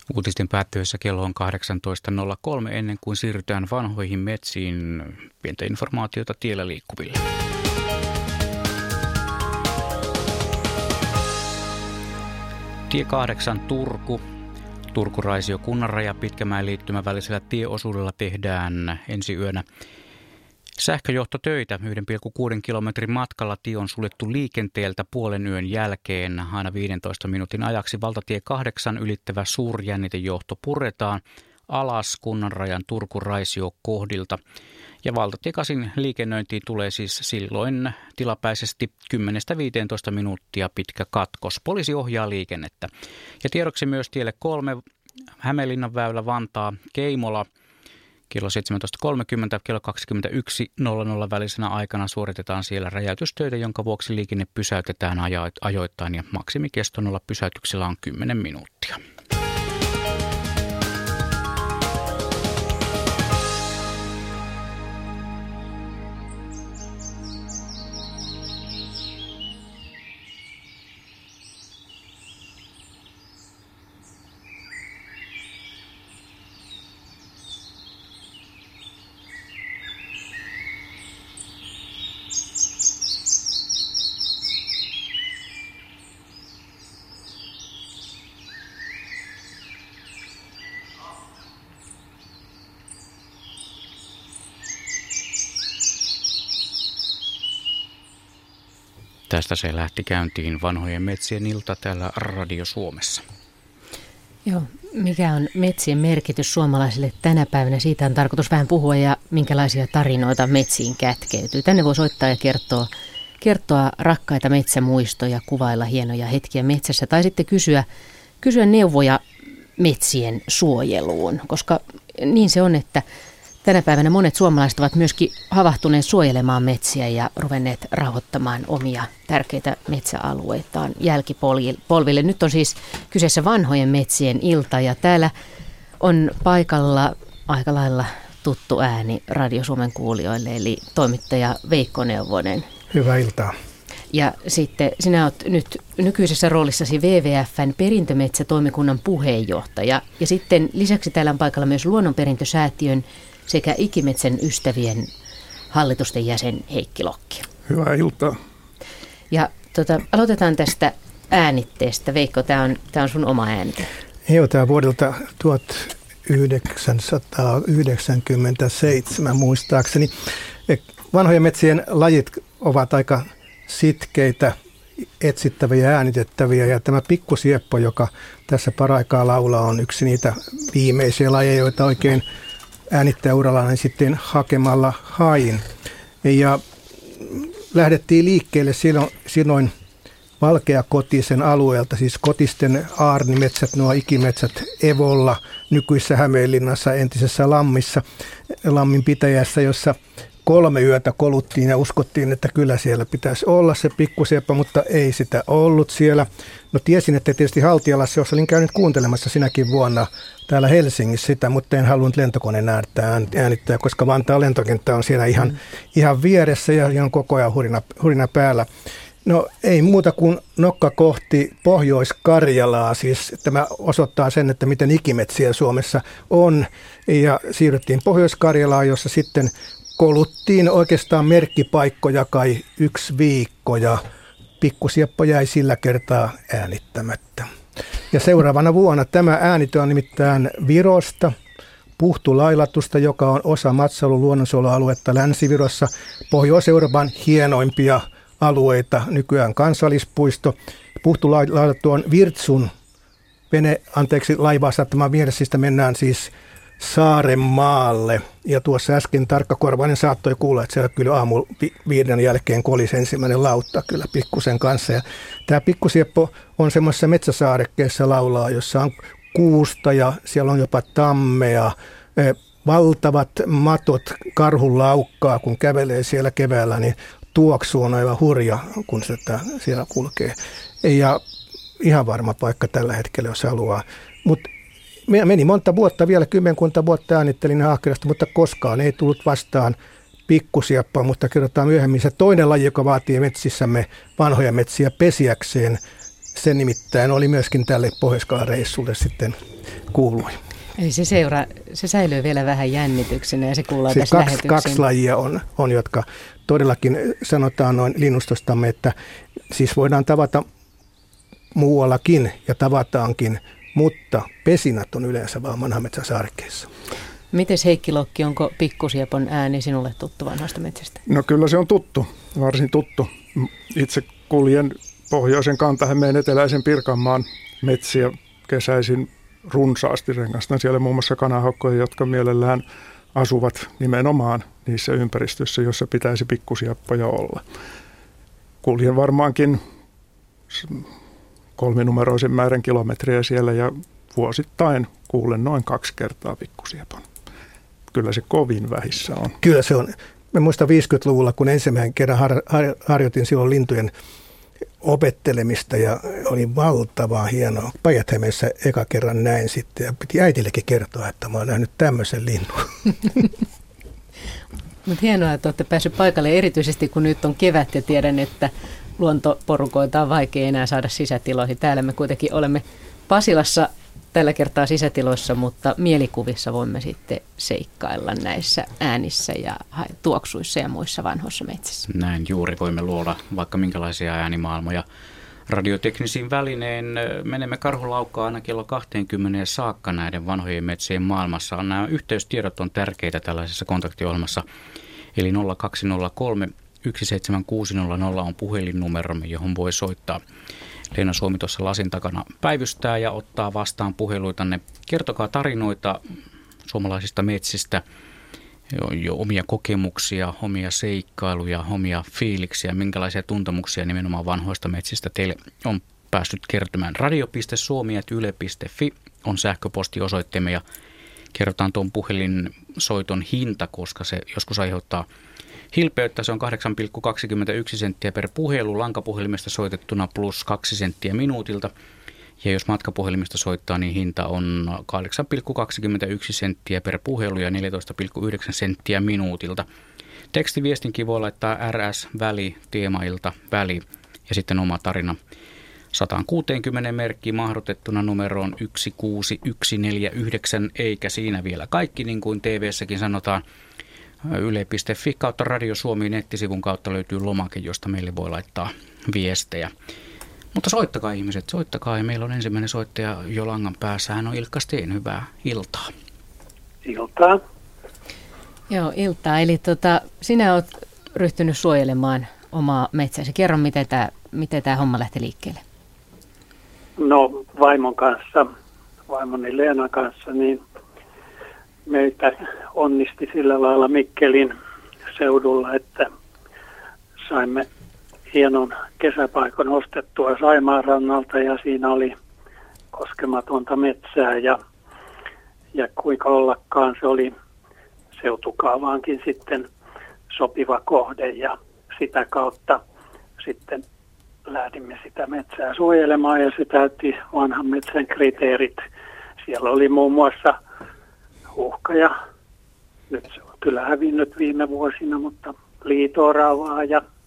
Uutisten päättyessä kello on 18.03 ennen kuin siirrytään vanhoihin metsiin. Pientä informaatiota tiellä liikkuville. Tie 8 Turku. Turku-Raisio Kunnanraja Pitkämäen liittymän välisellä tieosuudella tehdään ensi yönä sähköjohtotöitä. 1,6 kilometrin matkalla tie on suljettu liikenteeltä puolen yön jälkeen. Aina 15 minuutin ajaksi valtatie 8 ylittävä suurjännitejohto puretaan alas Kunnanrajan Turku-Raisio kohdilta. Ja valtatie 8 liikennöintiin tulee siis silloin tilapäisesti 10-15 minuuttia pitkä katkos. Poliisi ohjaa liikennettä. Ja tiedoksi myös tielle 3 Hämeenlinnan väylä Vantaa Keimola. Kello 17.30 kello 21.00 välisenä aikana suoritetaan siellä räjäytystöitä, jonka vuoksi liikenne pysäytetään ajoittain ja maksimikesto noilla pysäytyksellä on 10 minuuttia. Tästä se lähti käyntiin vanhojen metsien ilta täällä Radio Suomessa. Joo, mikä on metsien merkitys suomalaisille tänä päivänä? Siitä on tarkoitus vähän puhua ja minkälaisia tarinoita metsiin kätkeytyy. Tänne voi soittaa ja kertoa rakkaita metsämuistoja, kuvailla hienoja hetkiä metsässä tai sitten kysyä neuvoja metsien suojeluun, koska niin se on, että tänä päivänä monet suomalaiset ovat myöskin havahtuneet suojelemaan metsiä ja ruvenneet rahoittamaan omia tärkeitä metsäalueitaan jälkipolville. Nyt on siis kyseessä vanhojen metsien ilta ja täällä on paikalla aika lailla tuttu ääni Radio Suomen kuulijoille, eli toimittaja Veikko Neuvonen. Hyvää iltaa. Ja sitten sinä olet nyt nykyisessä roolissasi WWF:n perintömetsätoimikunnan puheenjohtaja ja sitten lisäksi täällä on paikalla myös Luonnonperintösäätiön sekä Ikimetsän ystävien hallitusten jäsen Heikki Lokki. Hyvää iltaa. Ja aloitetaan tästä äänitteestä. Veikko, tämä on sun oma äänite. Joo, tämä vuodelta 1997 muistaakseni. Vanhojen metsien lajit ovat aika sitkeitä, etsittäviä ja äänitettäviä. Ja tämä pikkusieppo, joka tässä paraikaa laulaa, on yksi niitä viimeisiä lajeja, joita oikein äänittäjäurallani sitten hakemalla hain. Ja lähdettiin liikkeelle silloin Valkeakotisen alueelta, siis Kotisten aarnimetsät, nuo ikimetsät Evolla, nykyisessä Hämeenlinnassa, entisessä Lammin pitäjässä, jossa 3 yötä koluttiin ja uskottiin, että kyllä siellä pitäisi olla se pikkusieppa, mutta ei sitä ollut siellä. No tiesin, että tietysti Haltialassa, jos olin käynyt kuuntelemassa sinäkin vuonna täällä Helsingissä sitä, mutta en halunnut lentokoneen äänittää, koska Vantaan lentokenttä on siinä ihan vieressä ja on koko ajan hurina päällä. No ei muuta kuin nokka kohti Pohjois-Karjalaa, siis tämä osoittaa sen, että miten ikimetsiä Suomessa on, ja siirryttiin Pohjois-Karjalaan, jossa sitten koluttiin oikeastaan merkkipaikkoja kai 1 viikko ja pikkusieppo jäi sillä kertaa äänittämättä. Ja seuraavana vuonna tämä äänitö on nimittäin Virosta, Puhtulailatusta, joka on osa Matsalun luonnonsuojelualuetta Länsi-Virossa, Pohjois-Euroopan hienoimpia alueita, nykyään kansallispuisto. Puhtulailattu on Virtsun laivaa saattamaan vieressä, mennään siis Saarenmaalle. Ja tuossa äsken tarkkakorvainen saattoi kuulla, että siellä kyllä aamu 5 jälkeen kolisi ensimmäinen lautta kyllä pikkusen kanssa. Ja tämä pikkusieppo on semmoisessa metsäsaarekkeessa laulaa, jossa on kuusta ja siellä on jopa tammea. Valtavat matot karhun laukkaa, kun kävelee siellä keväällä, niin tuoksu on aivan hurja, kun sitä siellä kulkee. Ja ihan varma paikka tällä hetkellä, jos haluaa. Mutta meni monta vuotta, vielä 10 vuotta äänittelin ahkerasti, mutta koskaan ei tullut vastaan pikkusieppaa, mutta kerrotaan myöhemmin se toinen laji, joka vaatii metsissämme vanhoja metsiä pesiäkseen. Se nimittäin oli myöskin tälle Pohjois-Karjalan-reissulle sitten kuului. Eli se säilyy vielä vähän jännityksenä ja se kuullaan siis tässä lähetyksiin. Kaksi lajia on, jotka todellakin sanotaan noin linnustostamme, että siis voidaan tavata muuallakin ja tavataankin, mutta pesinät on yleensä vaan vanhametsän saarikkeissa. Mites Heikki Lokki, onko pikkusiepon ääni sinulle tuttu vanhasta metsästä? No kyllä se on tuttu, varsin tuttu. Itse kuljen pohjoisen Kantahämeen eteläisen Pirkanmaan metsiä kesäisin runsaasti, rengastan siellä muun muassa kanahaukkoja, jotka mielellään asuvat nimenomaan niissä ympäristöissä, joissa pitäisi pikkusieppoja olla. Kuljen varmaankin 3-numeroisen määrän kilometriä siellä ja vuosittain kuulen noin 2 kertaa pikkusiepon. Kyllä se kovin vähissä on. Kyllä se on. Mä muistan 50-luvulla, kun ensimmäisen kerran harjoitin silloin lintujen opettelemista ja oli valtavaa hienoa. Päijät-Hämeessä eka kerran näin sitten ja piti äitillekin kertoa, että mä oon nähnyt tämmöisen linnun. Mutta hienoa, että olette päässyt paikalle erityisesti kun nyt on kevät ja tiedän, että luontoporukoita on vaikea enää saada sisätiloihin. Täällä me kuitenkin olemme Pasilassa tällä kertaa sisätiloissa, mutta mielikuvissa voimme sitten seikkailla näissä äänissä ja tuoksuissa ja muissa vanhoissa metsissä. Näin juuri voimme luoda vaikka minkälaisia äänimaailmoja. Radioteknisiin välineen menemme Karhulaukkaan aina kello 20 saakka näiden vanhojen metsien maailmassa. Nämä yhteystiedot on tärkeitä tällaisessa kontaktiohjelmassa. Eli 0203 17600 on puhelinnumeromme, johon voi soittaa. Leena Suomi tuossa lasin takana päivystää ja ottaa vastaan puheluitanne. Kertokaa tarinoita suomalaisista metsistä, jo omia kokemuksia, omia seikkailuja, omia fiiliksiä, minkälaisia tuntemuksia nimenomaan vanhoista metsistä teille on päässyt kertymään. radio.suomi@yle.fi on sähköpostiosoitteemme ja kerrotaan tuon puhelinsoiton hinta, koska se joskus aiheuttaa hilpeyttä. Se on 8,21 senttiä per puhelu, lankapuhelimesta soitettuna plus 2 senttiä minuutilta. Ja jos matkapuhelimesta soittaa, niin hinta on 8,21 senttiä per puhelu ja 14,9 senttiä minuutilta. Tekstiviestinkin voi laittaa RS-väli, teemailta väli ja sitten oma tarina 160 merkkiä mahdotettuna numeroon 16149, eikä siinä vielä kaikki, niin kuin TV-säkin sanotaan. Yle.fi kautta Radio Suomi nettisivun kautta löytyy lomake, josta meille voi laittaa viestejä. Mutta soittakaa ihmiset, soittakaa. Ja meillä on ensimmäinen soittaja jo langan päässä. Hän on Ilkka Steen. Hyvää iltaa. Iltaa. Joo, iltaa. Eli sinä olet ryhtynyt suojelemaan omaa metsäsi. Kerro, miten tämä homma lähti liikkeelle. No vaimoni Leenan kanssa, niin meitä onnisti sillä lailla Mikkelin seudulla, että saimme hienon kesäpaikan ostettua Saimaan rannalta ja siinä oli koskematonta metsää ja kuinka ollakaan se oli seutukaavaankin sitten sopiva kohde ja sitä kautta sitten lähdimme sitä metsää suojelemaan ja se täytti vanhan metsän kriteerit. Siellä oli muun muassa uhkaja, nyt se on kyllä hävinnyt viime vuosina, mutta liito-oravaa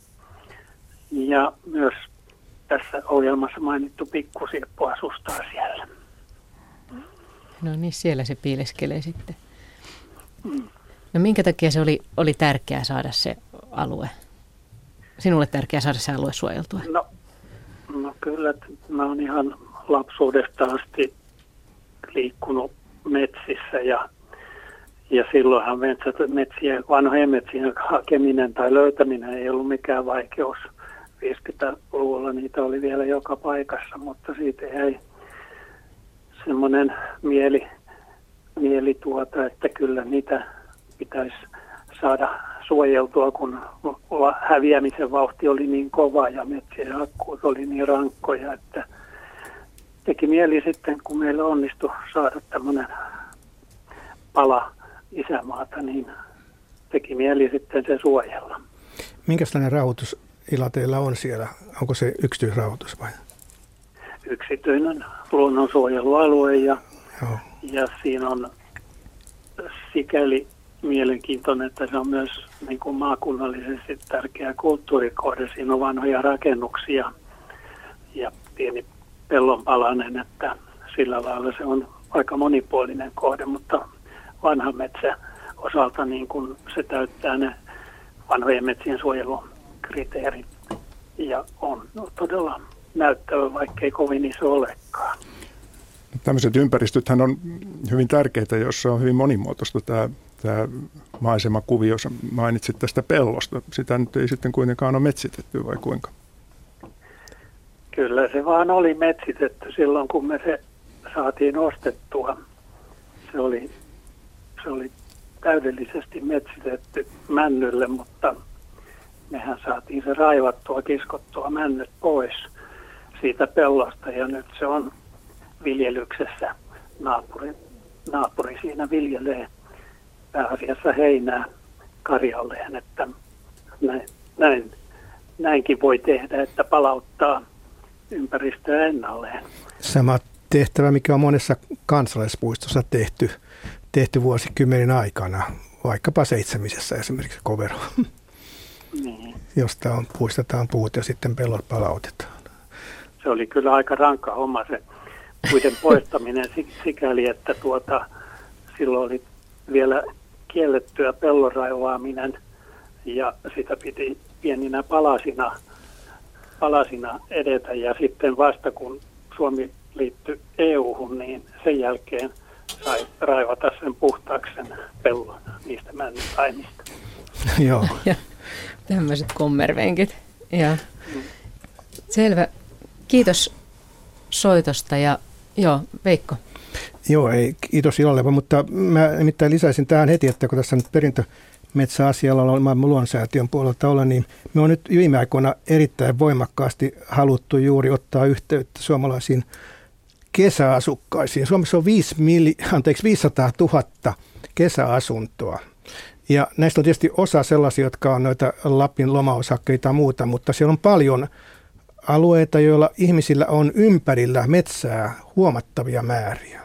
ja myös tässä ohjelmassa mainittu pikkusieppo asustaa siellä. No niin, siellä se piileskelee sitten. No minkä takia se oli tärkeää saada se alue? Sinulle tärkeää saada se alue suojeltua? No kyllä, että mä oon ihan lapsuudesta asti liikkunut metsissä ja silloinhan vanhojen metsien hakeminen tai löytäminen ei ollut mikään vaikeus. 50-luvulla niitä oli vielä joka paikassa, mutta siitä jäi semmoinen mieli että kyllä niitä pitäisi saada suojeltua, kun häviämisen vauhti oli niin kova ja metsien hakkuut oli niin rankkoja, että teki mieli sitten, kun meillä onnistui saada tämmöinen pala isämaata, niin teki mieli sitten se suojella. Minkälainen rauhoitusila teillä on siellä? Onko se yksityisrauhoitus vai? Yksityinen luonnonsuojelualue ja siinä on sikäli mielenkiintoinen, että se on myös niin kuin maakunnallisesti tärkeä kulttuurikohde. Siinä on vanhoja rakennuksia ja pieni pellonpalanen, että sillä lailla se on aika monipuolinen kohde, mutta vanha metsä osalta niin kun se täyttää ne vanhojen metsien suojelukriteerit ja on todella näyttävä, vaikkei kovin iso olekaan. Tämmöiset ympäristöthän on hyvin tärkeitä, jossa on hyvin monimuotoista tämä maisemakuvio. Mainitsit tästä pellosta. Sitä nyt ei sitten kuitenkaan ole metsitetty, vai kuinka? Kyllä se vaan oli metsitetty silloin, kun me se saatiin ostettua. Se oli täydellisesti metsitetty männylle, mutta mehän saatiin se raivattua, kiskottua männyt pois siitä pellosta ja nyt se on viljelyksessä. Naapuri siinä viljelee pääasiassa heinää karjalleen, että näinkin voi tehdä, että palauttaa ympäristöä ennalleen. Sama tehtävä, mikä on monessa kansallispuistossa tehty vuosikymmenen aikana, vaikkapa Seitsemisessä esimerkiksi Kovero, Niin. josta puistetaan puut ja sitten pellot palautetaan. Se oli kyllä aika rankka homma se puiden poistaminen sikäli, että silloin oli vielä kiellettyä pellon raivaaminen ja sitä piti pieninä palasina edetä ja sitten vasta kun Suomi liittyi EU-hun, niin sen jälkeen sai raivata sen puhtaaksi sen pellon niistä männytaimista. Joo. Ja tämmöiset kommervenkit. Ja. Selvä. Kiitos soitosta ja Veikko. Joo, ei, kiitos Ilolle, mutta mä nimittäin lisäisin tähän heti, että kun tässä nyt perintömetsäasialla on maailman luonnonsäätiön puolelta olla, niin me on nyt viime aikoina erittäin voimakkaasti haluttu juuri ottaa yhteyttä suomalaisiin kesäasukkaisiin. Suomessa on 500 000 kesäasuntoa. Ja näistä on tietysti osa sellaisia, jotka on noita Lapin lomaosakkeita ja muuta, mutta siellä on paljon alueita, joilla ihmisillä on ympärillä metsää huomattavia määriä,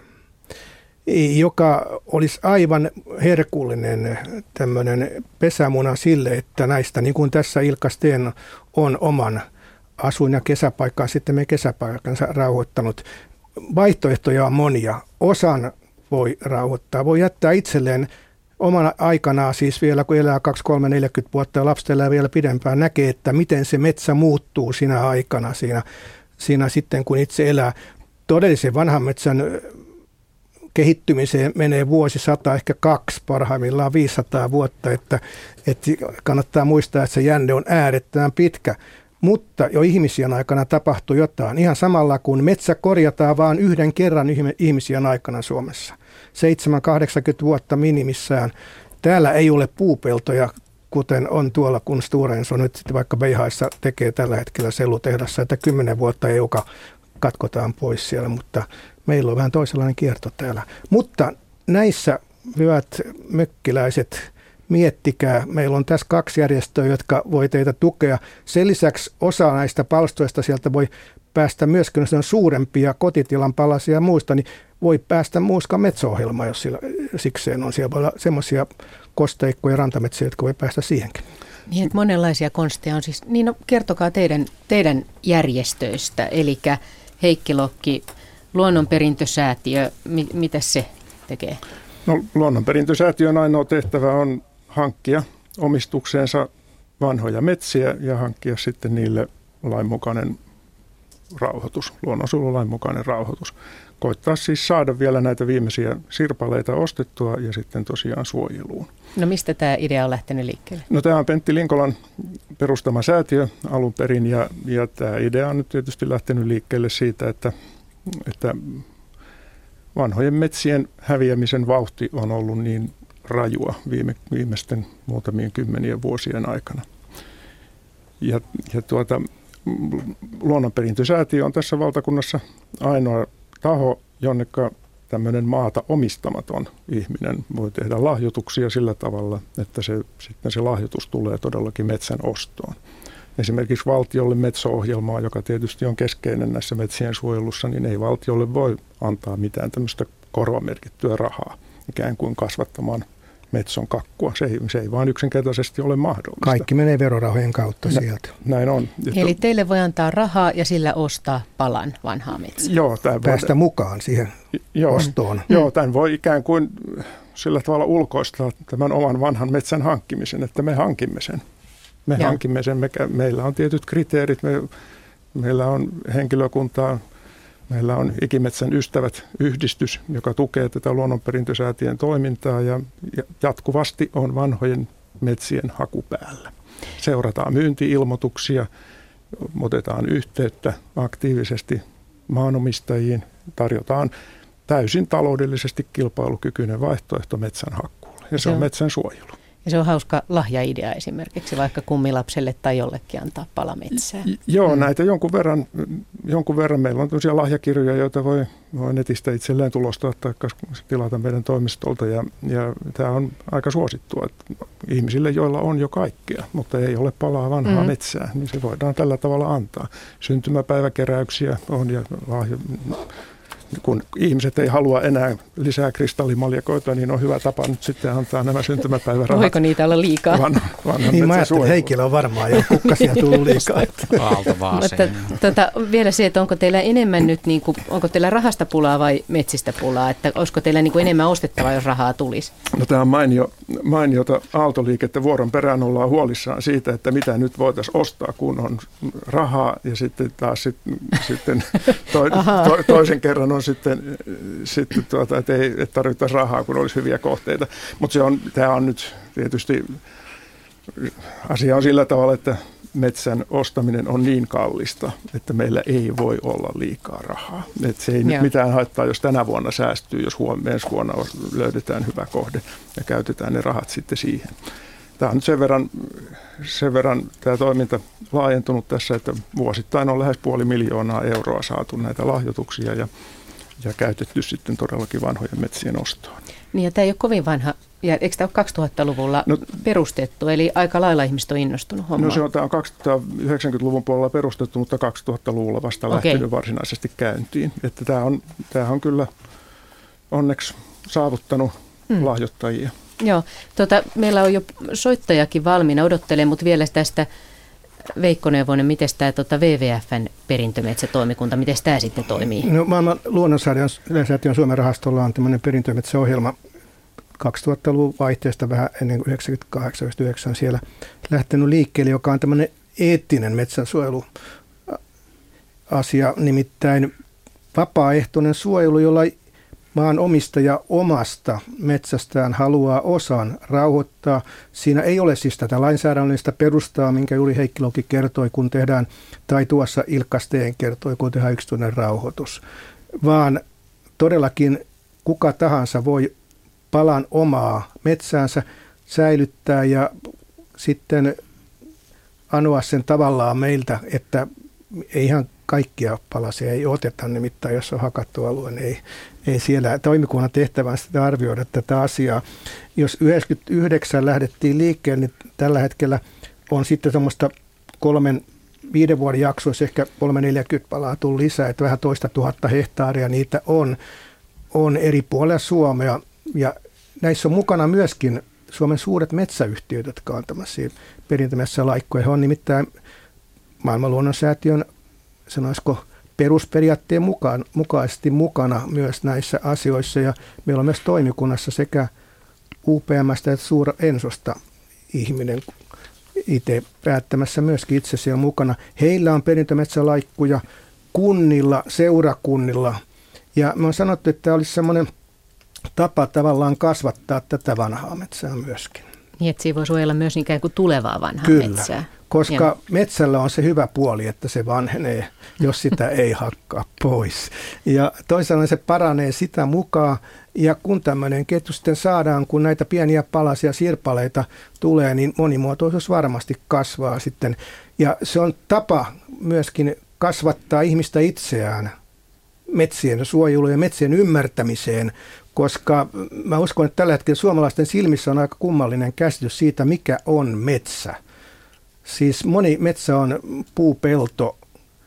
joka olisi aivan herkullinen tämmöinen pesämuna sille, että näistä, niin kuin tässä Ilkka Steen on oman asuin- ja kesäpaikkaan, sitten me kesäpaikkansa rauhoittanut. Vaihtoehtoja on monia. Osan voi rauhoittaa, voi jättää itselleen omana aikanaan, siis vielä kun elää 2, 3, 40 vuotta ja lapset elää vielä pidempään, näkee, että miten se metsä muuttuu siinä aikana, siinä sitten kun itse elää. Todellisen vanhan metsän kehittymiseen menee vuosi 100, ehkä 2, parhaimmillaan 500 vuotta, että kannattaa muistaa, että se jänne on äärettömän pitkä. Mutta jo ihmisien aikana tapahtuu jotain. Ihan samalla kuin metsä korjataan vain yhden kerran ihmisien aikana Suomessa. 7-80 vuotta minimissään. Täällä ei ole puupeltoja, kuten on tuolla, kun Stora Enso nyt sitten vaikka Beihaissa tekee tällä hetkellä sellutehdassa, että 10 vuotta euka katkotaan pois siellä, mutta meillä on vähän toisenlainen kierto täällä. Mutta näissä, hyvät mökkiläiset, miettikää. Meillä on tässä 2 järjestöä, jotka voi teitä tukea. Sen lisäksi osa näistä palstoista sieltä voi päästä myöskin, jos on suurempia kotitilan palasia ja muista, niin voi päästä muuskaan metsäohjelmaan, jos sillä sikseen on. Siellä voi olla semmoisia kosteikkoja ja rantametsiä, jotka voi päästä siihenkin. Niin, että monenlaisia konsteja on siis. Niin, no, kertokaa teidän järjestöistä, eli Heikki Lokki, Luonnonperintösäätiö, mitä se tekee? No, Luonnonperintösäätiön ainoa tehtävä on hankkia omistukseensa vanhoja metsiä ja hankkia sitten niille lainmukainen rauhoitus, luonnonsuojelulain mukainen rauhoitus. Koittaa siis saada vielä näitä viimeisiä sirpaleita ostettua ja sitten tosiaan suojeluun. No mistä tämä idea on lähtenyt liikkeelle? No tämä on Pentti Linkolan perustama säätiö alun perin ja tämä idea on nyt tietysti lähtenyt liikkeelle siitä, että vanhojen metsien häviämisen vauhti on ollut niin rajua viimeisten muutamien kymmenien vuosien aikana. Ja Luonnonperintösäätiö on tässä valtakunnassa ainoa taho, jonneka tämmöinen maata omistamaton ihminen voi tehdä lahjoituksia sillä tavalla, että sitten se lahjoitus tulee todellakin metsän ostoon. Esimerkiksi valtiolle metsäohjelmaa, joka tietysti on keskeinen näissä metsien suojelussa, niin ei valtiolle voi antaa mitään tämmöistä korvamerkittyä rahaa ikään kuin kasvattamaan Metson kakkua. Se ei vaan yksinkertaisesti ole mahdollista. Kaikki menee verorahojen kautta sieltä. Näin on. Eli teille voi antaa rahaa ja sillä ostaa palan vanhaa metsää. Joo, päästä mukaan siihen ostoon. Joo, tämän voi ikään kuin sillä tavalla ulkoistaa tämän oman vanhan metsän hankkimisen, että me hankimme sen. Hankimme sen, meillä on tietyt kriteerit, meillä on henkilökuntaa, meillä on Ikimetsän ystävät -yhdistys, joka tukee tätä luonnonperintösäätiön toimintaa ja jatkuvasti on vanhojen metsien haku päällä. Seurataan myynti-ilmoituksia, otetaan yhteyttä aktiivisesti maanomistajiin, tarjotaan täysin taloudellisesti kilpailukykyinen vaihtoehto metsän hakkuulle ja se on metsän suojelu. Ja se on hauska lahjaidea esimerkiksi vaikka kummilapselle tai jollekin antaa pala metsää. Joo, näitä jonkun verran. Meillä on tämmöisiä lahjakirjoja, joita voi netistä itselleen tulostaa tai tilata meidän toimistolta. Ja tämä on aika suosittua, että ihmisille, joilla on jo kaikkea, mutta ei ole palaa vanhaa metsää, niin se voidaan tällä tavalla antaa. Syntymäpäiväkeräyksiä on ja kun ihmiset ei halua enää lisää kristallimaljakoita, niin on hyvä tapa nyt sitten antaa nämä syntymäpäivärahat. Voiko niitä olla liikaa? Niin mä ajattelin, Heikillä on varmaan jo kukkasia tullut liikaa. Mutta vielä se, että onko teillä enemmän nyt, niin kuin, onko teillä rahasta pulaa vai metsistä pulaa? Että olisiko teillä niin kuin enemmän ostettavaa, jos rahaa tulisi? No tämä on mainiota aaltoliikettä. Vuoron perään ollaan huolissaan siitä, että mitä nyt voitaisiin ostaa, kun on rahaa ja sitten taas toisen kerran on sitten että ei tarvita rahaa, kun olisi hyviä kohteita. Mutta tämä on nyt tietysti, asia on sillä tavalla, että metsän ostaminen on niin kallista, että meillä ei voi olla liikaa rahaa. Et se ei nyt mitään haittaa, jos tänä vuonna säästyy, jos ensi vuonna löydetään hyvä kohde ja käytetään ne rahat sitten siihen. Tämä on nyt sen verran tämä toiminta laajentunut tässä, että vuosittain on lähes 500 000 euroa saatu näitä lahjoituksia ja käytetty sitten todellakin vanhojen metsien ostoon. Niin ja tämä ei ole kovin vanha, ja eikö tämä ole 2000-luvulla perustettu, eli aika lailla ihmiset on innostunut hommaan? No tämä on 1990-luvun puolella perustettu, mutta 2000-luvulla vasta lähtenyt varsinaisesti käyntiin. Että tämä on kyllä onneksi saavuttanut lahjoittajia. Joo, meillä on jo soittajakin valmiina, odottelen, mutta vielä tästä Veikko Neuvonen, miten tämä WWF:n perintömetsätoimikunta, miten tämä sitten toimii? No, maailman luonnonsäätiön Suomen rahastolla on tämmöinen perintömetsäohjelma 2000-luvun vaihteesta vähän ennen kuin 98-99 siellä lähtenyt liikkeelle, joka on tämmöinen eettinen metsänsuojeluasia, nimittäin vapaaehtoinen suojelu, jolla maan omistaja omasta metsästään haluaa osan rauhoittaa. Siinä ei ole siis tätä lainsäädännöllistä perustaa, minkä juuri Heikkilokin kertoi, kun tehdään, tai tuossa Ilkka Steen kertoi, kun tehdään yksityinen rauhoitus, vaan todellakin kuka tahansa voi palan omaa metsäänsä säilyttää ja sitten anoa sen tavallaan meiltä, että ei ihan kaikkia palasia ei oteta, nimittäin jos on hakattu alue, niin ei siellä toimikunnan tehtävän sitä arvioida tätä asiaa. Jos 99 lähdettiin liikkeelle, niin tällä hetkellä on sitten semmoista 3-5 vuoden jaksoissa ehkä 340 palaa tullut lisää, että vähän 2 000 hehtaaria niitä on eri puolilla Suomea. Ja näissä on mukana myöskin Suomen suuret metsäyhtiöt, jotka on tämmöisiä perintömetsälaikkoja. He on nimittäin maailman luonnonsäätiön, sanoisiko, perusperiaatteen mukaisesti mukana myös näissä asioissa. Ja meillä on myös toimikunnassa sekä UPM:stä että Stora Ensosta ihminen itse päättämässä myöskin itse siellä mukana. Heillä on perintömetsälaikkuja kunnilla, seurakunnilla. Ja me on sanottu, että tämä olisi semmoinen tapa tavallaan kasvattaa tätä vanhaa metsää myöskin. Niin, että siinä voi suojella myös ikään kuin tulevaa vanhaa metsää. Koska metsällä on se hyvä puoli, että se vanhenee, jos sitä ei hakkaa pois. Ja toisaalta se paranee sitä mukaan. Ja kun tämmöinen ketju sitten saadaan, kun näitä pieniä palasia, sirpaleita tulee, niin monimuotoisuus varmasti kasvaa sitten. Ja se on tapa myöskin kasvattaa ihmistä itseään metsien suojeluun ja metsien ymmärtämiseen, koska mä uskon, että tällä hetkellä suomalaisten silmissä on aika kummallinen käsitys siitä, mikä on metsä. Siis moni metsä on puupelto,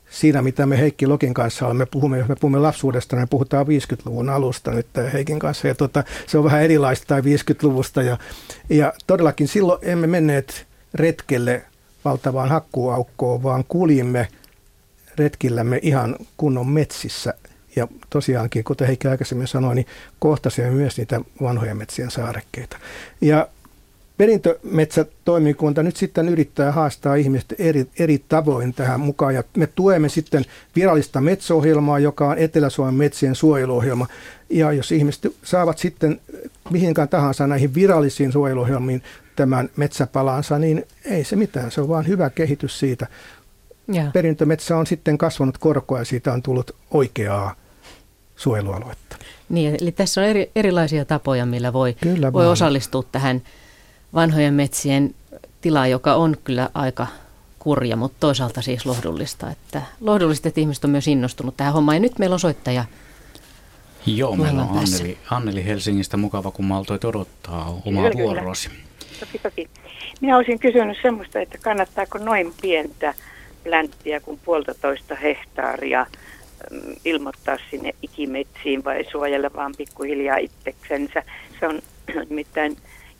siinä, mitä me Heikki Lokin kanssa olemme. Jos me puhumme lapsuudesta, niin puhutaan 50-luvun alusta nyt Heikin kanssa. Ja se on vähän erilaista tai 50-luvusta. Ja todellakin silloin emme menneet retkelle valtavaan hakkuuaukkoon, vaan kuljimme retkillämme ihan kunnon metsissä. Ja tosiaankin, kuten Heikki aikaisemmin sanoi, niin kohtasimme myös niitä vanhoja metsien saarekkeita. Ja perintömetsätoimikunta nyt sitten yrittää haastaa ihmiset eri tavoin tähän mukaan. Ja me tuemme sitten virallista metsäohjelmaa, joka on Etelä-Suomen metsien suojeluohjelma. Ja jos ihmiset saavat sitten mihinkään tahansa näihin virallisiin suojeluohjelmiin tämän metsäpalansa, niin ei se mitään. Se on vaan hyvä kehitys siitä. Ja perintömetsä on sitten kasvanut korkoa ja siitä on tullut oikeaa suojelualuetta. Niin, eli tässä on erilaisia tapoja, millä voi osallistua tähän vanhojen metsien tilaan, joka on kyllä aika kurja, mutta toisaalta siis lohdullista. Että ihmiset on myös innostunut tähän hommaan. Ja nyt meillä on soittaja. Joo, meillä on Anneli Helsingistä. Mukava, kun maltoit odottaa omaa vuoroasi. Toki. Minä olisin kysynyt semmoista, että kannattaako noin pientä plänttiä kuin 1,5 hehtaaria ilmoittaa sinne ikimetsiin vai suojella vaan pikkuhiljaa itseksensä. Se on nimittäin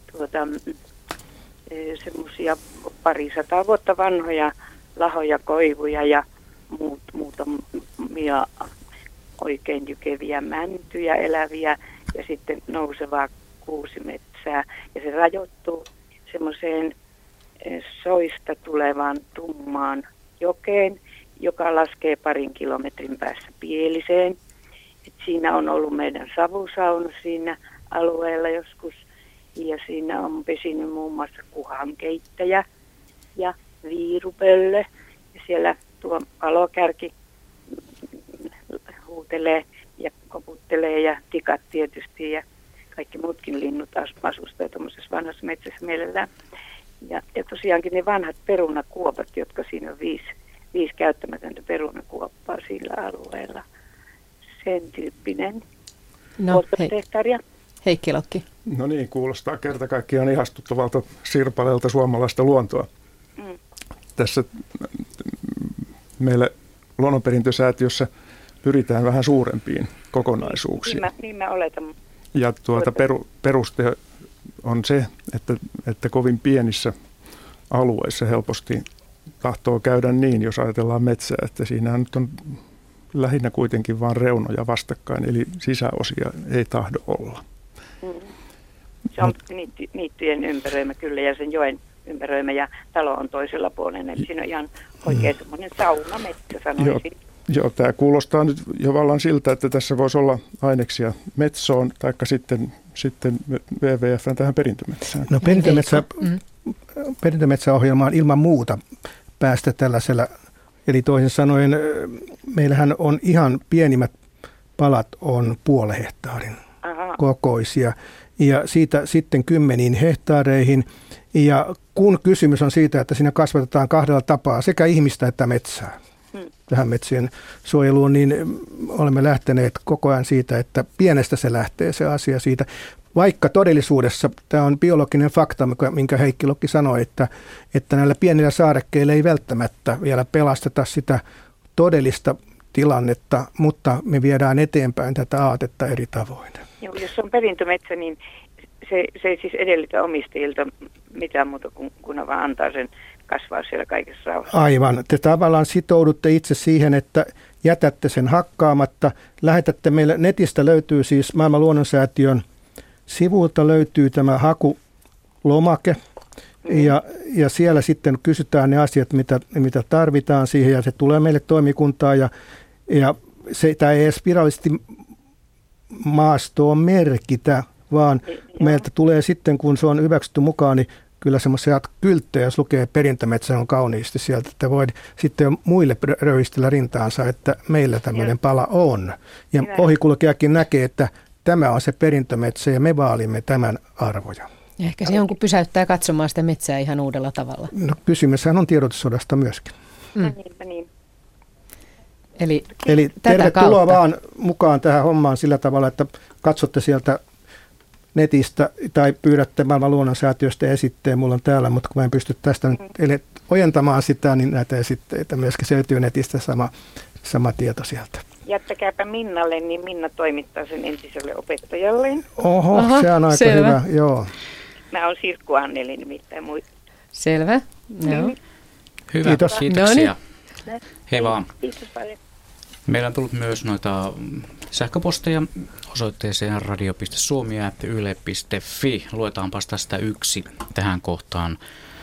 semmoisia 200 vuotta vanhoja lahoja, koivuja ja muutamia oikein jykeviä mäntyjä, eläviä ja sitten nousevaa kuusimetsää. Ja se rajoittuu semmoiseen soista tulevaan tummaan jokeen, joka laskee 2 kilometrin päässä Pieliseen. Et siinä on ollut meidän savusauna siinä alueella joskus. Ja siinä on pesinyt muun muassa kuhankeittäjä ja viirupölle. Ja siellä tuo palokärki huutelee ja koputtelee ja tikat tietysti ja kaikki muutkin linnut asustaa tuollaisessa vanhassa metsässä mielellään. Ja tosiaankin ne vanhat perunakuopat, jotka siinä on 5 käyttämätöntä perunakuoppaa sillä alueella. Sen tyyppinen. No, Heikki Lokki. No niin, kuulostaa kerta kaikkiaan ihastuttavalta sirpaleelta suomalaista luontoa. Tässä meillä Luonnonperintösäätiössä pyritään vähän suurempiin kokonaisuuksiin. Niin mä oletan. Ja peruste on se, että kovin pienissä alueissa helposti tahtoo käydä niin, jos ajatellaan metsää, että siinä nyt on lähinnä kuitenkin vain reunoja vastakkain, eli sisäosia ei tahdo olla. Se on niittyjen ympäröimä kyllä ja sen joen ympäröimä ja talo on toisella puolella, eli siinä on ihan oikein semmoinen saunametsä, sanoisin. Joo, tämä kuulostaa nyt jo vallan siltä, että tässä voisi olla aineksia Metsoon tai sitten WWF:n tähän perintömetsään. No perintömetsäohjelmaan ilman muuta päästä tällaisella, eli toisin sanoen meillähän on ihan pienimmät palat on 0,5 hehtaarin kokoisia ja siitä sitten 10 hehtaareihin. Ja kun kysymys on siitä, että siinä kasvatetaan 2 tapaa sekä ihmistä että metsää tähän metsien suojeluun, niin olemme lähteneet koko ajan siitä, että pienestä se lähtee se asia siitä. Vaikka todellisuudessa tämä on biologinen fakta, minkä Heikki Lokki sanoi, että näillä pienillä saarekkeilla ei välttämättä vielä pelasteta sitä todellista tilannetta, mutta me viedään eteenpäin tätä aatetta eri tavoin. Joo, jos on perintömetsä, niin se ei siis edellytä omistajilta mitään muuta kuin vaan antaa sen kasvaa siellä kaikessa rauhassa. Aivan. Te tavallaan sitoudutte itse siihen, että jätätte sen hakkaamatta. Lähetätte meille, netistä löytyy siis Maailman luonnonsäätiön sivulta löytyy tämä hakulomake. Ja siellä sitten kysytään ne asiat, mitä tarvitaan siihen ja se tulee meille toimikuntaan ja sitä ei edes virallisesti maastoon merkitä, vaan meiltä tulee sitten, kun se on hyväksytty mukaan, niin kyllä semmoisia kylttejä, jos lukee perintömetsä on kauniisti sieltä, että voi sitten jo muille röyhistellä rintaansa, että meillä tämmöinen pala on. Ja ohikulkijakin näkee, että tämä on se perintömetsä ja me vaalimme tämän arvoja. Ja ehkä se jonkun pysäyttää katsomaan sitä metsää ihan uudella tavalla. No kysymyshän on tiedotussodasta myöskin. Niin. Eli tervetuloa vaan mukaan tähän hommaan sillä tavalla, että katsotte sieltä netistä tai pyydätte Maailman luonnonsäätiöstä esitteen. Mulla on täällä, mutta kun mä en pysty tästä nyt ojentamaan sitä, niin näitä esitteitä myöskin löytyy netistä sama tieto sieltä. Jättäkääpä Minnalle, niin Minna toimittaa sen entiselle opettajalleen. Oho, se on aika selvä. hyvä, joo. Mä oon Sirkku Anneli nimittäin Selvä, joo. Hyvä, Kiitos. Kiitoksia. No. Hei vaan. Kiitos paljon. Meillä on tullut myös noita sähköposteja osoitteeseen radio.suomi@yle.fi. Luetaanpas tästä yksi tähän kohtaan.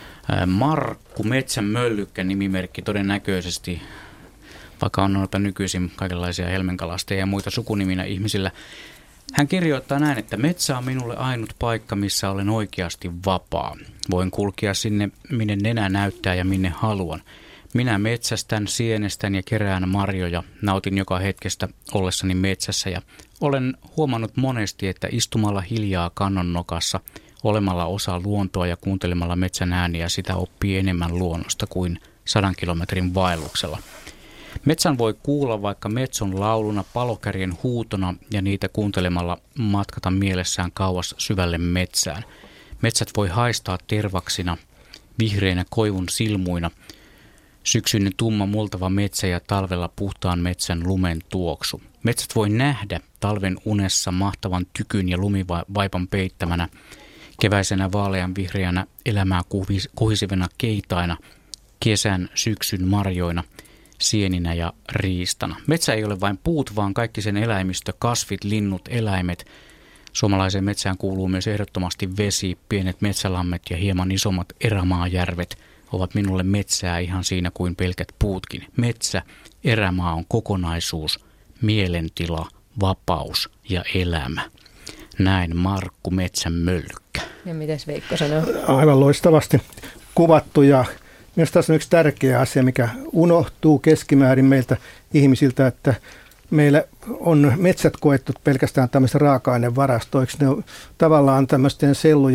Markku Metsänmöllykkä nimimerkki todennäköisesti, vaikka on noita nykyisin kaikenlaisia helmenkalasteja ja muita sukuniminä ihmisillä. Hän kirjoittaa näin, että metsä on minulle ainut paikka, missä olen oikeasti vapaa. Voin kulkea sinne, minne nenä näyttää ja minne haluan. Minä metsästän, sienestän ja kerään marjoja, nautin joka hetkestä ollessani metsässä ja olen huomannut monesti, että istumalla hiljaa kannon nokassa, olemalla osa luontoa ja kuuntelemalla metsän ääniä sitä oppii enemmän luonnosta kuin 100 kilometrin vaelluksella. Metsän voi kuulla vaikka metson lauluna, palokärjen huutona ja niitä kuuntelemalla matkata mielessään kauas syvälle metsään. Metsät voi haistaa tervaksina, vihreinä koivun silmuina, syksyinen tumma multava metsä ja talvella puhtaan metsän lumen tuoksu. Metsät voi nähdä talven unessa mahtavan tykyn ja lumivaipan peittämänä, keväisenä vaalean vihreänä elämää kuhisivena keitaina, kesän syksyn marjoina, sieninä ja riistana. Metsä ei ole vain puut, vaan kaikki sen eläimistö, kasvit, linnut, eläimet. Suomalaiseen metsään kuuluu myös ehdottomasti vesi, pienet metsälammet ja hieman isommat erämaajärvet ovat minulle metsää ihan siinä kuin pelkät puutkin. Metsä, erämaa on kokonaisuus, mielentila, vapaus ja elämä. Näin Markku Metsänmöllykkä. Ja mitäs Veikko sanoo? Aivan loistavasti kuvattu ja myös tässä on yksi tärkeä asia, mikä unohtuu keskimäärin meiltä ihmisiltä, että meillä on metsät koettu pelkästään tämmöistä raaka-ainevarastoiksi. Ne on tavallaan tämmöisten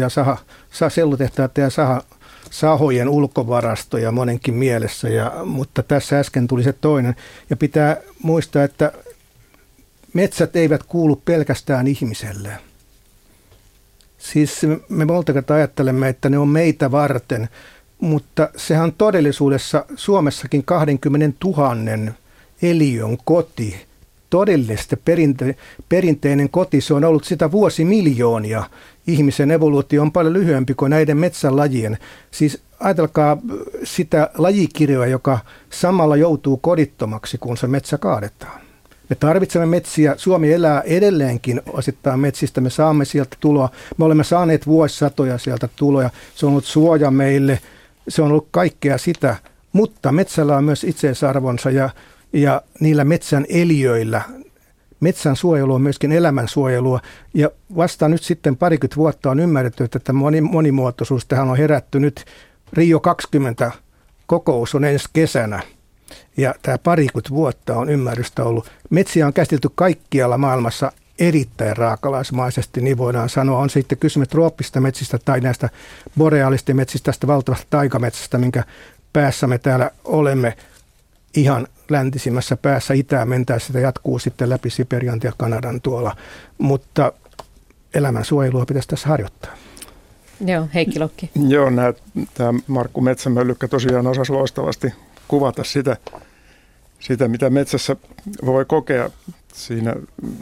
sellutehtaat ja sahojen ulkovarastoja monenkin mielessä, mutta tässä äsken tuli se toinen. Ja pitää muistaa, että metsät eivät kuulu pelkästään ihmiselle. Siis me monta kertaa ajattelemme, että ne on meitä varten, mutta sehän on todellisuudessa Suomessakin 20 000 eliön koti. Todellisesti perinteinen koti, se on ollut sitä vuosimiljoonia. Ihmisen evoluutio on paljon lyhyempi kuin näiden metsälajien. Siis ajatelkaa sitä lajikirjoa, joka samalla joutuu kodittomaksi, kun se metsä kaadetaan. Me tarvitsemme metsiä. Suomi elää edelleenkin osittain metsistä. Me saamme sieltä tuloa. Me olemme saaneet vuosisatoja sieltä tuloja. Se on ollut suoja meille. Se on ollut kaikkea sitä. Mutta metsällä on myös itseisarvonsa ja niillä metsän eliöillä. Metsän suojelu on myöskin elämän suojelua. Ja vasta nyt sitten 20 vuotta on ymmärretty, että tämä monimuotoisuus tähän on herätty nyt. Rio 20 kokous on ensi kesänä. Ja tämä 20 vuotta on ymmärrystä ollut. Metsiä on käsitelty kaikkialla maailmassa erittäin raakalaismaisesti, niin voidaan sanoa. On sitten kysymys trooppista metsistä tai näistä boreaalisten metsistä, tästä valtavasta taikametsästä, minkä päässä me täällä olemme ihan läntisimmässä päässä. Itään mentäessä sitä jatkuu sitten läpi Siperian ja Kanadan tuolla, mutta elämän suojelua pitäisi tässä harjoittaa. Joo, Heikki Lokki. Joo, tämä Markku Metsänmöllykkä tosiaan osasi loistavasti kuvata sitä, mitä metsässä voi kokea. Siinä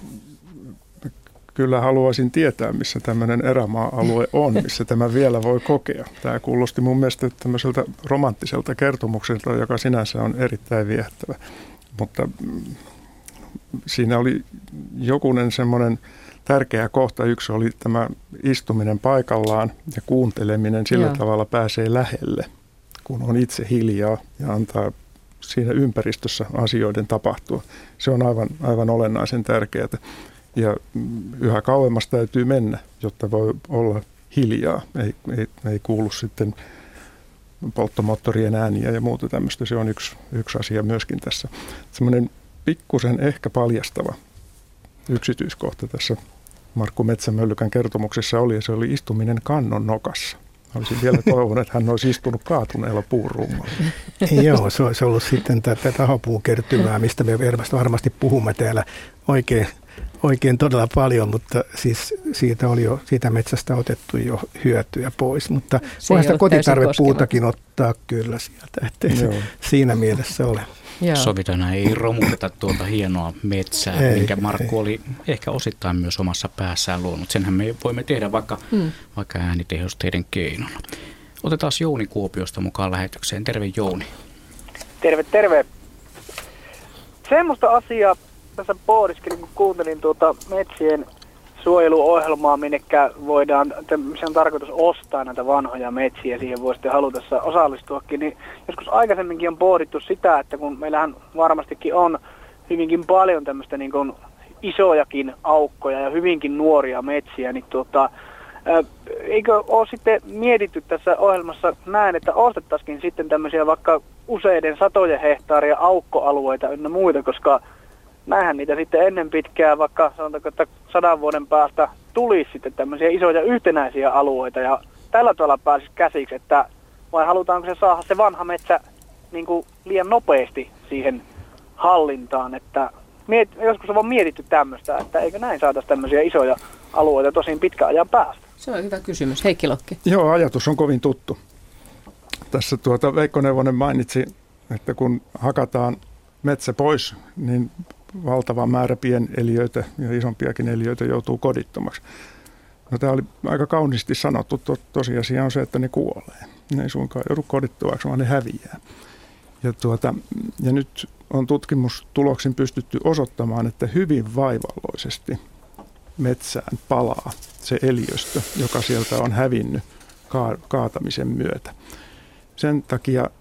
kyllä haluaisin tietää, missä tämmöinen erämaa-alue on, missä tämä vielä voi kokea. Tämä kuulosti mun mielestä tämmöiseltä romanttiselta kertomukselta, joka sinänsä on erittäin viehättävä. Mutta siinä oli jokunen semmoinen tärkeä kohta. Yksi oli tämä istuminen paikallaan ja kuunteleminen. Sillä tavalla pääsee lähelle, kun on itse hiljaa ja antaa siinä ympäristössä asioiden tapahtua. Se on aivan olennaisen tärkeää. Ja yhä kauemmas täytyy mennä, jotta voi olla hiljaa. Ei kuulu sitten polttomoottorien ääniä ja muuta tämmöistä. Se on yksi asia myöskin tässä. Semmoinen pikkusen ehkä paljastava yksityiskohta tässä Markku Metsänmöllykän kertomuksessa oli, ja se oli istuminen kannon nokassa. Olisin vielä toivonut, että hän olisi istunut kaatuneella puurummalla. Joo, se olisi ollut sitten tätä tahopuukertymää, mistä me varmasti puhumme täällä oikein oikein todella paljon, mutta siis siitä metsästä otettu jo hyötyä pois. Mutta voihan sitä kotitarvepuutakin ottaa kyllä sieltä, ettei se siinä mielessä ole. Joo. Sovitaan, ei romuteta tuota hienoa metsää, minkä Markku oli ehkä osittain myös omassa päässään luonut. Senhän me voimme tehdä vaikka äänitehosteiden keinona. Otetaan Jouni Kuopiosta mukaan lähetykseen. Terve Jouni. Terve. Semmoista asiaa tässä pohdiskelin, kun kuuntelin metsien suojeluohjelmaa, minnekä se on tarkoitus ostaa näitä vanhoja metsiä, siihen voi sitten halutessa osallistuakin, niin joskus aikaisemminkin on pohdittu sitä, että kun meillähän varmastikin on hyvinkin paljon tämmöistä niin kuin isojakin aukkoja ja hyvinkin nuoria metsiä, niin eikö ole sitten mietitty tässä ohjelmassa näin, että ostettaisiin sitten tämmöisiä vaikka useiden satojen hehtaaria aukkoalueita ynnä muita, koska näinhän niitä sitten ennen pitkään, vaikka sanotaanko, että 100 vuoden päästä tulisi sitten tämmöisiä isoja yhtenäisiä alueita ja tällä tavalla pääsisi käsiksi, että vai halutaanko se saada se vanha metsä niin kuin liian nopeasti siihen hallintaan, että joskus on vaan mietitty tämmöistä, että eikö näin saataisi tämmöisiä isoja alueita tosin pitkän ajan päästä. Se on hyvä kysymys. Heikki Lokki. Joo, ajatus on kovin tuttu. Tässä Veikko Neuvonen mainitsi, että kun hakataan metsä pois, niin valtava määrä pieneliöitä ja isompiakin eliöitä joutuu kodittomaksi. No, tämä oli aika kauniisti sanottu. Tosiasia on se, että ne kuolee. Ne ei suinkaan joudu kodittomaksi, vaan ne häviää. Ja nyt on tutkimustuloksin pystytty osoittamaan, että hyvin vaivalloisesti metsään palaa se eliöstö, joka sieltä on hävinnyt kaatamisen myötä. Sen takia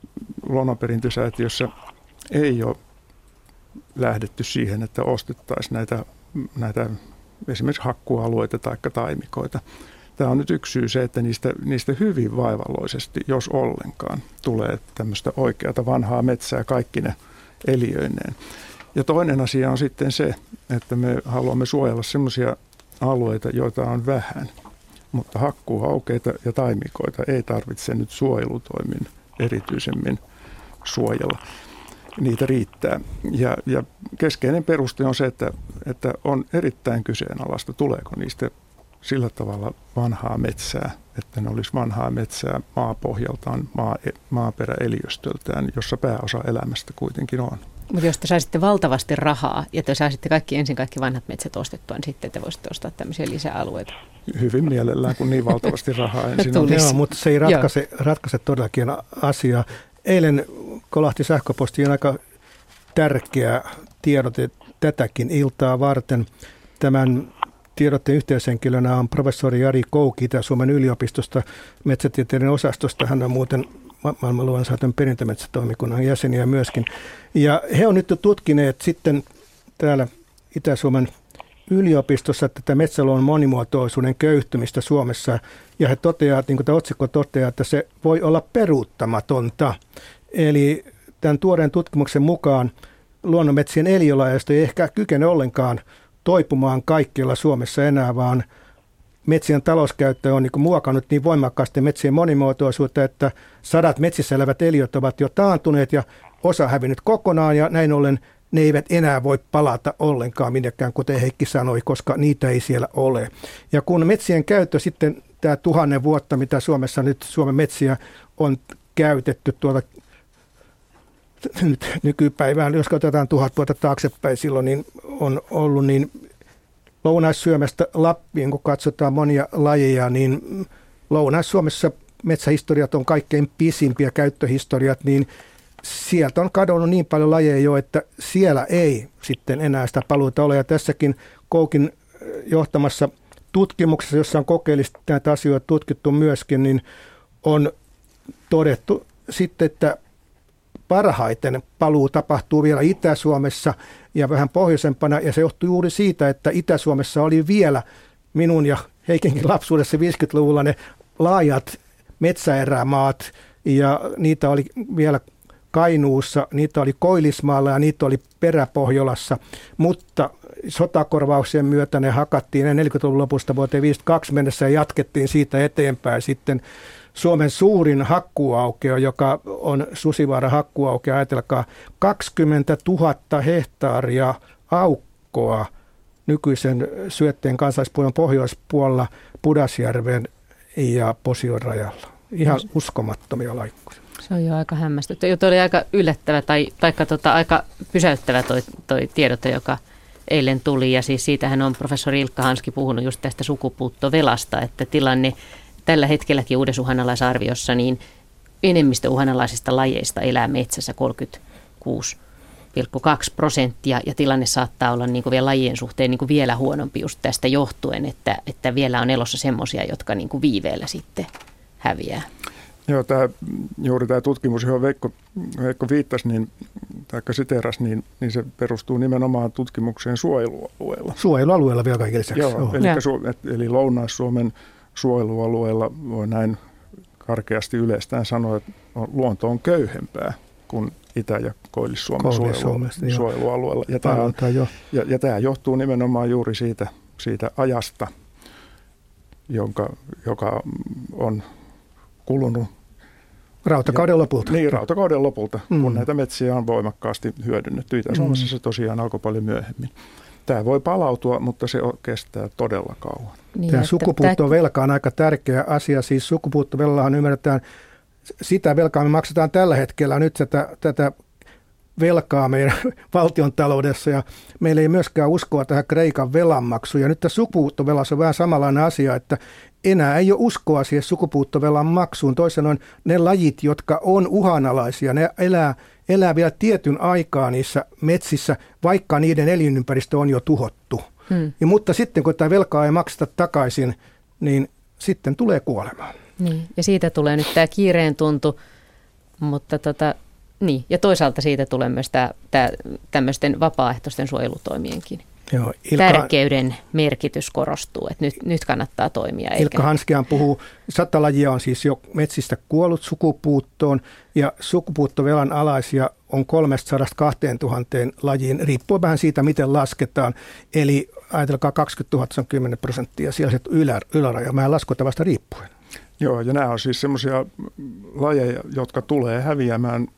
Luonnonperintösäätiössä ei ole lähdetty siihen, että ostettaisiin näitä esimerkiksi hakkualueita tai taimikoita. Tämä on nyt yksi syy se, että niistä hyvin vaivalloisesti, jos ollenkaan, tulee tämmöistä oikeata vanhaa metsää kaikkine eliöineen. Ja toinen asia on sitten se, että me haluamme suojella semmoisia alueita, joita on vähän, mutta hakkuuhaukeita ja taimikoita ei tarvitse nyt suojelutoimin erityisemmin suojella. Niitä riittää. Ja keskeinen peruste on se, että on erittäin kyseenalaista, tuleeko niistä sillä tavalla vanhaa metsää, että ne olisi vanhaa metsää maapohjaltaan, maaperäeliöstöltään, jossa pääosa elämästä kuitenkin on. Mutta jos te saisitte valtavasti rahaa ja te saisitte ensin kaikki vanhat metsät ostettua, niin sitten te voisitte ostaa tämmöisiä lisäalueita. Hyvin mielellään, kun niin valtavasti rahaa ensin on. Joo, mutta se ei ratkaise todellakin asiaa. Eilen kolahti sähköpostiin aika tärkeä tiedote tätäkin iltaa varten. Tämän tiedotteen yhteyshenkilönä on professori Jari Kouki Itä-Suomen yliopistosta metsätieteiden osastosta. Hän on muuten maailman luonnonsuojelun perintömetsätoimikunnan jäseniä myöskin. Ja he on nyt tutkineet sitten täällä Itä-Suomen yliopistossa tätä metsäluonnon monimuotoisuuden köyhtymistä Suomessa. Ja he toteavat, niin kuin tämä otsikko toteaa, että se voi olla peruuttamatonta. Eli tämän tuoreen tutkimuksen mukaan luonnonmetsien eliölajasta ei ehkä kykene ollenkaan toipumaan kaikkialla Suomessa enää, vaan metsien talouskäyttö on muokannut niin voimakkaasti metsien monimuotoisuutta, että sadat metsissä elävät eliöt ovat jo taantuneet ja osa hävinnyt kokonaan, ja näin ollen ne eivät enää voi palata ollenkaan minnekään, kuten Heikki sanoi, koska niitä ei siellä ole. Ja kun metsien käyttö sitten tämä 1000 vuotta, mitä Suomessa nyt Suomen metsiä on käytetty tuolta nyt nykypäivään, jos katsotaan 1000 vuotta taaksepäin silloin, niin on ollut niin Lounais-Suomesta Lappiin, kun katsotaan monia lajeja, niin Lounais-Suomessa metsähistoriat on kaikkein pisimpiä käyttöhistoriat, niin sieltä on kadonnut niin paljon lajeja jo, että siellä ei sitten enää sitä paluuta ole. Ja tässäkin Koukin johtamassa tutkimuksessa, jossa on kokeellisesti näitä asioita tutkittu myöskin, niin on todettu sitten, että parhaiten paluu tapahtuu vielä Itä-Suomessa ja vähän pohjoisempana, ja se johtuu juuri siitä, että Itä-Suomessa oli vielä minun ja Heikinkin lapsuudessa 50-luvulla ne laajat metsäerämaat, ja niitä oli vielä Kainuussa, niitä oli Koillismaalla ja niitä oli Peräpohjolassa, mutta sotakorvauksien myötä ne hakattiin 40-luvun lopusta vuoteen 52 mennessä ja jatkettiin siitä eteenpäin sitten Suomen suurin hakkuuaukeo, joka on Susivaaran hakkuuaukeo, ajatelkaa 20 000 hehtaaria aukkoa nykyisen Syötteen kansallispuiston pohjoispuolella Pudasjärven ja Posion rajalla. Ihan uskomattomia laikkuja. Se on jo aika hämmästyttävä. Tuo oli aika yllättävä tai aika pysäyttävä toi tiedote, joka eilen tuli. Ja siis siitähän on professori Ilkka Hanski puhunut just tästä sukupuuttovelasta, että tilanne tällä hetkelläkin uudessa uhanalaisarviossa, niin enemmistö uhanalaisista lajeista elää metsässä 36,2% ja tilanne saattaa olla niin kuin vielä lajien suhteen niin kuin vielä huonompi just tästä johtuen, että vielä on elossa semmoisia, jotka niin kuin viiveellä sitten häviää. Joo, juuri tämä tutkimus, johon Veikko viittasi, tai siteerasi, niin se perustuu nimenomaan tutkimukseen suojelualueella. Suojelualueella vielä kaiken lisäksi. Joo, eli Lounais-Suomen suojelualueella voi näin karkeasti yleistään sanoa, että luonto on köyhempää kuin Itä- ja Koillis-Suomen suojelualueella. Ja tämä johtuu nimenomaan juuri siitä ajasta, joka on kulunut rautakauden lopulta. Niin, rautakauden lopulta, kun näitä metsiä on voimakkaasti hyödynnetty. Itä-Suomessa se tosiaan alkoi paljon myöhemmin. Tämä voi palautua, mutta se kestää todella kauan. Niin, tämä sukupuuttovelka on aika tärkeä asia. Siis sukupuuttovellahan ymmärretään, sitä velkaa me maksetaan tällä hetkellä nyt tätä velkaa meidän valtiontaloudessa ja meillä ei myöskään uskoa tähän Kreikan velanmaksuun. Ja nyt tässä sukupuuttovelassa on vähän samanlainen asia, että enää ei ole uskoa siihen sukupuuttovelan maksuun. Toisin sanoen ne lajit, jotka on uhanalaisia, ne elää vielä tietyn aikaa niissä metsissä, vaikka niiden elinympäristö on jo tuhottu. Mutta sitten kun tämä velkaa ei makseta takaisin, niin sitten tulee kuolemaan. Niin, ja siitä tulee nyt tämä kiireen tuntu, mutta niin, ja toisaalta siitä tulee myös tämmöisten vapaaehtoisten suojelutoimienkin. Joo, tärkeyden merkitys korostuu, että nyt kannattaa toimia. Ilkka Hanskihan puhuu, 100 lajia on siis jo metsistä kuollut sukupuuttoon ja sukupuuttovelan alaisia on 300–2 000 lajiin, riippuen vähän siitä, miten lasketaan. Eli ajatelkaa 20 000 on 10% siellä se yläraja, mä laskutavasta riippuen. Joo, ja nämä on siis semmoisia lajeja, jotka tulee häviämään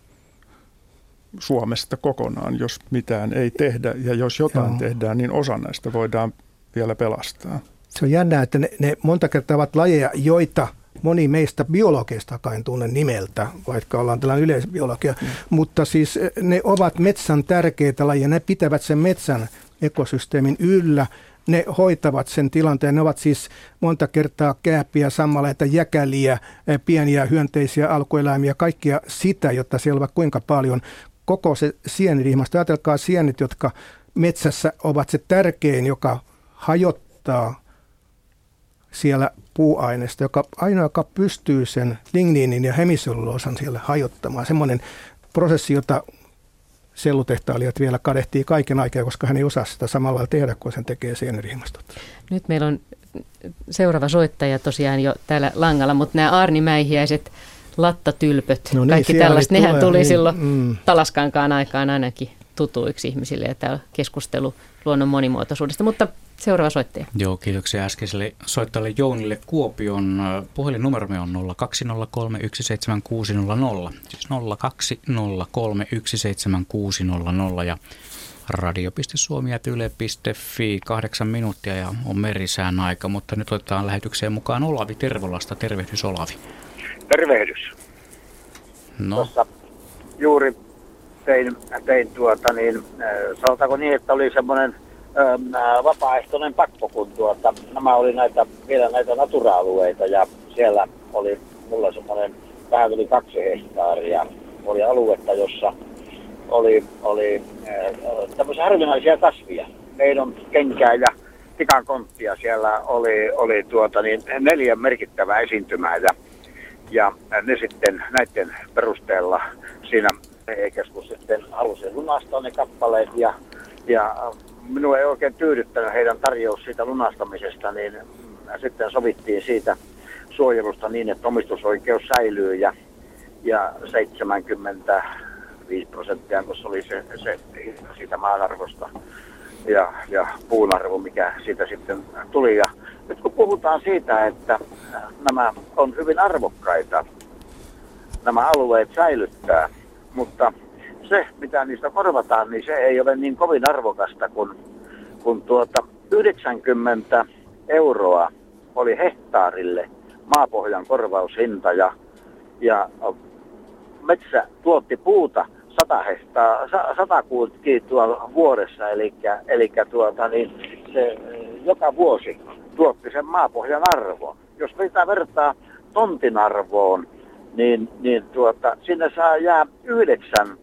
Suomesta kokonaan, jos mitään ei tehdä. Ja jos jotain tehdään, niin osa näistä voidaan vielä pelastaa. Se on jännää, että ne monta kertaa ovat lajeja, joita moni meistä biologeistakaan ei tunne nimeltä, vaikka ollaan tällainen yleisbiologia. Mutta siis ne ovat metsän tärkeitä lajeja. Ne pitävät sen metsän ekosysteemin yllä. Ne hoitavat sen tilanteen. Ne ovat siis monta kertaa kääpiä, sammaleita, jäkäliä, pieniä hyönteisiä, alkueläimiä, kaikkia sitä, jotta siellä on kuinka paljon. Koko se sienirihmasta. Ajatelkaa sienit, jotka metsässä ovat se tärkein, joka hajottaa siellä puuaineesta, ainoa, joka pystyy sen ligniinin ja hemiselluloosan siellä hajottamaan. Semmoinen prosessi, jota sellutehtailijat vielä kadehtii kaiken aikaa, koska hän ei osaa sitä samalla tehdä, kun sen tekee sienirihmastot. Nyt meillä on seuraava soittaja tosiaan jo täällä langalla, mutta nämä aarnimäihiäiset lattatylpöt, no niin, kaikki tällaista, nehän tuli silloin Talaskankaan aikaan ainakin tutuiksi ihmisille, ja tämä on keskustelu luonnon monimuotoisuudesta, mutta seuraava soittaja. Joo, kiitoksia äskeiselle soittajalle Jounille Kuopion. Puhelinnumeromme on 020317600, siis 020317600 ja radio.suomi@yle.fi, 8 minuuttia ja on merisään aika, mutta nyt otetaan lähetykseen mukaan Olavi Tervolasta. Tervehdys Olavi. Tervehdys. No. Tuossa juuri tein sanotaanko niin, että oli semmoinen vapaaehtoinen pakko, kun nämä oli vielä näitä natura-alueita ja siellä oli mulla semmoinen vähän yli 2 hehtaaria. Oli aluetta, jossa oli tämmöisiä harvinaisia kasvia. Meidon kenkää ja tikankonttia siellä oli 4 merkittävää esiintymää ja ne sitten näiden perusteella siinä keskus sitten halusi lunastaa ne kappaleet ja minua ei oikein tyydyttänyt heidän tarjous siitä lunastamisesta, niin sitten sovittiin siitä suojelusta niin, että omistusoikeus säilyy ja 75%, kun se oli se siitä maanarvosta ja puun arvo, mikä siitä sitten tuli. Ja nyt kun puhutaan siitä, että nämä on hyvin arvokkaita, nämä alueet säilyttää, mutta se, mitä niistä korvataan, niin se ei ole niin kovin arvokasta kuin kun 90 € oli hehtaarille maapohjan korvaushinta ja metsä tuotti puuta 100 kuuttia vuodessa, eli se joka vuosi tuotti sen maapohjan arvon. Jos mitä vertaa tontin arvoon, niin sinne jää 9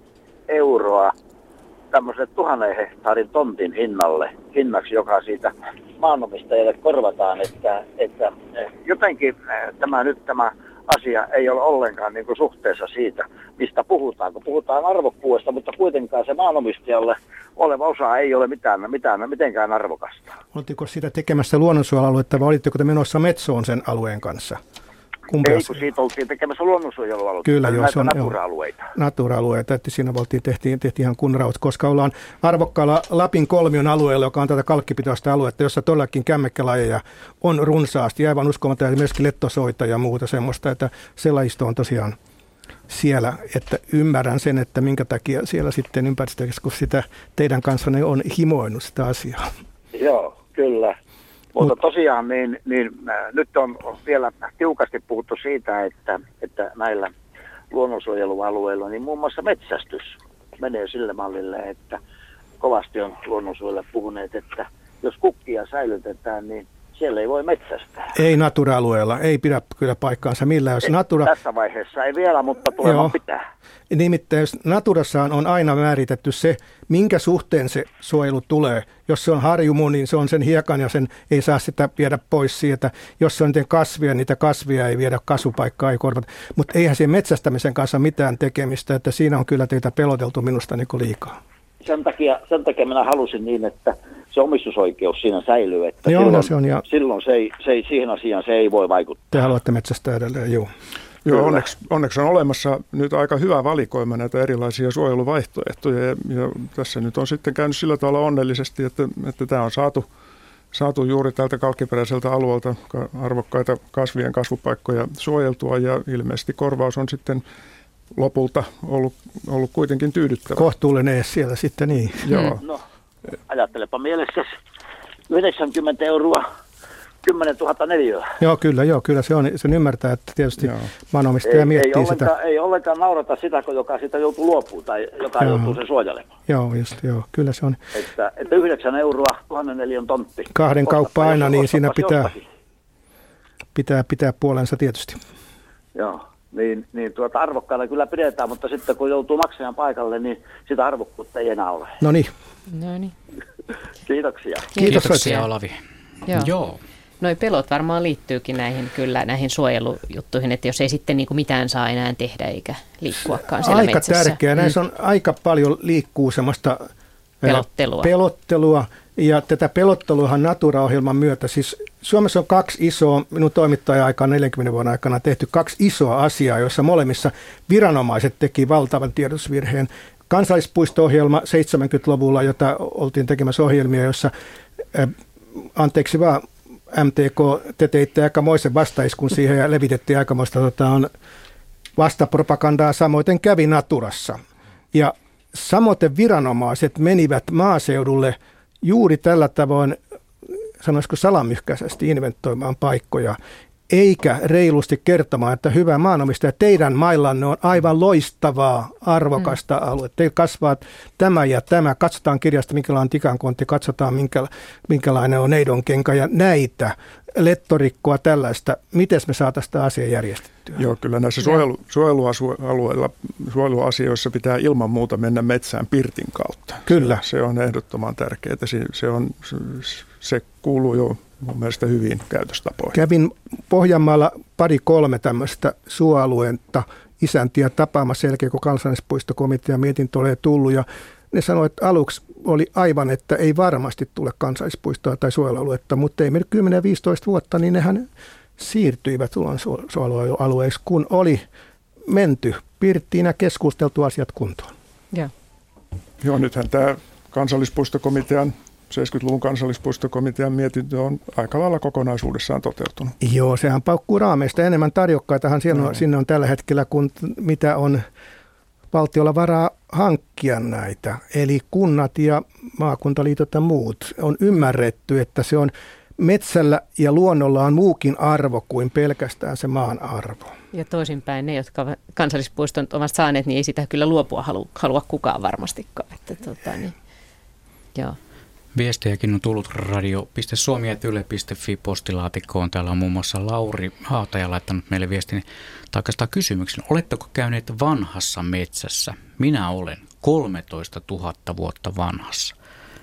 € tämmöiselle 1000 hehtaarin tontin hinnaksi, joka siitä maanomistajalle korvataan, että jotenkin tämä asia ei ole ollenkaan niin kuin suhteessa siitä, mistä puhutaan. Kun puhutaan arvokkuudesta, mutta kuitenkaan se maanomistajalle oleva osa ei ole mitenkään arvokasta. Oltiko sitä tekemässä luonnonsuojelualuetta vai olitteko te menossa Metsoon sen alueen kanssa? Ei, kun siitä oltiin tekemässä luonnonsuojelualueita. Kyllä, joo, se on natura-alueita. Natura-alueita, että siinä tehtiin ihan kunraut, koska ollaan arvokkaalla Lapin kolmion alueella, joka on tätä kalkkipitoista aluetta, jossa todellakin kämmekkälajia on runsaasti, aivan uskomatta, ja myöskin lettosoita ja muuta semmoista, että se lajisto on tosiaan siellä, että ymmärrän sen, että minkä takia siellä sitten ympäristökeskus sitä teidän kanssanne on himoinut sitä asiaa. Joo, kyllä. Mutta tosiaan nyt on vielä tiukasti puhuttu siitä, että näillä luonnonsuojelualueilla niin muun muassa metsästys menee sille mallille, että kovasti on luonnonsuojelijat puhuneet, että jos kukkia säilytetään, niin siellä ei voi metsästää. Ei natura-alueella, ei pidä kyllä paikkaansa millään. Jos tässä vaiheessa ei vielä, mutta tulemaan pitää. Nimittäin jos Naturassaan on aina määritetty se, minkä suhteen se suojelu tulee. Jos se on harjumu, niin se on sen hiekan ja sen ei saa sitä viedä pois siitä. Jos se on niitä kasvia ei viedä, kasvupaikkaa ei korvata. Mutta eihän siihen metsästämisen kanssa mitään tekemistä, että siinä on kyllä teitä peloteltu minusta niin kuin liikaa. Sen takia minä halusin niin, että se omistusoikeus siinä säilyy, että silloin siihen asiaan se ei voi vaikuttaa. Te haluatte metsästää edelleen, joo. Joo, onneksi on olemassa nyt aika hyvä valikoima näitä erilaisia suojeluvaihtoehtoja ja tässä nyt on sitten käynyt sillä tavalla onnellisesti, että tämä on saatu juuri tältä kalkkiperäiseltä alueelta arvokkaita kasvien kasvupaikkoja suojeltua ja ilmeisesti korvaus on sitten lopulta ollut kuitenkin tyydyttävä. Kohtuullinen siellä sitten, niin. Joo. No, ajattelepa mielessä 90 € 10 000 neliöä. Joo, kyllä se on. Sen ymmärtää, että tietysti maanomistaja miettii sitä. Ei ollenkaan naurata sitä, joka siitä joutuu luopumaan tai joka joutuu sen suojelemaan. Joo, kyllä se on. Että 9 € 1000 neliön tontti. Kahden kauppa aina, niin siinä pitää puolensa tietysti. Joo, niin arvokkaana kyllä pidetään, mutta sitten kun joutuu maksajan paikalle, niin sitä arvokkuutta ei enää ole. No niin. Kiitoksia. Kiitoksia Olavi. Joo. Noi pelot varmaan liittyykin näihin suojelujuttuihin, että jos ei sitten niin kuin mitään saa enää tehdä eikä liikkuakaan siellä aika metsässä. Aika tärkeää. Näissä on aika paljon liikkuu semmoista pelottelua. Ja tätä pelotteluahan Natura-ohjelman myötä, siis Suomessa on 2 isoa, minun toimittaja-aikaan 40 vuoden aikana tehty 2 isoa asiaa, joissa molemmissa viranomaiset teki valtavan tiedotusvirheen. Kansallispuisto-ohjelma 70-luvulla, jota oltiin tekemässä ohjelmia, jossa, anteeksi vaan, MTK, te teitte aikamoisen vastaiskun siihen ja levitettiin aikamoista vastapropagandaa, samoin kävi Naturassa. Ja samoin viranomaiset menivät maaseudulle juuri tällä tavoin, sanoisiko salamyhkäisesti, inventoimaan paikkoja, eikä reilusti kertomaan, että hyvä maanomistaja, teidän maillanne on aivan loistavaa, arvokasta aluetta. Teillä kasvaa tämä ja tämä. Katsotaan kirjasta, minkälainen tikankontti, katsotaan minkälainen on neidonkenka ja näitä lettorikkoa tällaista. Miten me saataisiin tämä asia järjestettyä? Joo, kyllä näissä suojeluasioissa pitää ilman muuta mennä metsään pirtin kautta. Kyllä. Se on ehdottoman tärkeää. Se kuuluu jo mun mielestä hyviin käytöstapoihin. Kävin Pohjanmaalla 2-3 tämmöistä suoaluetta isäntiä tapaamassa jälkeen, kun kansallispuistokomitean mietintö oli tullut. Ja ne sanoivat, että aluksi oli aivan, että ei varmasti tule kansallispuistoa tai suojelualuetta, mutta ei mennyt 10-15 vuotta, niin nehän siirtyivät suojelualueiksi, kun oli menty pirttiin ja keskusteltu asiat kuntoon. Joo, nythän tämä kansallispuistokomitean 70-luvun kansallispuistokomitean mietintö on aika lailla kokonaisuudessaan toteutunut. Joo, sehän paukkuu raameista. Enemmän tarjokkaitahan sinne on tällä hetkellä, kuin mitä on valtiolla varaa hankkia näitä. Eli kunnat ja maakuntaliitot ja muut, on ymmärretty, että se on metsällä ja luonnolla on muukin arvo kuin pelkästään se maan arvo. Ja toisinpäin ne, jotka kansallispuiston ovat saaneet, niin ei sitä kyllä luopua halua kukaan varmastikaan. Joo. Viestejäkin on tullut radio.suomi@yle.fi postilaatikkoon. Täällä on muun muassa Lauri Haataja laittanut meille viestin tai kysymyksen. Oletteko käyneet vanhassa metsässä? Minä olen 13 000 vuotta vanhassa.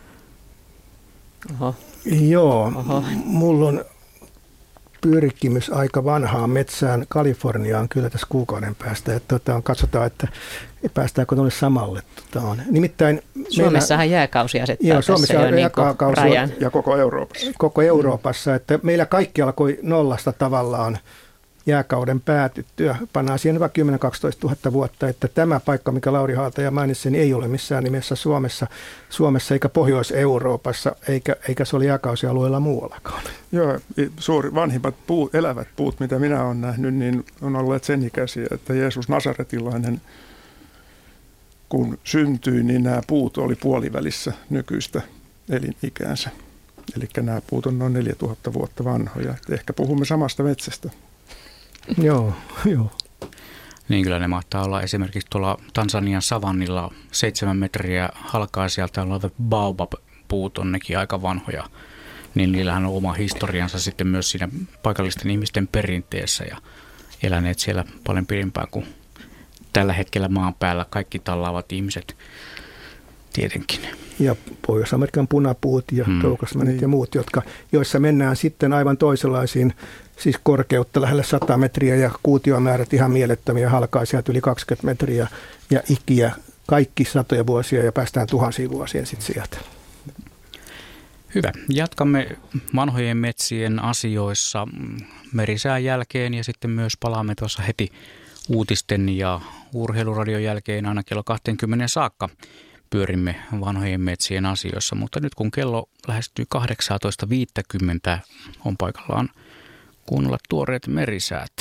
Oho. Joo, mulla on pyrkimys aika vanhaan metsään Kaliforniaan kyllä tässä kuukauden päästä. Katsotaan, että päästäänkö tuonne samalle. Nimittäin Suomessahan jääkausi asettaa tässä jo niin kuin rajan. Ja koko Euroopassa. Koko Euroopassa, että meillä kaikki alkoi nollasta tavallaan jääkauden päätyttyä. Pannaan siihen hyvä 10 000 12 000 vuotta, että tämä paikka, mikä Lauri Haataja mainitsi, niin ei ole missään nimessä Suomessa eikä Pohjois-Euroopassa, eikä se ole jääkausialueella muuallakaan. Joo, vanhimmat elävät puut, mitä minä olen nähnyt, niin on olleet sen ikäisiä, että Jeesus Nasaretilainen, kun syntyi, niin nämä puut oli puolivälissä nykyistä elinikäänsä. Eli nämä puut on noin 4000 vuotta vanhoja. Ehkä puhumme samasta metsästä. Joo. Niin kyllä ne mahtaa olla esimerkiksi tuolla Tansanian savannilla 7 metriä halkaa sieltä olevat baobab-puut on nekin aika vanhoja. Niin niillähän on oma historiansa sitten myös siinä paikallisten ihmisten perinteessä ja eläneet siellä paljon pidempään kuin tällä hetkellä maan päällä kaikki tallaavat ihmiset tietenkin. Ja Pohjois-Amerikan punapuut ja toukasmanit ja muut, joissa mennään sitten aivan toisenlaisiin, siis korkeutta lähellä 100 metriä ja kuutiomäärät ihan mielettömiä, halkaa sieltä yli 20 metriä ja ikiä kaikki satoja vuosia ja päästään tuhansia vuosia sitten sieltä. Hyvä. Jatkamme vanhojen metsien asioissa merisään jälkeen ja sitten myös palaamme tuossa heti uutisten ja urheiluradion jälkeen aina kello 20 saakka. Pyörimme vanhojen metsien asioissa, mutta nyt kun kello lähestyy 18.50, on paikallaan kuunnella tuoreet merisäät.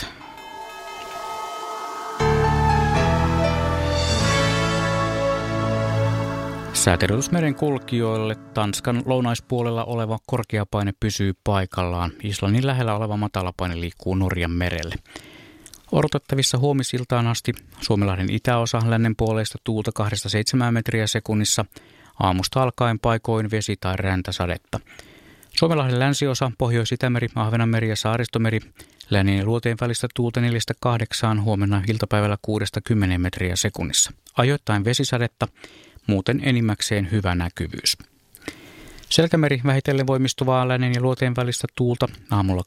Säätiedotus meren kulkijoille. Tanskan lounaispuolella oleva korkeapaine pysyy paikallaan. Islannin lähellä oleva matalapaine liikkuu Norjan merelle. Odotettavissa huomisiltaan asti Suomenlahden itäosa lännen puoleista tuulta 2-7 metriä sekunnissa. Aamusta alkaen paikoin vesi- tai räntäsadetta. Suomenlahden länsiosa, Pohjois-Itämeri, Ahvenanmeri ja Saaristomeri. Lännen ja luoteen välistä tuulta 4-8, huomenna iltapäivällä 6-10 metriä sekunnissa. Ajoittain vesisadetta, muuten enimmäkseen hyvä näkyvyys. Selkämeri vähitellen voimistuvaa lännen ja luoteen välistä tuulta aamulla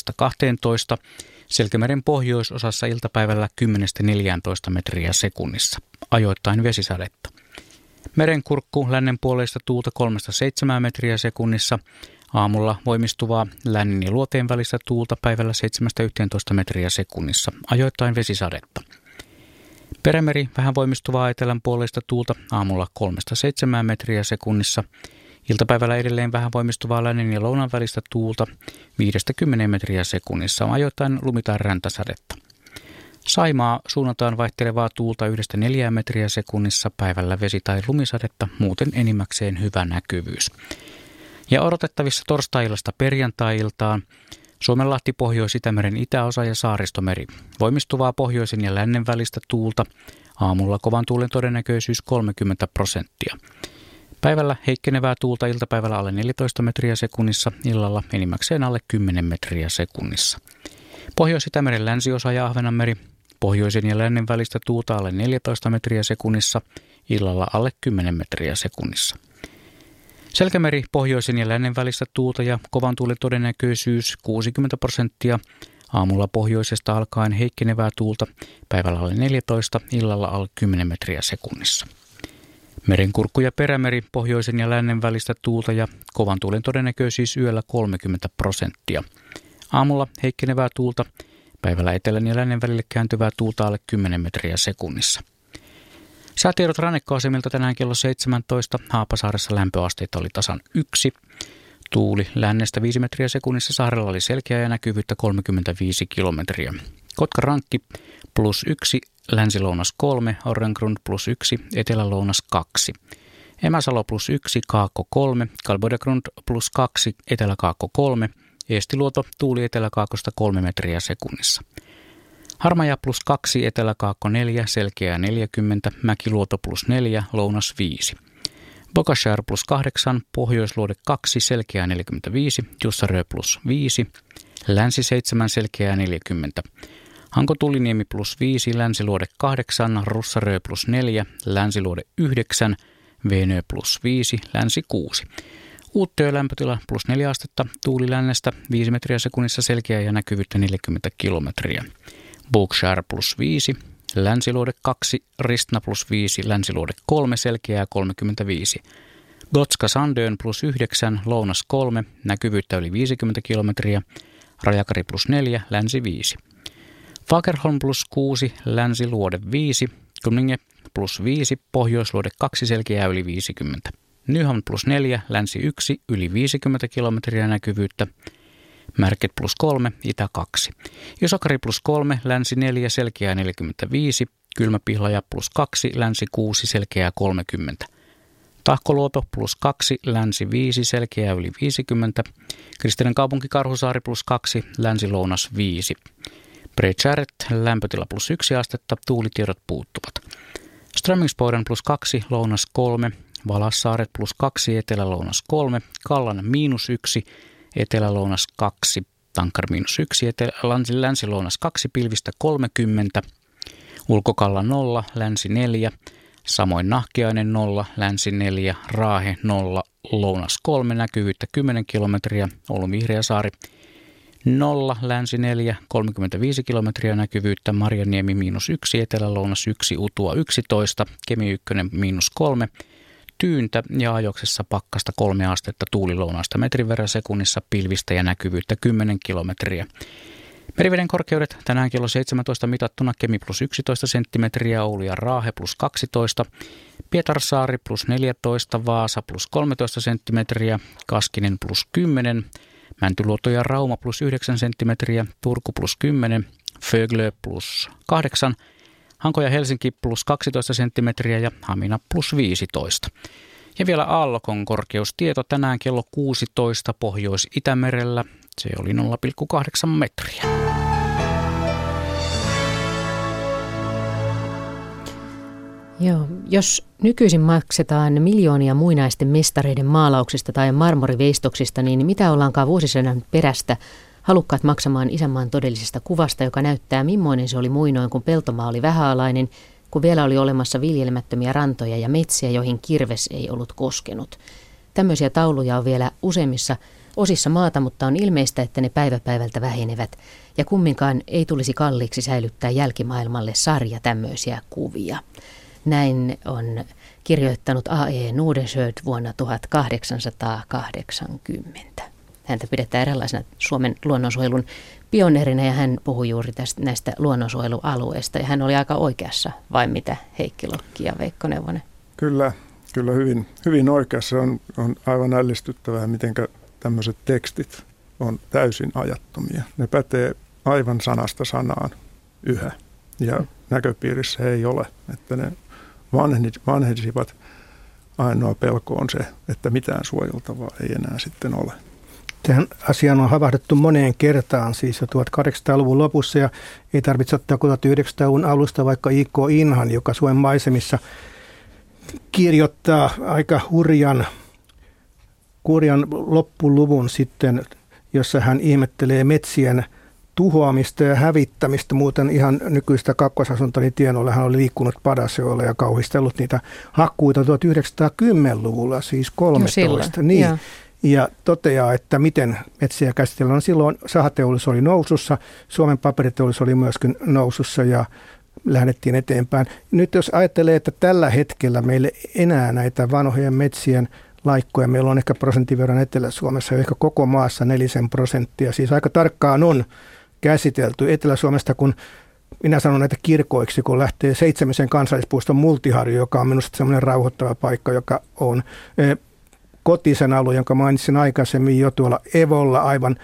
8-12. Selkämeren pohjoisosassa iltapäivällä 10-14 metriä sekunnissa. Ajoittain vesisadetta. Merenkurkku lännen puoleista tuulta 3-7 metriä sekunnissa. Aamulla voimistuvaa lännen ja luoteen välistä tuulta päivällä 7-11 metriä sekunnissa. Ajoittain vesisadetta. Perämeri vähän voimistuvaa etelän puoleista tuulta aamulla 3-7 metriä sekunnissa. Iltapäivällä edelleen vähän voimistuvaa lännen ja lounan välistä tuulta 5-10 metriä sekunnissa, ajoittain lumi- tai räntäsadetta. Saimaa suunnataan vaihtelevaa tuulta 1-4 metriä sekunnissa, päivällä vesi- tai lumisadetta, muuten enimmäkseen hyvä näkyvyys. Ja odotettavissa torstai-illasta perjantai-iltaan Suomenlahti, Pohjois-Itämeren itäosa ja Saaristomeri. Voimistuvaa pohjoisen ja lännen välistä tuulta, aamulla kovan tuulen todennäköisyys 30%. Päivällä heikkenevää tuulta, iltapäivällä alle 14 metriä sekunnissa, illalla enimmäkseen alle 10 metriä sekunnissa. Pohjois-Itämeren länsiosa ja Ahvenanmeri, pohjoisen ja lännen välistä tuulta alle 14 metriä sekunnissa, illalla alle 10 metriä sekunnissa. Selkämeri, pohjoisen ja lännen välistä tuulta ja kovan tuulen todennäköisyys 60%, aamulla pohjoisesta alkaen heikkenevää tuulta, päivällä alle 14, illalla alle 10 metriä sekunnissa. Merenkurkku ja perämeri, pohjoisen ja lännen välistä tuulta ja kovan tuulen todennäköisyys yöllä 30%. Aamulla heikkenevää tuulta, päivällä etelän ja lännen välille kääntyvää tuulta alle 10 metriä sekunnissa. Säätiedot rannikkoasemilta tänään kello 17. Haapasaaressa lämpöasteita oli tasan 1. Tuuli lännestä 5 metriä sekunnissa, saarella oli selkeää ja näkyvyyttä 35 kilometriä. Kotka-Rankki +1, länsi-lounas 3, Orrengrund +1, etelä-lounas 2. Emäsalo +1, Kaakko 3, Kalbodegrund +2, Etelä-Kaakko 3, Eestiluoto tuuli Etelä-Kaakosta 3 metriä sekunnissa. Harmaja +2, Etelä-Kaakko 4, Selkeää 40, Mäkiluoto +4, Lounas 5. Bokashar +8, Pohjoisluode 2, Selkeää 45, Jussarö +5, Länsi 7, Selkeää 40. Hanko-Tuliniemi +5, Länsiluode 8, Russarö +4, Länsiluode 9, Veenö +5, Länsi 6. Uuttöö lämpötila +4 astetta, tuuli lännestä 5 metriä sekunnissa, selkeää ja näkyvyyttä 40 kilometriä. Bookshire +5, Länsiluode 2, Ristna +5, Länsiluode 3, selkeää 35. Gotska Sandön +9, Lounas 3, näkyvyyttä yli 50 kilometriä, Rajakari +4, Länsi 5. Fagerholm +6, Länsiluode 5, Kunninge +5, Pohjoisluode 2, selkeää yli 50. Nyhamn +4, Länsi 1, yli 50 kilometriä näkyvyyttä. Märket +3, Itä 2. Isokari +3, Länsi 4, selkeää 45. Kylmäpihlaja +2, Länsi 6, selkeää 30. Tahkoluoto +2, Länsi 5, selkeää yli 50. Kristinen kaupunki Karhusaari +2, Länsi-Lounas 5. Breitschäret, lämpötila +1 astetta, tuulitiedot puuttuvat. Strömmingsboden +2, Lounas 3. Valassaaret +2, Etelä-Lounas 3, Kallan -1, Etelä-Lounas 2, Tankar -1, Länsi-Lounas 2, pilvistä 30, Ulkokalla 0, Länsi 4, samoin Nahkiainen 0, Länsi 4, Raahe 0, Lounas 3, näkyvyyttä 10 kilometriä, Oulun Vihreäsaari 0, Länsi 4, 35 kilometriä näkyvyyttä, Marjaniemi -1, Etelä-Lounas 1, Utua 11, Kemi 1 -3, Tyyntä ja ajoksessa pakkasta 3 astetta, tuuli lounaasta metrin verran sekunnissa, pilvistä ja näkyvyyttä 10 kilometriä. Meriveden korkeudet tänään kello 17 mitattuna Kemi +11 senttimetriä, Oulu ja Raahe +12, Pietarsaari +14, Vaasa +13 senttimetriä, Kaskinen +10, Mäntyluoto ja Rauma +9 senttimetriä, Turku +10, Föglö +8, Hanko ja Helsinki +12 senttimetriä ja Hamina +15. Ja vielä aallokon korkeustieto tänään kello 16 Pohjois-Itämerellä. Se oli 0,8 metriä. Joo, jos nykyisin maksetaan miljoonia muinaisten mestareiden maalauksista tai marmoriveistoksista, niin mitä ollaankaan vuosisadan perästä halukkaat maksamaan isänmaan todellisesta kuvasta, joka näyttää millainen se oli muinoin, kun peltomaa oli vähäalainen, kun vielä oli olemassa viljelemättömiä rantoja ja metsiä, joihin kirves ei ollut koskenut. Tämmöisiä tauluja on vielä useimmissa osissa maata, mutta on ilmeistä, että ne päivä päivältä vähenevät. Ja kumminkaan ei tulisi kalliiksi säilyttää jälkimaailmalle sarja tämmöisiä kuvia. Näin on kirjoittanut A.E. Nordenskiöld vuonna 1880. Häntä pidetään eräänlaisena Suomen luonnonsuojelun pioneerina ja hän puhui juuri näistä luonnonsuojelualueista. Ja hän oli aika oikeassa, vai mitä Heikki Lokki ja Veikko Neuvonen? Kyllä hyvin oikeassa. On aivan ällistyttävää, miten tämmöiset tekstit on täysin ajattomia. Ne pätee aivan sanasta sanaan yhä ja näköpiirissä ei ole, että ne vanhenisivat. Ainoa pelko on se, että mitään suojeltavaa ei enää sitten ole. Tähän asiaan on havahduttu moneen kertaan, siis jo 1800-luvun lopussa, ja ei tarvitse ottaa 1900-luvun alusta vaikka I.K. Inhan, joka Suomen maisemissa kirjoittaa aika hurjan loppuluvun sitten, jossa hän ihmettelee metsien tuhoamista ja hävittämistä. Muuten ihan nykyistä kakkosasuntoni tienoilla hän oli liikkunut Padasjoella ja kauhistellut niitä hakkuita 1910-luvulla, siis 13. Niin. Ja toteaa, että miten metsiä käsitellään. No silloin sahateollisuus oli nousussa, Suomen paperiteollisuus oli myöskin nousussa ja lähdettiin eteenpäin. Nyt jos ajattelee, että tällä hetkellä meille enää näitä vanhojen metsien laikkoja, meillä on ehkä prosentin verran Etelä-Suomessa, ehkä koko maassa 4%. Siis aika tarkkaan on käsitelty Etelä-Suomesta, kun minä sanon näitä kirkoiksi, kun lähtee Seitsemisen kansallispuiston Multiharju, joka on minusta semmoinen rauhoittava paikka, joka on kotisen alue, jonka mainitsin aikaisemmin jo tuolla Evolla, aivan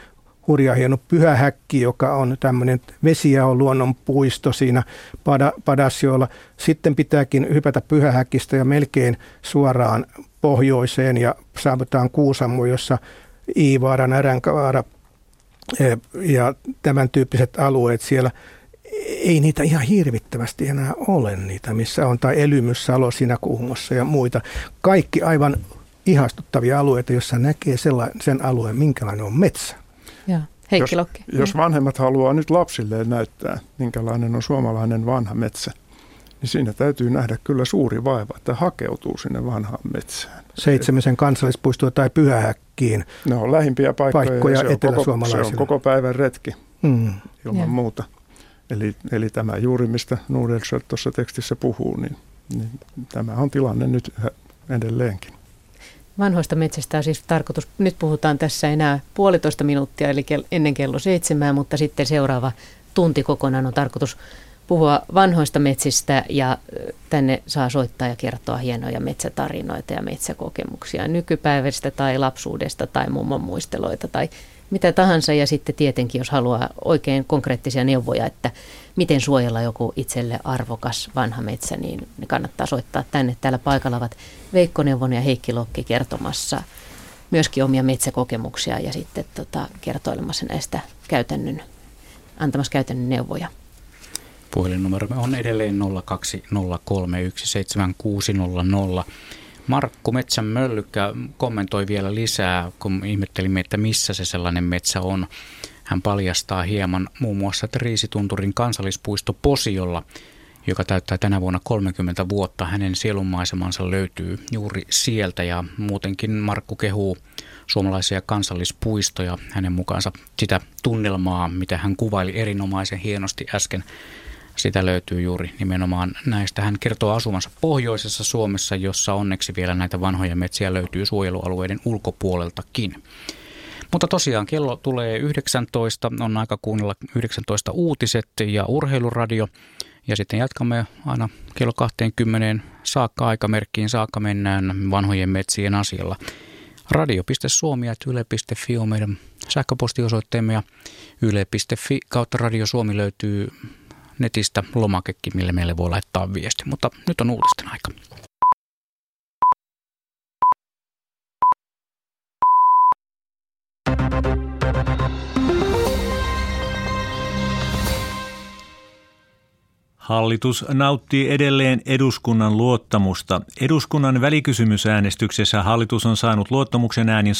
hurja hieno Pyhähäkki, joka on tämmöinen vesijaon luonnonpuisto siinä Padasjoella. Sitten pitääkin hypätä Pyhähäkistä ja melkein suoraan pohjoiseen ja saavutaan Kuusamo, jossa Iivaara, Näränkaara ja tämän tyyppiset alueet siellä. Ei niitä ihan hirvittävästi enää ole niitä, missä on, tai Elymyssalo siinä Kuhmossa ja muita. Kaikki aivan ihastuttavia alueita, joissa näkee sen alueen, minkälainen on metsä. Ja, Heikki Lokki. Jos vanhemmat haluaa nyt lapsilleen näyttää, minkälainen on suomalainen vanha metsä, niin siinä täytyy nähdä kyllä suuri vaiva, että hakeutuu sinne vanhaan metsään. 7 kansallispuistoa tai Pyhähäkkiin. Ne on lähimpiä paikkoja eteläsuomalaisille. Se on koko päivän retki ilman muuta. Eli tämä juuri, mistä Nordenskiöld tuossa tekstissä puhuu, niin tämä on tilanne nyt edelleenkin. Vanhoista metsistä on siis tarkoitus, nyt puhutaan tässä enää 1,5 minuuttia, eli ennen kello 7, mutta sitten seuraava tunti kokonaan on tarkoitus puhua vanhoista metsistä, ja tänne saa soittaa ja kertoa hienoja metsätarinoita ja metsäkokemuksia nykypäivästä tai lapsuudesta tai mummon muisteloita tai mitä tahansa, ja sitten tietenkin, jos haluaa oikein konkreettisia neuvoja, että miten suojella joku itselle arvokas vanha metsä, niin kannattaa soittaa tänne. Täällä paikalla ovat Veikko Neuvonen ja Heikki Lokki kertomassa myöskin omia metsäkokemuksia ja sitten kertoilemassa näistä antamassa käytännön neuvoja. Puhelinnumeromme on edelleen 020317600. Markku Metsän Möllykkä kommentoi vielä lisää, kun ihmettelimme, että missä se sellainen metsä on. Hän paljastaa hieman muun muassa Riisitunturin kansallispuisto Posiolla, joka täyttää tänä vuonna 30 vuotta. Hänen sielunmaisemansa löytyy juuri sieltä, ja muutenkin Markku kehuu suomalaisia kansallispuistoja hänen mukaansa sitä tunnelmaa, mitä hän kuvaili erinomaisen hienosti äsken. Sitä löytyy juuri nimenomaan näistä. Hän kertoo asuvansa pohjoisessa Suomessa, jossa onneksi vielä näitä vanhoja metsiä löytyy suojelualueiden ulkopuoleltakin. Mutta tosiaan kello tulee 19, on aika kuunnella 19 uutiset ja urheiluradio. Ja sitten jatkamme aina kello 20 saakka, aikamerkkiin saakka mennään vanhojen metsien asialla. radio.suomi@yle.fi on meidän sähköpostiosoitteemme, ja yle.fi/Radio Suomi löytyy netistä lomakekin, millä meille voi laittaa viesti. Mutta nyt on uutisten aika. Hallitus nauttii edelleen eduskunnan luottamusta. Eduskunnan välikysymysäänestyksessä hallitus on saanut luottamuksen äänin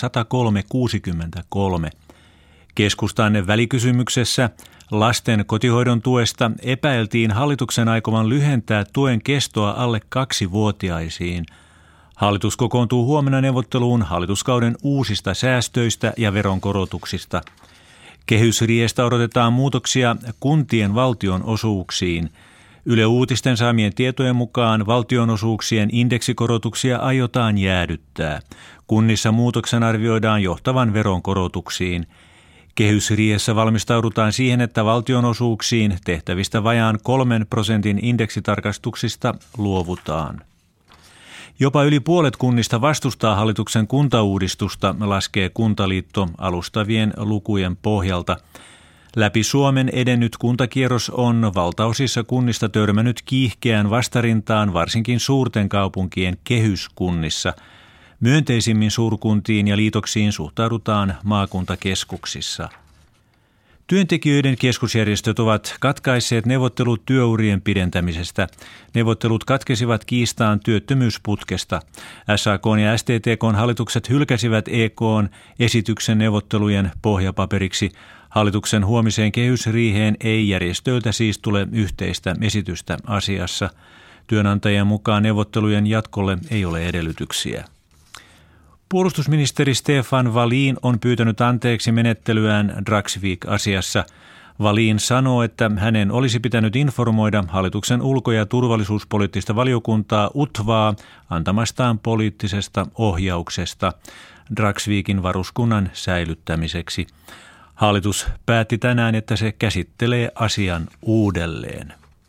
103-63. Keskustan välikysymyksessä lasten kotihoidon tuesta epäiltiin hallituksen aikovan lyhentää tuen kestoa alle 2-vuotiaisiin. Hallitus kokoontuu huomenna neuvotteluun hallituskauden uusista säästöistä ja veronkorotuksista. Kehysriihestä odotetaan muutoksia kuntien valtionosuuksiin. Yle Uutisten saamien tietojen mukaan valtionosuuksien indeksikorotuksia aiotaan jäädyttää. Kunnissa muutoksen arvioidaan johtavan veronkorotuksiin. Kehysriihessä valmistaudutaan siihen, että valtionosuuksiin tehtävistä vajaan 3% indeksitarkastuksista luovutaan. Jopa yli puolet kunnista vastustaa hallituksen kuntauudistusta, laskee Kuntaliitto alustavien lukujen pohjalta. Läpi Suomen edennyt kuntakierros on valtaosissa kunnista törmännyt kiihkeään vastarintaan, varsinkin suurten kaupunkien kehyskunnissa. Myönteisimmin suurkuntiin ja liitoksiin suhtaudutaan maakuntakeskuksissa. Työntekijöiden keskusjärjestöt ovat katkaisseet neuvottelut työurien pidentämisestä. Neuvottelut katkesivat kiistaan työttömyysputkesta. SAK:n ja STTK:n hallitukset hylkäsivät EK:n esityksen neuvottelujen pohjapaperiksi. Hallituksen huomiseen kehysriiheen ei järjestöiltä siis tule yhteistä esitystä asiassa. Työnantajien mukaan neuvottelujen jatkolle ei ole edellytyksiä. Puolustusministeri Stefan Wallin on pyytänyt anteeksi menettelyään Dragsvik-asiassa. Wallin sanoo, että hänen olisi pitänyt informoida hallituksen ulko- ja turvallisuuspoliittista valiokuntaa UTVAa antamastaan poliittisesta ohjauksesta Dragsvikin varuskunnan säilyttämiseksi. Hallitus päätti tänään, että se käsittelee asian uudelleen.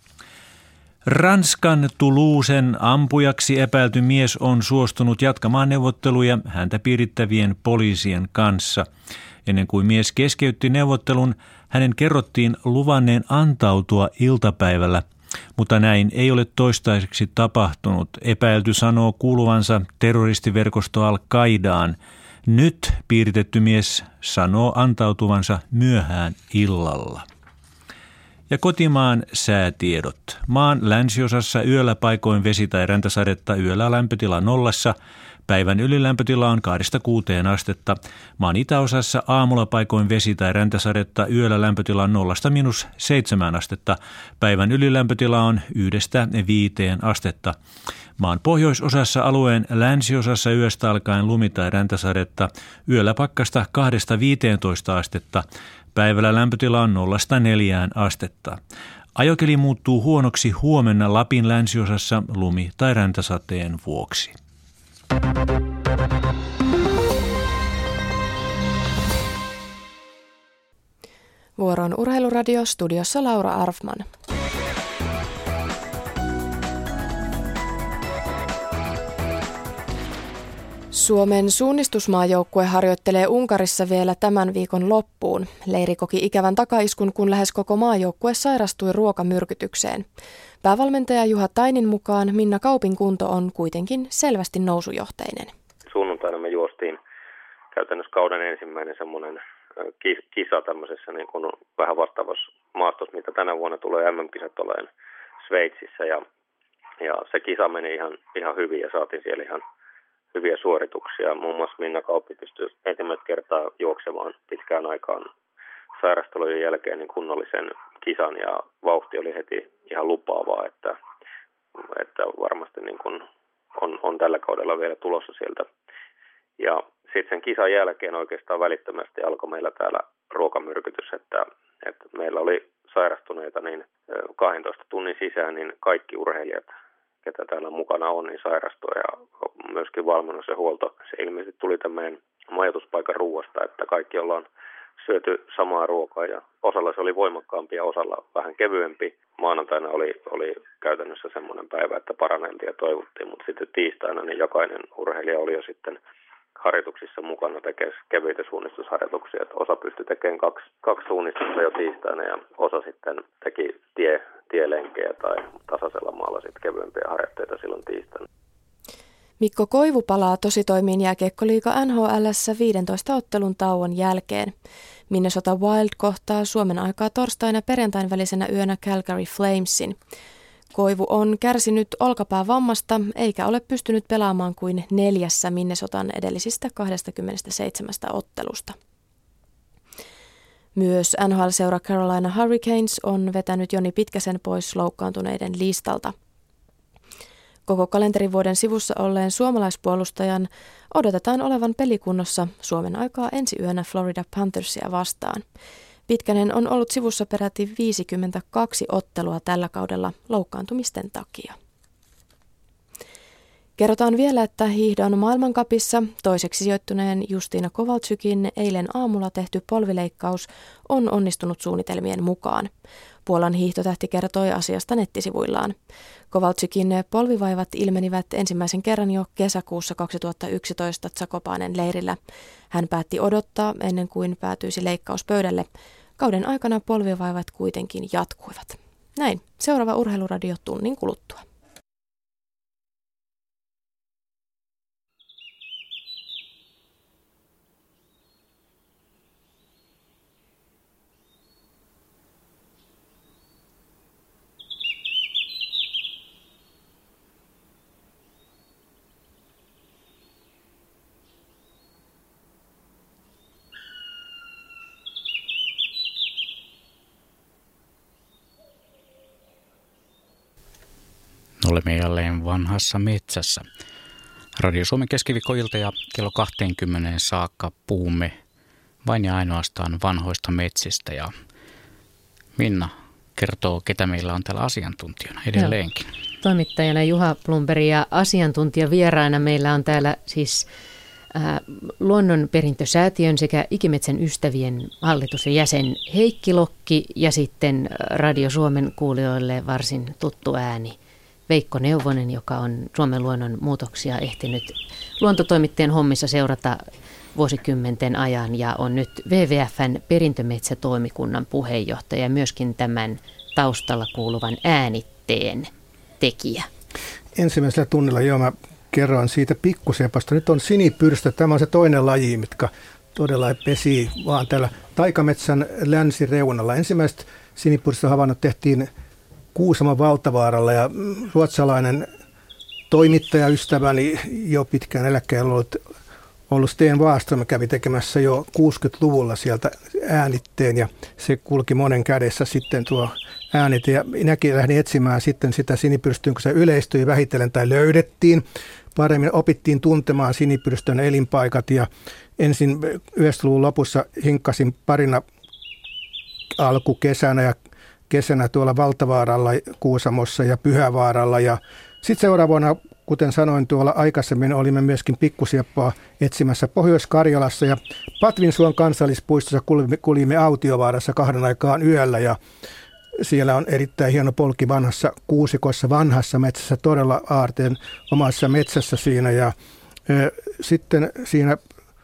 Ranskan Toulousen ampujaksi epäilty mies on suostunut jatkamaan neuvotteluja häntä piirittävien poliisien kanssa. Ennen kuin mies keskeytti neuvottelun, hänen kerrottiin luvanneen antautua iltapäivällä, mutta näin ei ole toistaiseksi tapahtunut. Epäilty sanoo kuuluvansa terroristiverkosto Al-Qaidaan. Nyt piiritetty mies sanoo antautuvansa myöhään illalla. Ja kotimaan säätiedot. Maan länsiosassa yöllä paikoin vesi- tai räntäsadetta, yöllä lämpötila 0, päivän ylilämpötila on 2-6 astetta. Maan itäosassa aamulla paikoin vesi- tai räntäsadetta, yöllä lämpötila on 0-7 astetta. Päivän ylilämpötila on 1-5 astetta. Maan pohjoisosassa alueen länsiosassa yöstä alkaen lumi- tai räntäsadetta, yöllä pakkasta 2-15 astetta. Päivällä lämpötila on 0-4 astetta. Ajokeli muuttuu huonoksi huomenna Lapin länsiosassa lumi- tai räntäsateen vuoksi. Vuoron Urheiluradio, studiossa Laura Arfman. Suomen suunnistusmaajoukkue harjoittelee Unkarissa vielä tämän viikon loppuun. Leiri koki ikävän takaiskun, kun lähes koko maajoukkue sairastui ruokamyrkytykseen. Päävalmentaja Juha Tainin mukaan Minna Kaupin kunto on kuitenkin selvästi nousujohteinen. Sunnuntaina me juostiin käytännössä kauden ensimmäinen semmoinen kisa tämmöisessä niin kuin vähän vastaavassa maastossa, mitä tänä vuonna tulee MM-kisat oleen Sveitsissä. Ja se kisa meni ihan hyvin ja saatiin siellä ihan hyviä suorituksia. Muun muassa Minna Kauppi pystyi ensimmäistä kertaa juoksemaan pitkään aikaan sairastelujen jälkeen niin kunnollisen kisan ja vauhti oli heti ihan lupaavaa, että varmasti niin kuin on tällä kaudella vielä tulossa sieltä. Ja sitten sen kisan jälkeen oikeastaan välittömästi alkoi meillä täällä ruokamyrkytys, että meillä oli sairastuneita niin 12 tunnin sisään niin kaikki urheilijat, ketä täällä mukana on, niin sairastui ja myöskin valmennus ja huolto. Se ilmeisesti tuli tämän majoituspaikan ruuasta, että kaikki ollaan syöty samaa ruokaa ja osalla se oli voimakkaampi ja osalla vähän kevyempi. Maanantaina oli käytännössä semmoinen päivä, että paranneltiin ja toivottiin, mutta sitten tiistaina niin jokainen urheilija oli jo sitten harjoituksissa mukana tekemässä kevyitä suunnistusharjoituksia. Että osa pystyi tekemään kaksi suunnistusta jo tiistaina ja osa sitten teki tielenkejä tai tasaisella maalla sitten kevyempiä harjoitteita silloin tiistaina. Mikko Koivu palaa tositoimiin jääkiekkoliiga NHL:ssä 15 ottelun tauon jälkeen. Minnesota Wild kohtaa Suomen aikaa torstaina perjantain välisenä yönä Calgary Flamesin. Koivu on kärsinyt olkapäävammasta eikä ole pystynyt pelaamaan kuin 4 Minnesotan edellisistä 27 ottelusta. Myös NHL-seura Carolina Hurricanes on vetänyt Joni Pitkäsen pois loukkaantuneiden listalta. Koko kalenterivuoden sivussa olleen suomalaispuolustajan odotetaan olevan pelikunnossa Suomen aikaa ensi yönä Florida Panthersia vastaan. Pitkänen on ollut sivussa peräti 52 ottelua tällä kaudella loukkaantumisten takia. Kerrotaan vielä, että hiihdon maailmancupissa toiseksi sijoittuneen Justyna Kowalczykin eilen aamulla tehty polvileikkaus on onnistunut suunnitelmien mukaan. Puolan hiihtotähti kertoi asiasta nettisivuillaan. Kowalczykin polvivaivat ilmenivät ensimmäisen kerran jo kesäkuussa 2011 Zakopanen leirillä. Hän päätti odottaa ennen kuin päätyisi leikkauspöydälle. Kauden aikana polvivaivat kuitenkin jatkuivat. Näin, seuraava Urheiluradio tunnin kuluttua. Olemme jälleen vanhassa metsässä. Radio Suomen keskiviikkoilta ja kello 20 saakka puhumme vain ja ainoastaan vanhoista metsistä. Ja Minna kertoo, ketä meillä on täällä asiantuntijana edelleenkin. Joo. Toimittajana Juha Blomberg ja asiantuntijavieraina meillä on täällä siis Luonnonperintösäätiön sekä Ikimetsän ystävien hallitus ja jäsen Heikki Lokki ja sitten Radio Suomen kuulijoille varsin tuttu ääni Veikko Neuvonen, joka on Suomen luonnon muutoksia ehtinyt luontotoimittajan hommissa seurata vuosikymmenten ajan ja on nyt WWF:n perintömetsätoimikunnan puheenjohtaja ja myöskin tämän taustalla kuuluvan äänitteen tekijä. Ensimmäisellä tunnilla mä kerroin siitä pikkusiepasta. Nyt on sinipyrstö. Tämä on se toinen laji, mitkä todella pesii vaan täällä taikametsän länsireunalla. Ensimmäiset sinipyrstöhavainnot tehtiin Kuusamon Valtavaaralla ja ruotsalainen toimittajaystäväni jo pitkään eläkkeellä ollut Sten Wahlström kävi tekemässä jo 60-luvulla sieltä äänitteen ja se kulki monen kädessä sitten tuo äänite. Ja minäkin lähdin etsimään sitten sitä sinipyrstyä, kun se yleistyi vähitellen tai löydettiin. Paremmin opittiin tuntemaan sinipyrstön elinpaikat ja ensin 90-luvun lopussa hinkkasin parina alkukesänä ja kesänä tuolla Valtavaaralla, Kuusamossa ja Pyhävaaralla ja sitten seuraavana, kuten sanoin tuolla aikaisemmin, olimme myöskin pikkusieppaa etsimässä Pohjois-Karjalassa ja Patvinsuon kansallispuistossa kuljimme Autiovaarassa 2 aikaan yöllä ja siellä on erittäin hieno polki vanhassa kuusikossa, vanhassa metsässä, todella aarteen omassa metsässä siinä ja sitten siinä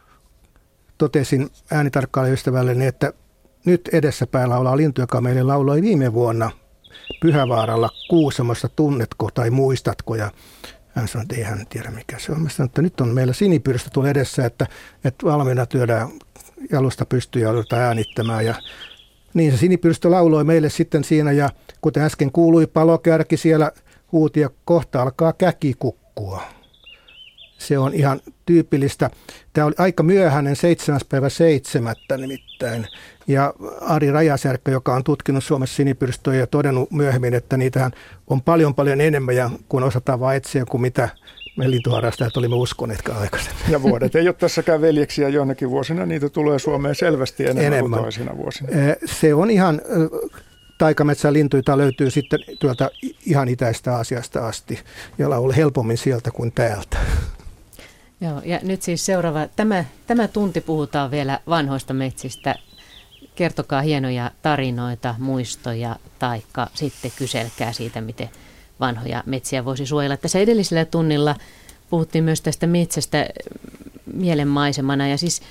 totesin äänitarkkailijaystävälleni, että nyt edessäpäin laulaa lintu, joka meille lauloi viime vuonna Pyhävaaralla Kuusamossa, tunnetko tai muistatko? Ja hän sanoi, että ei hän tiedä mikä se on. Mä sanoin, että nyt on meillä sinipyrstö tulee edessä, että valmiina työdään jalusta pystyy ja aletaan äänittämään. Ja niin se sinipyrstö lauloi meille sitten siinä ja kuten äsken kuului, palokärki siellä huuti ja kohta alkaa käki kukkua. Se on ihan tyypillistä. Tämä oli aika myöhäinen 7.7. nimittäin. Ja Ari Rajasärkkä, joka on tutkinut Suomessa sinipyrstöjä ja todennut myöhemmin, että niitähän on paljon enemmän ja kun osataan vaan etsiä kuin mitä me lintuharrastajat olimme uskoneetkaan aikaisemmin. Ja vuodet ei ole tässäkään veljeksiä jonnekin vuosina. Niitä tulee Suomeen selvästi enemmän. Kuin toisina vuosina. Se on ihan taikametsän lintuita löytyy sitten tuolta ihan itäistä Aasiasta asti ja laulaa helpommin sieltä kuin täältä. Joo, ja nyt siis seuraava, tämä tunti puhutaan vielä vanhoista metsistä. Kertokaa hienoja tarinoita, muistoja, taikka sitten kyselkää siitä, miten vanhoja metsiä voisi suojella. Tässä edellisellä tunnilla puhuttiin myös tästä metsästä mielenmaisemana, ja siis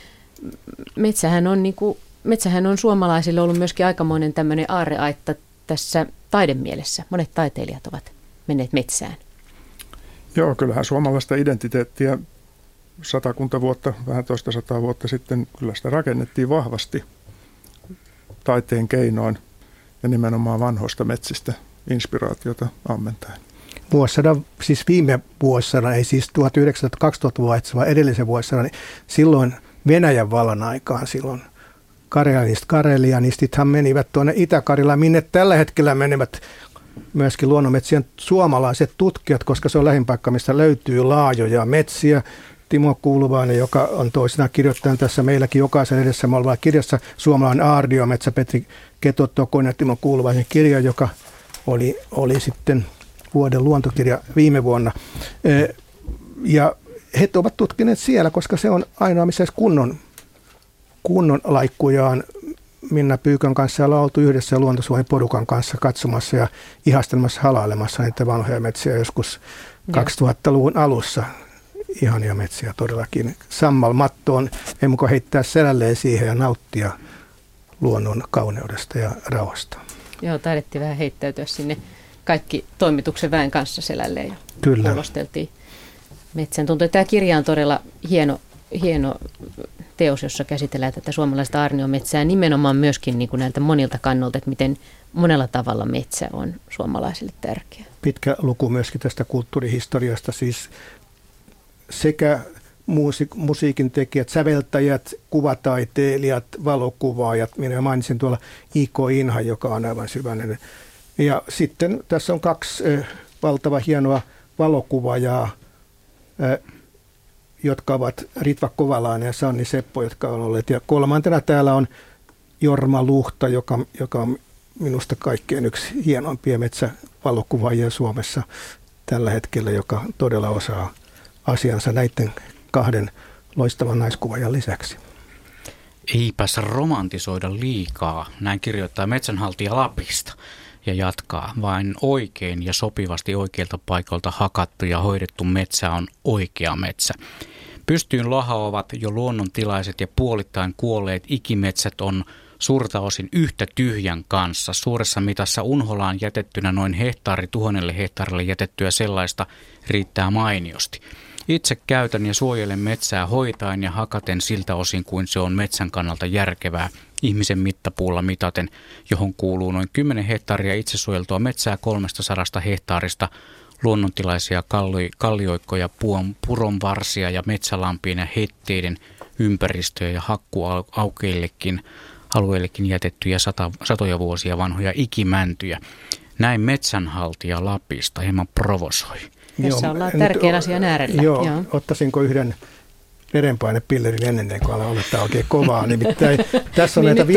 metsähän on suomalaisille ollut myöskin aikamoinen tämmöinen aarreaitta tässä taidemielessä. Monet taiteilijat ovat menneet metsään. Joo, kyllähän suomalaista identiteettiä 100 vuotta, vähän toista 100 vuotta sitten kyllä sitä rakennettiin vahvasti taiteen keinoin ja nimenomaan vanhoista metsistä inspiraatiota ammentaen. Vuosisadan, siis viime vuosisadan, ei siis 1900-2000-luvun vaan edellisen vuosisadan, niin silloin Venäjän vallan aikaan silloin karelianistithan menivät tuonne Itä-Karjalaan, minne tällä hetkellä menevät myöskin luonnonmetsien suomalaiset tutkijat, koska se on lähinpaikka, mistä löytyy laajoja metsiä. Timo Kuuluvainen, joka on toisena kirjoittajan tässä meilläkin jokaisen edessä olevalla kirjassa, suomalainen aardiometsä, Petri Keto-Tokonen ja Timo Kuuluvaisen kirja, joka oli sitten vuoden luontokirja viime vuonna. Ja he ovat tutkineet siellä, koska se on ainoa, missä kunnon laikkujaan. Minna Pyykön kanssa ollaan oltu yhdessä Luontosuojen porukan kanssa katsomassa ja ihastelmassa halailemassa niitä vanhoja metsiä joskus 2000-luvun alussa. Ihania metsiä todellakin. Sammalmattoon ei mukaan heittää selälleen siihen ja nauttia luonnon kauneudesta ja rauhasta. Joo, taidettiin vähän heittäytyä sinne kaikki toimituksen väen kanssa selälleen ja kuulosteltiin metsän tuntua. Tämä kirja on todella hieno teos, jossa käsitellään tätä suomalaista aarniometsää nimenomaan myöskin niin kuin näiltä monilta kannalta, että miten monella tavalla metsä on suomalaisille tärkeä. Pitkä luku myöskin tästä kulttuurihistoriasta, siis sekä musiikin tekijät, säveltäjät, kuvataiteilijat, valokuvaajat. Minä mainitsin tuolla I.K. Inha, joka on aivan syvällinen. Ja sitten tässä on 2 valtava hienoa valokuvaajaa, jotka ovat Ritva Kovalainen ja Sanni Seppo, jotka on olleet. Ja kolmantena täällä on Jorma Luhta, joka on minusta kaikkein yksi hienoimpia metsävalokuvaajia Suomessa tällä hetkellä, joka todella osaa asiansa näiden 2 loistavan naiskuvaajan lisäksi. Eipäs romantisoida liikaa, näin kirjoittaa metsänhaltija Lapista ja jatkaa. Vain oikein ja sopivasti oikeilta paikalta hakattu ja hoidettu metsä on oikea metsä. Pystyyn lahoavat jo luonnontilaiset ja puolittain kuolleet ikimetsät on suurta osin yhtä tyhjän kanssa. Suuressa mitassa unholaan jätettynä noin 1000 hehtaarille jätettyä sellaista riittää mainiosti. Itse käytän ja suojelen metsää hoitaen ja hakaten siltä osin kuin se on metsän kannalta järkevää. Ihmisen mittapuulla mitaten, johon kuuluu noin 10 hehtaaria itse suojeltua metsää 300 hehtaarista, luonnontilaisia kallioikkoja, puronvarsia ja metsälampien ja hetteiden ympäristöjä ja hakkuaukeillekin alueillekin jätettyjä satoja vuosia vanhoja ikimäntyjä. Näin metsänhaltija Lapista hieman provosoi. Tässä ollaan tärkeän asian äärellä. Joo. Ottaisinko yhden verenpainepillerin ennen kuin aloittaa oikein kovaa. Nimittäin tässä on näitä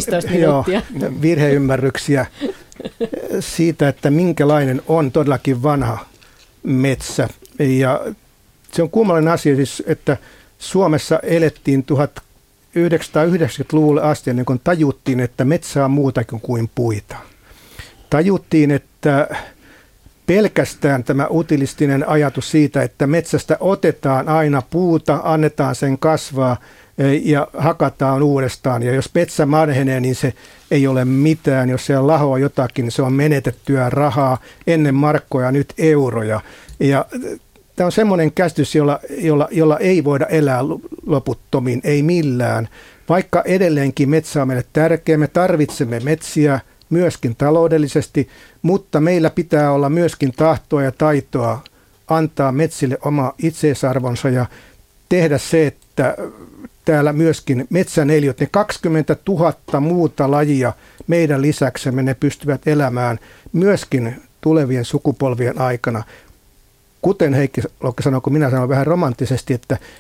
virheymmärryksiä siitä, että minkälainen on todellakin vanha metsä. Ja se on kummallinen asia siis, että Suomessa elettiin 1990-luvulle asti, ennen kuin tajuttiin, että metsä on muutakin kuin puita. Tajuttiin, että pelkästään tämä utilistinen ajatus siitä, että metsästä otetaan aina puuta, annetaan sen kasvaa ja hakataan uudestaan. Ja jos metsä vanhenee, niin se ei ole mitään. Jos siellä lahoaa jotakin, niin se on menetettyä rahaa, ennen markkoja, nyt euroja. Ja tämä on semmoinen käsitys, jolla ei voida elää loputtomiin, ei millään. Vaikka edelleenkin metsä on meille tärkeä, me tarvitsemme metsiä myöskin taloudellisesti, mutta meillä pitää olla myöskin tahtoa ja taitoa antaa metsille oma itseisarvonsa ja tehdä se, että täällä myöskin metsäneliöt, ne 20 000 muuta lajia meidän lisäksemme, ne pystyvät elämään myöskin tulevien sukupolvien aikana. Kuten Heikki Lokka sanoi, kun minä sanon vähän romanttisesti,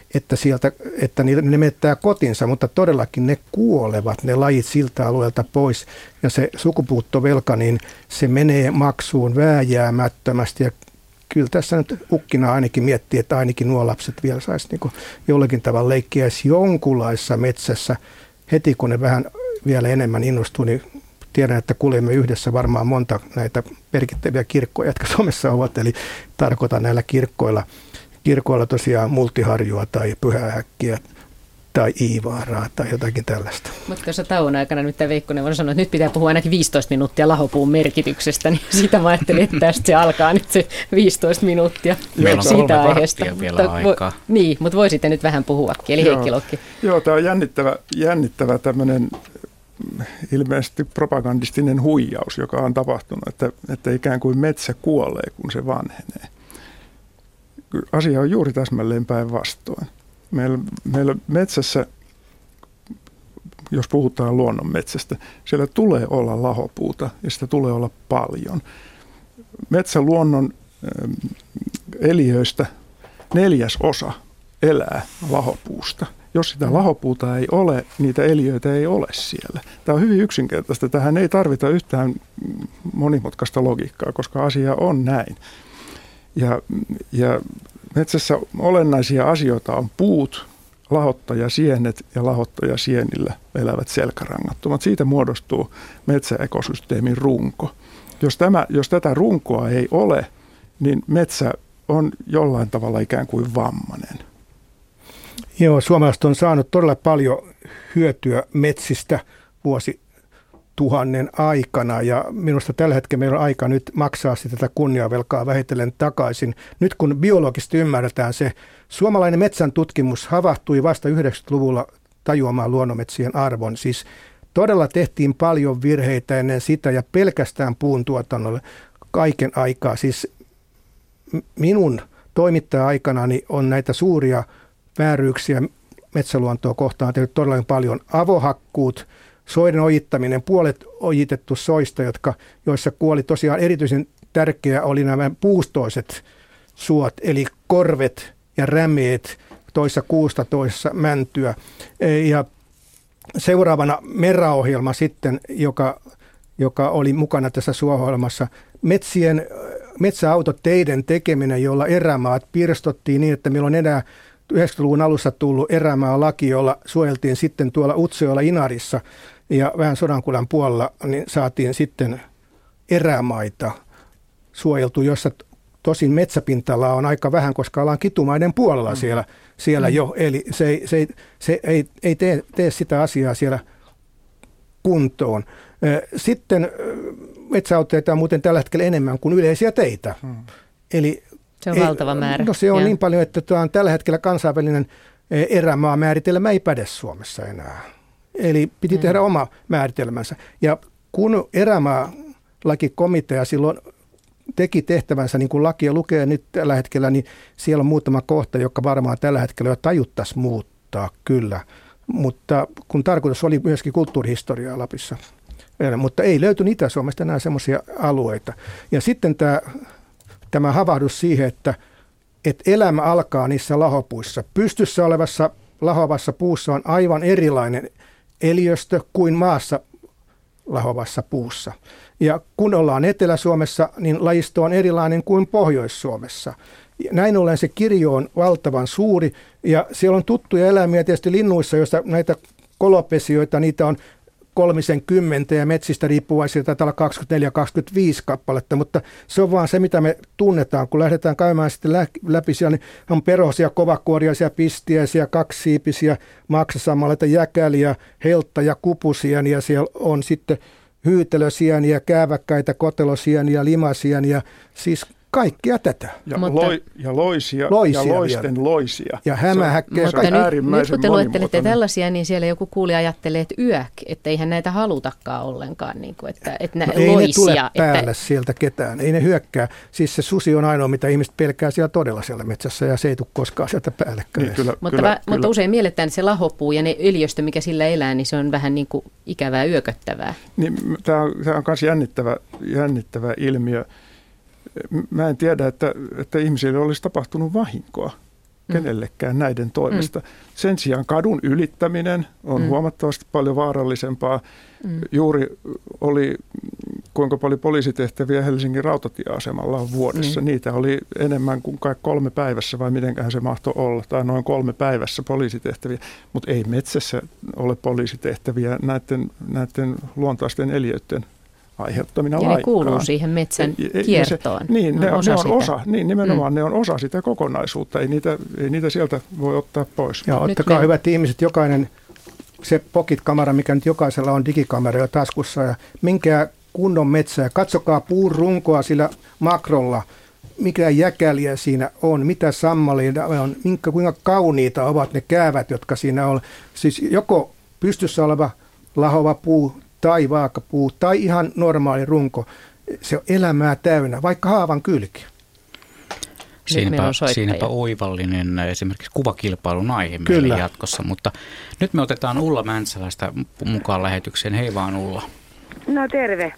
että ne menettää kotinsa, mutta todellakin ne kuolevat, ne lajit siltä alueelta pois. Ja se sukupuuttovelka, niin se menee maksuun vääjäämättömästi. Ja kyllä tässä nyt ukkina ainakin miettii, että ainakin nuo lapset vielä saisi niin jollakin tavalla leikkiä jonkunlaisessa metsässä. Heti kun ne vähän vielä enemmän innostuu, niin tiedän, että kuljemme yhdessä varmaan monta näitä merkittäviä kirkkoja, jotka Suomessa ovat, eli tarkoitan näillä kirkoilla tosiaan Multiharjua tai Pyhähäkkiä tai Iivaaraa tai jotakin tällaista. Mutta tuossa tauon aikana nyt Veikko Neuvonen sanoi, että nyt pitää puhua ainakin 15 minuuttia lahopuun merkityksestä, niin siitä mä ajattelin, että tästä se alkaa nyt se 15 minuuttia siitä aiheesta. Vielä aikaa. Niin, mutta voisitte nyt vähän puhuakin, eli Heikki Lokki. Joo, tämä on jännittävä tämmöinen ilmeisesti propagandistinen huijaus, joka on tapahtunut, että ikään kuin metsä kuolee, kun se vanhenee. Asia on juuri täsmälleen päinvastoin. Meillä metsässä, jos puhutaan luonnonmetsästä, siellä tulee olla lahopuuta ja sitä tulee olla paljon. Metsäluonnon eliöistä 1/4 elää lahopuusta. Jos sitä lahopuuta ei ole, niitä eliöitä ei ole siellä. Tämä on hyvin yksinkertaista. Tähän ei tarvita yhtään monimutkaista logiikkaa, koska asia on näin. Ja metsässä olennaisia asioita on puut, lahottajasienet ja lahottajasienillä elävät selkärangattomat. Siitä muodostuu metsäekosysteemin runko. Jos tätä runkoa ei ole, niin metsä on jollain tavalla ikään kuin vammainen. Joo, suomalaiset on saanut todella paljon hyötyä metsistä vuosituhannen aikana ja minusta tällä hetkellä meillä on aika nyt maksaa sitä tätä kunniavelkaa vähitellen takaisin. Nyt kun biologisesti ymmärretään se, suomalainen metsän tutkimus havahtui vasta 90-luvulla tajuamaan luonnonmetsien arvon. Siis todella tehtiin paljon virheitä ennen sitä ja pelkästään puun tuotannolle kaiken aikaa. Siis minun toimittaja-aikanani on näitä suuria vääryyksiä metsäluontoa kohtaan on tehnyt todella paljon. Avohakkuut, soiden ojittaminen, puolet ojitettu soista, joissa kuoli tosiaan erityisen tärkeää oli nämä puustoiset suot, eli korvet ja rämeet, toissa kuusta, toissa mäntyä. Ja seuraavana Merra-ohjelma sitten, joka oli mukana tässä suohjelmassa, metsäautoteiden tekeminen, jolla erämaat pirstottiin niin, että meillä on enää 90-luvun alussa tullut erämaalaki, jolla suojeltiin sitten tuolla Utsjoella Inarissa ja vähän Sodankylän puolella, niin saatiin sitten erämaita suojeltu, jossa tosin metsäpinta-alaa on aika vähän, koska ollaan kitumaiden puolella siellä siellä jo, eli se ei tee sitä asiaa siellä kuntoon. Sitten metsäautoja on muuten tällä hetkellä enemmän kuin yleisiä teitä. Eli se on valtava määrä. No se on niin paljon, että tällä hetkellä kansainvälinen erämaamääritelmä ei päde Suomessa enää. Eli piti tehdä oma määritelmänsä. Ja kun erämaalakikomitea silloin teki tehtävänsä, niin kuin lakia lukee nyt tällä hetkellä, niin siellä on muutama kohta, joka varmaan tällä hetkellä jo tajuttaisi muuttaa, kyllä. Mutta kun tarkoitus oli myöskin kulttuurihistoriaa Lapissa. Mutta ei löytynyt Itä-Suomesta enää semmoisia alueita. Ja sitten tämä havahdus siihen, että elämä alkaa niissä lahopuissa. Pystyssä olevassa lahovassa puussa on aivan erilainen eliöstö kuin maassa lahovassa puussa. Ja kun ollaan Etelä-Suomessa, niin lajisto on erilainen kuin Pohjois-Suomessa. Näin ollen se kirjo on valtavan suuri, ja siellä on tuttuja eläimiä tietysti linnuissa, joista näitä kolopesioita, niitä on 30 ja metsistä riippuvaisia taitaa olla 24-25 kappaletta, mutta se on vaan se, mitä me tunnetaan. Kun lähdetään käymään sitten läpi siellä, niin on perhosia, kovakuoriaisia, pistiäisiä, kaksisiipisiä, maksasammaleita, jäkäliä, heltta- ja kupusieniä. Siellä on sitten hyytelösieniä, kääväkkäitä, kotelosieniä, limasieniä, siis kaikkea tätä. Ja loisia ja loisten loisia. Ja hämähäkkejä. Mutta nyt kun te luettelette tällaisia, niin siellä joku kuulija ajattelee, että että eihän näitä halutakaan ollenkaan. Niin kuin, että ei loisia, ne tule päälle sieltä ketään, ei ne hyökkää. Siis se susi on ainoa, mitä ihmiset pelkää siellä todella siellä metsässä, ja se ei tule koskaan sieltä päällekään. Niin, mutta usein mielletään, että se lahopuu ja ne öljystö, mikä sillä elää, niin se on vähän niin kuin ikävää yököttävää. Niin, tämä on myös jännittävä ilmiö. Mä en tiedä, että ihmisille olisi tapahtunut vahinkoa kenellekään näiden toimesta. Sen sijaan kadun ylittäminen on huomattavasti paljon vaarallisempaa. Juuri oli, kuinka paljon poliisitehtäviä Helsingin rautatieasemalla on vuodessa. Niitä oli enemmän kuin 3 päivässä, vai mitenköhän se mahtoi olla, tai noin 3 päivässä poliisitehtäviä. Mutta ei metsässä ole poliisitehtäviä näiden luontaisten eliöiden aiheuttamina ja ne kuuluu siihen metsän kiertoon. Nimenomaan ne on osa sitä kokonaisuutta. Ei niitä sieltä voi ottaa pois. Ja ottakaa hyvät ihmiset, jokainen se pocket-kamera, mikä nyt jokaisella on digikamera jo taskussa, ja minkään kunnon metsää. Katsokaa puun runkoa sillä makrolla, mikä jäkäliä siinä on, mitä sammalia on, kuinka kauniita ovat ne käävät, jotka siinä on. Siis joko pystyssä oleva lahova puu, tai vaakapuu, tai ihan normaali runko. Se on elämää täynnä, vaikka haavan kylki. Siinäpä oivallinen esimerkiksi kuvakilpailun aihe meille jatkossa, mutta nyt me otetaan Ulla Mäntsälästä mukaan lähetykseen. Hei vaan Ulla. No terve.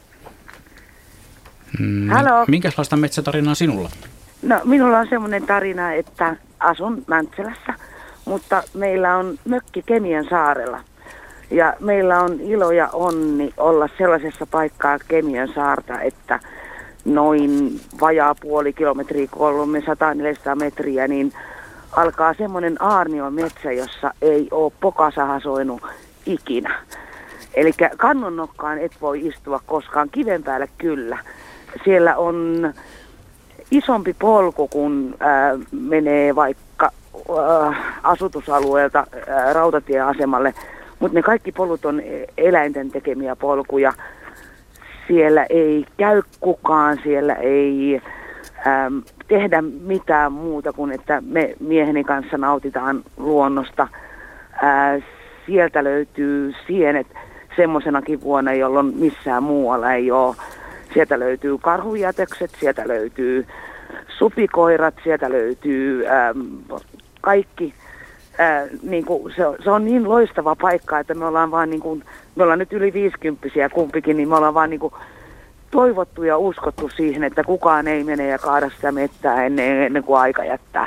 Halo. Minkälaista metsätarinaa sinulla? No minulla on semmoinen tarina, että asun Mäntsälässä, mutta meillä on mökki Kemiönsaarella. Ja meillä on ilo ja onni olla sellaisessa paikkaa Kemiönsaarta, että noin vajaa puoli kilometriä, 300-400 metriä, niin alkaa semmoinen aarnion metsä, jossa ei ole pokasaha soinut ikinä. Eli kannonnokkaan et voi istua koskaan, kiven päälle kyllä. Siellä on isompi polku, kun menee vaikka asutusalueelta rautatieasemalle. Mutta ne kaikki polut on eläinten tekemiä polkuja. Siellä ei käy kukaan, siellä ei tehdä mitään muuta kuin, että me mieheni kanssa nautitaan luonnosta. Sieltä löytyy sienet semmoisenakin vuonna, jolloin missään muualla ei ole. Sieltä löytyy karhujätökset, sieltä löytyy supikoirat, sieltä löytyy kaikki. Se on niin loistava paikka, että me ollaan vaan me ollaan nyt yli 50-vuotiaita kumpikin, niin me ollaan vaan toivottu ja uskottu siihen, että kukaan ei mene ja kaada sitä mettää ennen kuin aika jättää.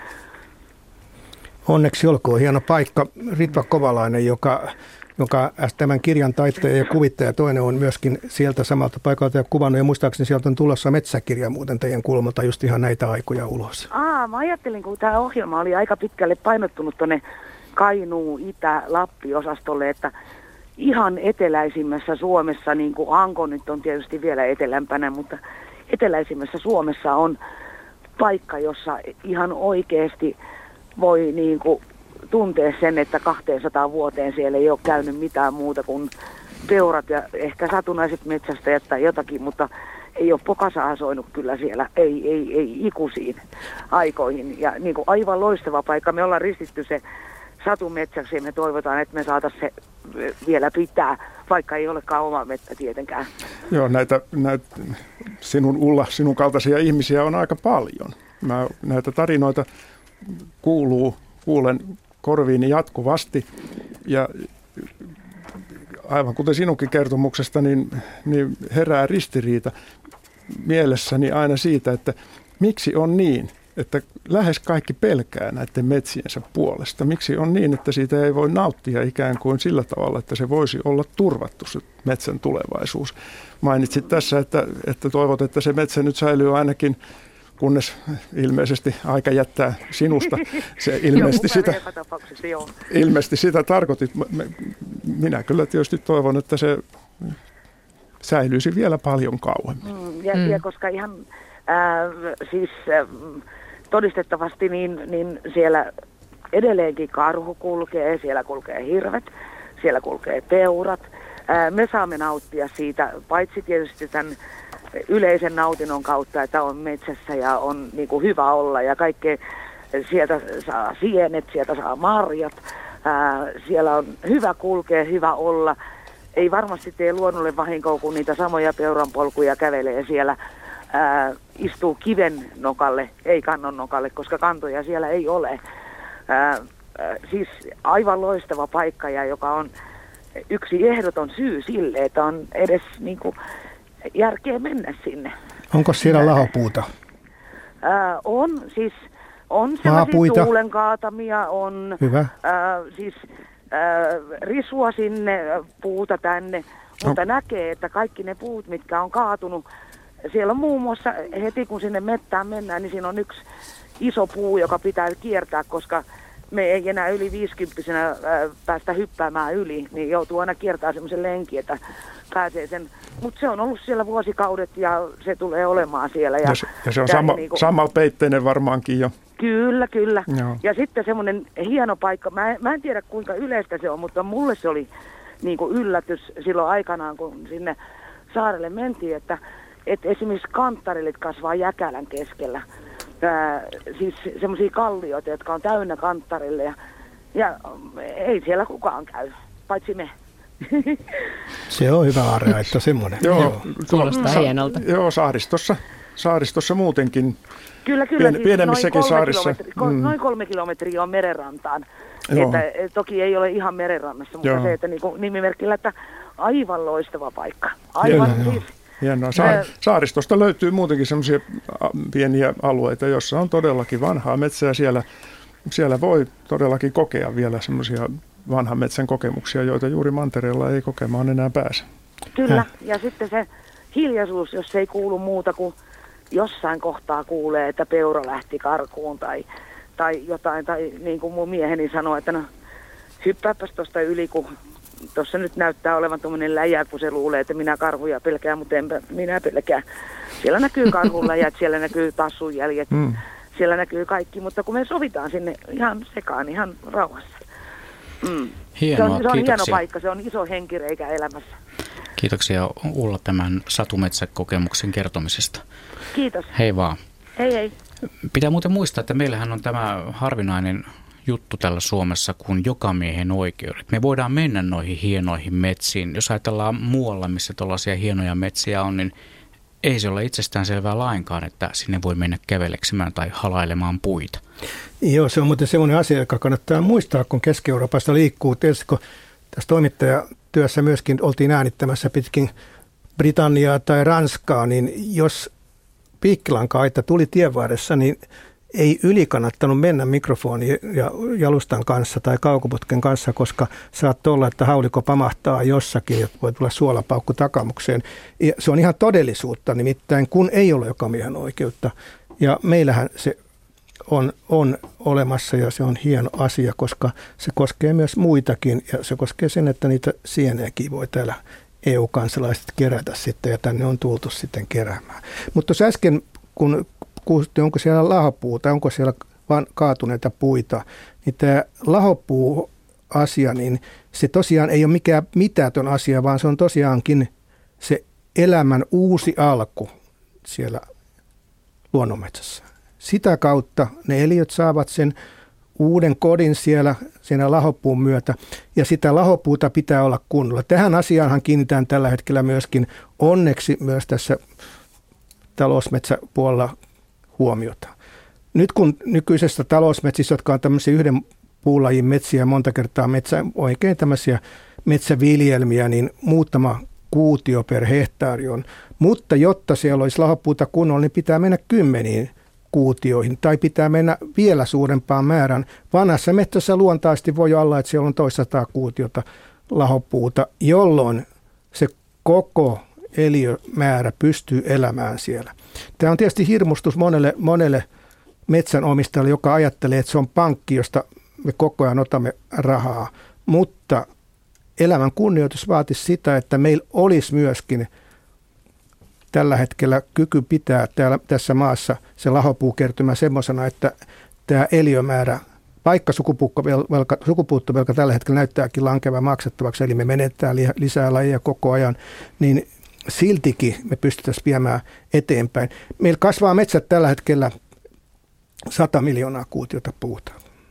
Onneksi olkoon hieno paikka. Ritva Kovalainen, joka tämän kirjan taiteilija ja kuvittaja, toinen on myöskin sieltä samalta paikalta ja kuvannut, ja muistaakseni sieltä on tulossa metsäkirja muuten teidän kulmalta just ihan näitä aikoja ulos. Mä ajattelin, kun tämä ohjelma oli aika pitkälle painottunut tuonne Kainuu, Itä-Lappi-osastolle, että ihan eteläisimmässä Suomessa, niin kuin Hanko nyt on tietysti vielä etelämpänä, mutta eteläisimmässä Suomessa on paikka, jossa ihan oikeasti voi niin kuin tuntea sen, että 200 vuoteen siellä ei ole käynyt mitään muuta kuin peurat ja ehkä satunnaiset metsästäjät tai jotakin, mutta ei ole pokasaa soinut kyllä siellä, ei ikuisiin aikoihin. Ja niin kuin aivan loistava paikka, me ollaan ristitty se satumetsäksi ja me toivotaan, että me saataisiin se vielä pitää, vaikka ei olekaan oma mettä tietenkään. Joo, näitä sinun kaltaisia ihmisiä on aika paljon. Näitä tarinoita kuulen korviini jatkuvasti ja aivan kuten sinunkin kertomuksesta, niin herää ristiriita mielessäni aina siitä, että miksi on niin, että lähes kaikki pelkää näiden metsiensä puolesta. Miksi on niin, että siitä ei voi nauttia ikään kuin sillä tavalla, että se voisi olla turvattu se metsän tulevaisuus. Mainitsit tässä, että toivot, että se metsä nyt säilyy ainakin, kunnes ilmeisesti aika jättää sinusta. Se ilmeisesti sitä tarkoitit. Minä kyllä tietysti toivon, että se säilyisi vielä paljon kauemmin. Ja koska ihan todistettavasti niin siellä edelleenkin karhu kulkee, siellä kulkee hirvet, siellä kulkee peurat. Me saamme nauttia siitä, paitsi tietysti tämän yleisen nautinnon kautta, että on metsässä ja on niin kuin hyvä olla ja kaikkea. Sieltä saa sienet, sieltä saa marjat, siellä on hyvä kulkea, hyvä olla. Ei varmasti tee luonnolle vahinkoa, kun niitä samoja peuranpolkuja kävelee siellä. Istuu kiven nokalle, ei kannon nokalle, koska kantoja siellä ei ole. Siis aivan loistava paikka, ja joka on yksi ehdoton syy sille, että on edes niin kuin järkeä mennä sinne. Onko siellä lahopuuta? On, siis on sellaisia tuulen kaatamia, on risua sinne, puuta tänne, mutta näkee, että kaikki ne puut, mitkä on kaatunut, siellä on muun muassa heti kun sinne mettään mennään, niin siinä on yksi iso puu, joka pitää kiertää, koska me ei enää yli 50-vuotiaana päästä hyppäämään yli, niin joutuu aina kiertämään semmoisen lenkin, että pääsee sen. Mutta se on ollut siellä vuosikaudet ja se tulee olemaan siellä. Ja se on samanpeitteinen varmaankin jo. Kyllä. Joo. Ja sitten semmoinen hieno paikka, mä en tiedä kuinka yleistä se on, mutta mulle se oli niin kuin yllätys silloin aikanaan, kun sinne saarelle mentiin, että esimerkiksi kanttarelit kasvaa Jäkälän keskellä. Siis semmoisia kallioita, jotka on täynnä kanttarille ja ei siellä kukaan käy, paitsi me. Se on hyvä area, että semmoinen. Joo. Kuulostaa hienolta. Joo, saaristossa muutenkin. Kyllä. Pienemmissäkin saarissa. Noin 3 kilometriä on merenrantaan. Että, toki ei ole ihan merenrannassa, mutta se, että niin nimimerkillä, että aivan loistava paikka. Aivan siis. Hienoa. Saaristosta löytyy muutenkin semmoisia pieniä alueita, joissa on todellakin vanhaa metsää. Siellä voi todellakin kokea vielä semmoisia vanhan metsän kokemuksia, joita juuri mantereella ei kokemaan enää pääse. Kyllä, ja sitten se hiljaisuus, jos ei kuulu muuta kuin jossain kohtaa kuulee, että peura lähti karkuun tai jotain, tai niin kuin mun mieheni sanoi, että no hyppääpäs tuosta yli, kun tuossa nyt näyttää olevan tuommoinen läjä, kun se luulee, että minä karhuja pelkään, mutta enpä minä pelkää. Siellä näkyy karhun läjät, siellä näkyy tassun jäljet, siellä näkyy kaikki, mutta kun me sovitaan sinne ihan sekaan, ihan rauhassa. Hienoa, se on hieno paikka, se on iso henkireikä elämässä. Kiitoksia Ulla tämän satumetsäkokemuksen kertomisesta. Kiitos. Hei vaan. Hei. Pitää muuten muistaa, että meillähän on tämä harvinainen juttu täällä Suomessa kuin jokamiehen oikeudet. Me voidaan mennä noihin hienoihin metsiin. Jos ajatellaan muualla, missä tällaisia hienoja metsiä on, niin ei se ole itsestäänselvää lainkaan, että sinne voi mennä käveleksemään tai halailemaan puita. Joo, se on muuten sellainen asia, joka kannattaa muistaa, kun Keski-Euroopasta liikkuu. Tietysti kun tässä toimittajatyössä myöskin oltiin äänittämässä pitkin Britanniaa tai Ranskaa, niin jos piikkilanka-aita tuli tien varressa, niin ei yli kannattanut mennä mikrofoni ja jalustan kanssa tai kaukoputken kanssa, koska saattoi olla, että haulikko pamahtaa jossakin ja voi tulla suolapaukku takamukseen. Ja se on ihan todellisuutta, nimittäin kun ei ole jokamiehen oikeutta. Ja meillähän se on olemassa ja se on hieno asia, koska se koskee myös muitakin ja se koskee sen, että niitä sieniäkin voi täällä EU-kansalaiset kerätä sitten ja tänne on tultu sitten keräämään. Mutta tuossa äsken, kun onko siellä lahopuuta, onko siellä vaan kaatuneita puita. Niin tämä lahopuuasia, niin se tosiaan ei ole mikään mitätön asia, vaan se on tosiaankin se elämän uusi alku siellä luonnonmetsässä. Sitä kautta ne eliöt saavat sen uuden kodin siellä lahopuun myötä, ja sitä lahopuuta pitää olla kunnolla. Tähän asiaanhan kiinnitään tällä hetkellä myöskin onneksi myös tässä talousmetsäpuolella huomiota. Nyt kun nykyisessä talousmetsissä, jotka on tämmöisiä yhden puulajin metsiä, monta kertaa oikein tämmöisiä metsäviljelmiä, niin muutama kuutio per hehtaari on. Mutta jotta siellä olisi lahopuuta kunnolla, niin pitää mennä 10 kuutioihin tai pitää mennä vielä suurempaan määrän. Vanhassa metsässä luontaisesti voi olla, että siellä on 200 kuutiota lahopuuta, jolloin se koko eliömäärä pystyy elämään siellä. Tämä on tietysti hirmustus monelle metsänomistajalle, joka ajattelee, että se on pankki, josta me koko ajan otamme rahaa. Mutta elämän kunnioitus vaatisi sitä, että meillä olisi myöskin tällä hetkellä kyky pitää tässä maassa se lahopuukertymä semmoisena, että tämä eliömäärä, vaikka sukupuuttovelka tällä hetkellä näyttääkin lankevan maksettavaksi, eli me menetään lisää lajeja koko ajan, niin siltikin me pystyttäisiin viemään eteenpäin. Meillä kasvaa metsät tällä hetkellä 100 miljoonaa kuutiota puuta.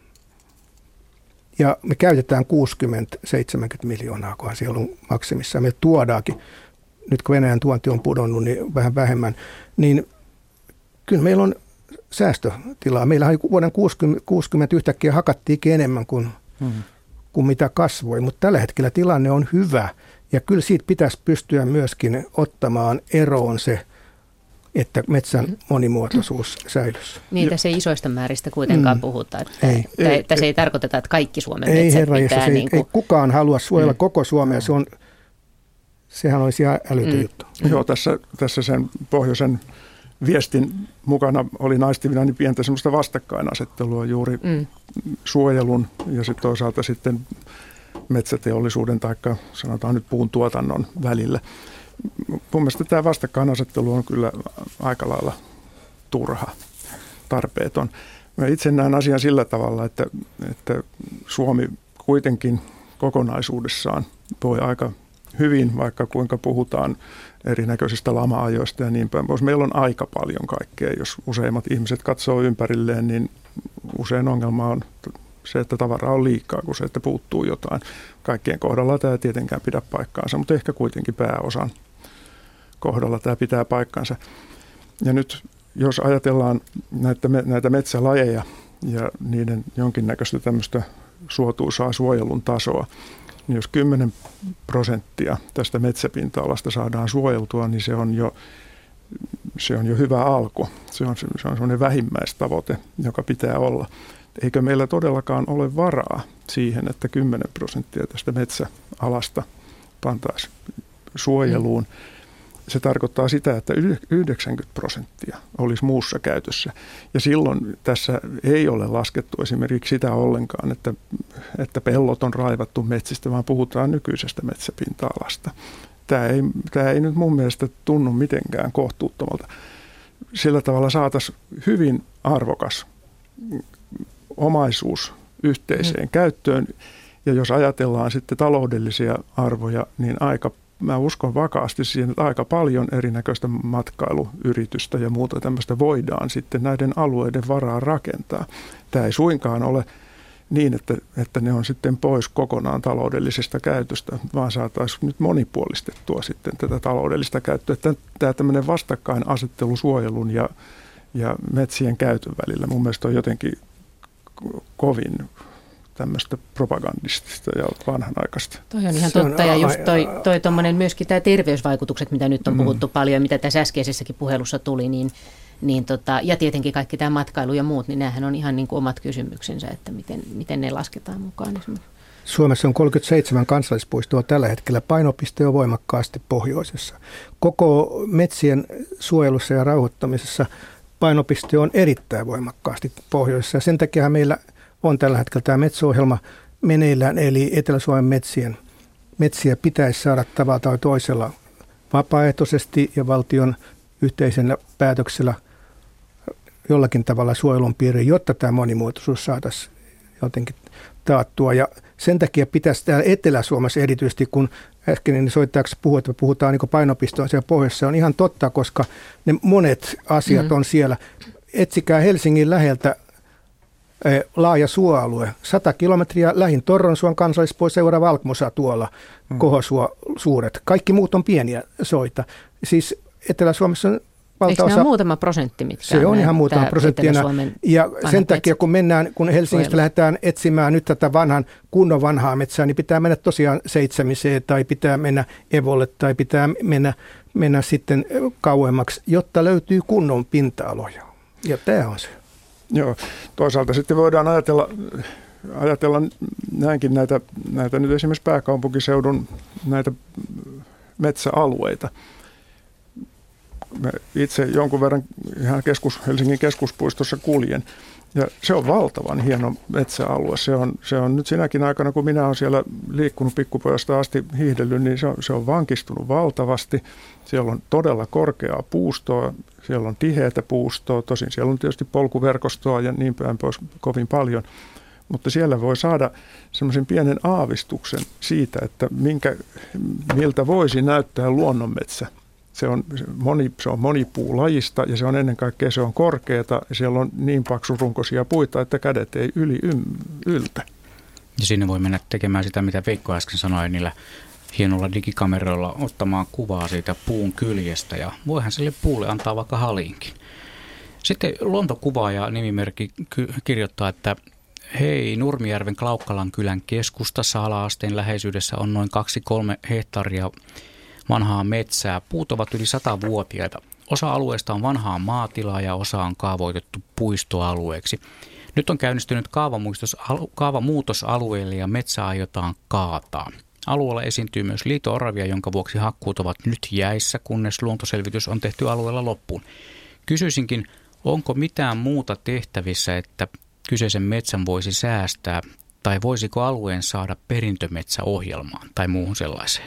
Ja me käytetään 60-70 miljoonaa, kunhan siellä on maksimissa. Me tuodaankin, nyt kun Venäjän tuonti on pudonnut, niin vähän vähemmän, niin kyllä meillä on säästötilaa. Meillähän vuoden 60 yhtäkkiä hakattiinkin enemmän kuin mitä kasvoi, mutta tällä hetkellä tilanne on hyvä. Ja kyllä siitä pitäisi pystyä myöskin ottamaan eroon se, että metsän monimuotoisuus säilyisi. Niin, tässä ei isoista määristä kuitenkaan puhuta. Tässä ei tarkoiteta, että kaikki Suomen metsät pitää. Ei kukaan halua suojella koko Suomea. Sehän olisi ihan älytön juttu. Joo, tässä sen pohjoisen viestin mukana oli naistivina niin pientä semmoista vastakkainasettelua juuri suojelun ja sitten toisaalta sitten metsäteollisuuden tai sanotaan nyt puun tuotannon välillä. Mun mielestä tämä vastakkainasettelu on kyllä aika lailla turha, tarpeeton. Mä itse näen asian sillä tavalla, että Suomi kuitenkin kokonaisuudessaan voi aika hyvin, vaikka kuinka puhutaan erinäköisistä lama-ajoista ja niin päin pois. Meillä on aika paljon kaikkea. Jos useimmat ihmiset katsoo ympärilleen, niin usein ongelma on se, että tavaraa on liikaa kuin se, että puuttuu jotain. Kaikkien kohdalla tämä ei tietenkään pidä paikkaansa, mutta ehkä kuitenkin pääosan kohdalla tämä pitää paikkansa. Ja nyt jos ajatellaan näitä metsälajeja ja niiden jonkinnäköistä tämmöistä suotuisaa suojelun tasoa, niin jos 10% tästä metsäpinta-alasta saadaan suojeltua, niin se on jo hyvä alku. Se on semmoinen vähimmäistavoite, joka pitää olla. Eikö meillä todellakaan ole varaa siihen, että 10% tästä metsäalasta pantaisiin suojeluun? Se tarkoittaa sitä, että 90% olisi muussa käytössä. Ja silloin tässä ei ole laskettu esimerkiksi sitä ollenkaan, että pellot on raivattu metsistä, vaan puhutaan nykyisestä metsäpinta-alasta. Tämä ei nyt mun mielestä tunnu mitenkään kohtuuttomalta. Sillä tavalla saataisiin hyvin arvokas omaisuus yhteiseen käyttöön. Ja jos ajatellaan sitten taloudellisia arvoja, niin mä uskon vakaasti siihen, että aika paljon erinäköistä matkailuyritystä ja muuta tämmöistä voidaan sitten näiden alueiden varaan rakentaa. Tämä ei suinkaan ole niin, että ne on sitten pois kokonaan taloudellisesta käytöstä, vaan saataisiin nyt monipuolistettua sitten tätä taloudellista käyttöä. Tämä tämmöinen vastakkainasettelu suojelun ja metsien käytön välillä mun mielestä on jotenkin kovin tämmöistä propagandistista ja vanhanaikaista. Toi on ihan totta, ja just toi tommonen myöskin tämä terveysvaikutukset, mitä nyt on puhuttu paljon, mitä tässä äskeisessäkin puhelussa tuli, ja tietenkin kaikki tämä matkailu ja muut, niin näähän on ihan niin kuin omat kysymyksensä, että miten ne lasketaan mukaan esimerkiksi. Suomessa on 37 kansallispuistoa tällä hetkellä. Painopiste on voimakkaasti pohjoisessa. Koko metsien suojelussa ja rauhoittamisessa painopiste on erittäin voimakkaasti pohjoisessa. Ja sen takia meillä on tällä hetkellä tämä metsäohjelma meneillään, eli Etelä-Suomen metsiä pitäisi saada tavalla tai toisella vapaaehtoisesti ja valtion yhteisellä päätöksellä jollakin tavalla suojelun piiriin, jotta tämä monimuotoisuus saataisiin jotenkin taattua. Ja sen takia pitäisi täällä Etelä-Suomessa erityisesti, kun äsken soittajaksi puhutaan niin painopiste on siellä pohjoisessa, on ihan totta, koska ne monet asiat on siellä. Etsikää Helsingin läheltä laaja suoalue. 100 kilometriä lähin Torronsuon kansallispuisto, seuraava Valkmosa tuolla, Kohosuo suuret. Kaikki muut on pieniä soita. Siis Etelä-Suomessa on valtaosa. Eikö nämä muutama prosentti, mitkä se on ihan muutama prosenttia. Ja sen takia, kun Helsingistä lähdetään etsimään nyt tätä kunnon vanhaa metsää, niin pitää mennä tosiaan Seitsemiseen tai pitää mennä Evolle tai pitää mennä sitten kauemmaksi, jotta löytyy kunnon pinta-aloja. Ja tämä on se. Joo, toisaalta sitten voidaan ajatella näinkin näitä nyt esimerkiksi pääkaupunkiseudun näitä metsäalueita. Mä itse jonkun verran ihan Helsingin keskuspuistossa kuljen, ja se on valtavan hieno metsäalue. Se on nyt sinäkin aikana, kun minä olen siellä liikkunut pikkupojasta asti hiihdellyt, niin se on vankistunut valtavasti. Siellä on todella korkeaa puustoa, siellä on tiheätä puustoa, tosin siellä on tietysti polkuverkostoa ja niin päin pois kovin paljon. Mutta siellä voi saada semmoisen pienen aavistuksen siitä, että miltä voisi näyttää luonnonmetsä. Se on monipuulajista ja se on ennen kaikkea se on korkeata ja siellä on niin paksurunkoisia puita, että kädet ei yltä. Ja sinne voi mennä tekemään sitä, mitä Veikko äsken sanoi, niillä hienolla digikameroilla ottamaan kuvaa siitä puun kyljestä ja voihan sille puulle antaa vaikka haliinkin. Sitten luontokuvaaja nimimerkki kirjoittaa, että hei, Nurmijärven Klaukkalan kylän keskustassa ala-asteen läheisyydessä on noin 2-3 hehtaaria vanhaa metsää. Puut ovat yli 100-vuotiaita. Osa alueesta on vanhaa maatilaa ja osa on kaavoitettu puistoalueeksi. Nyt on käynnistynyt kaavamuutos alueelle ja metsää aiotaan kaataa. Alueella esiintyy myös liito-oravia, jonka vuoksi hakkuut ovat nyt jäissä, kunnes luontoselvitys on tehty alueella loppuun. Kysyisinkin, onko mitään muuta tehtävissä, että kyseisen metsän voisi säästää, tai voisiko alueen saada perintömetsäohjelmaan tai muuhun sellaiseen?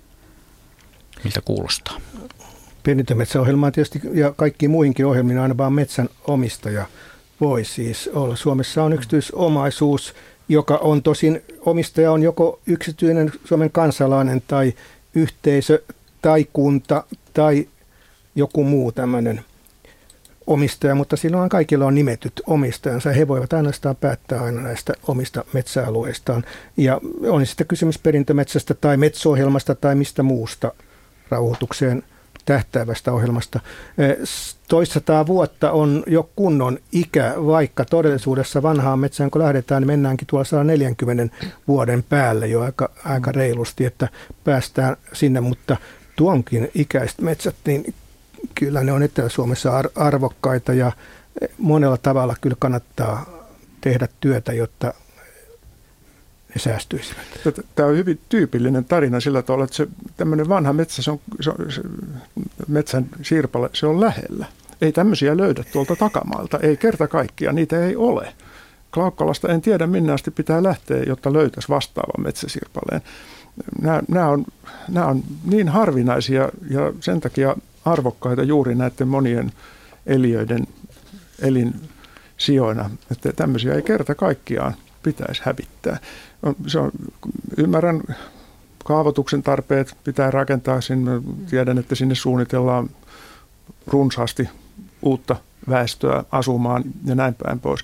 Miltä kuulostaa? Perintömetsäohjelmaan tietysti ja kaikkiin muihinkin ohjelmiin aina vaan metsän omistaja voi siis olla. Suomessa on yksityisomaisuus, joka on tosin, omistaja on joko yksityinen Suomen kansalainen tai yhteisö tai kunta tai joku muu tämmöinen omistaja, mutta silloin kaikilla on nimetyt omistajansa. He voivat ainoastaan päättää aina näistä omista metsäalueistaan. Ja on sitten kysymys perintömetsästä tai metsäohjelmasta tai mistä muusta rauhoitukseen tähtäävästä ohjelmasta. 200 vuotta on jo kunnon ikä, vaikka todellisuudessa vanhaan metsään kun lähdetään, niin mennäänkin tuolla 140 vuoden päälle jo aika reilusti, että päästään sinne, mutta tuonkin ikäiset metsät, niin kyllä ne on Etelä-Suomessa arvokkaita ja monella tavalla kyllä kannattaa tehdä työtä, jotta ne säästyisivät. Tämä on hyvin tyypillinen tarina sillä tavalla, että se tämmöinen vanha metsä, se metsän sirpale, se on lähellä. Ei tämmöisiä löydä tuolta takamaalta, ei kerta kaikkiaan, niitä ei ole. Klaukkalasta en tiedä, minne asti pitää lähteä, jotta löytäisi vastaavan metsäsirpaleen. Nämä on niin harvinaisia ja sen takia arvokkaita juuri näiden monien eliöiden elinsijoina, että tämmöisiä ei kerta kaikkiaan pitäisi hävittää. Ymmärrän kaavoituksen tarpeet, pitää rakentaa sinne. Tiedän, että sinne suunnitellaan runsaasti uutta väestöä asumaan ja näin päin pois.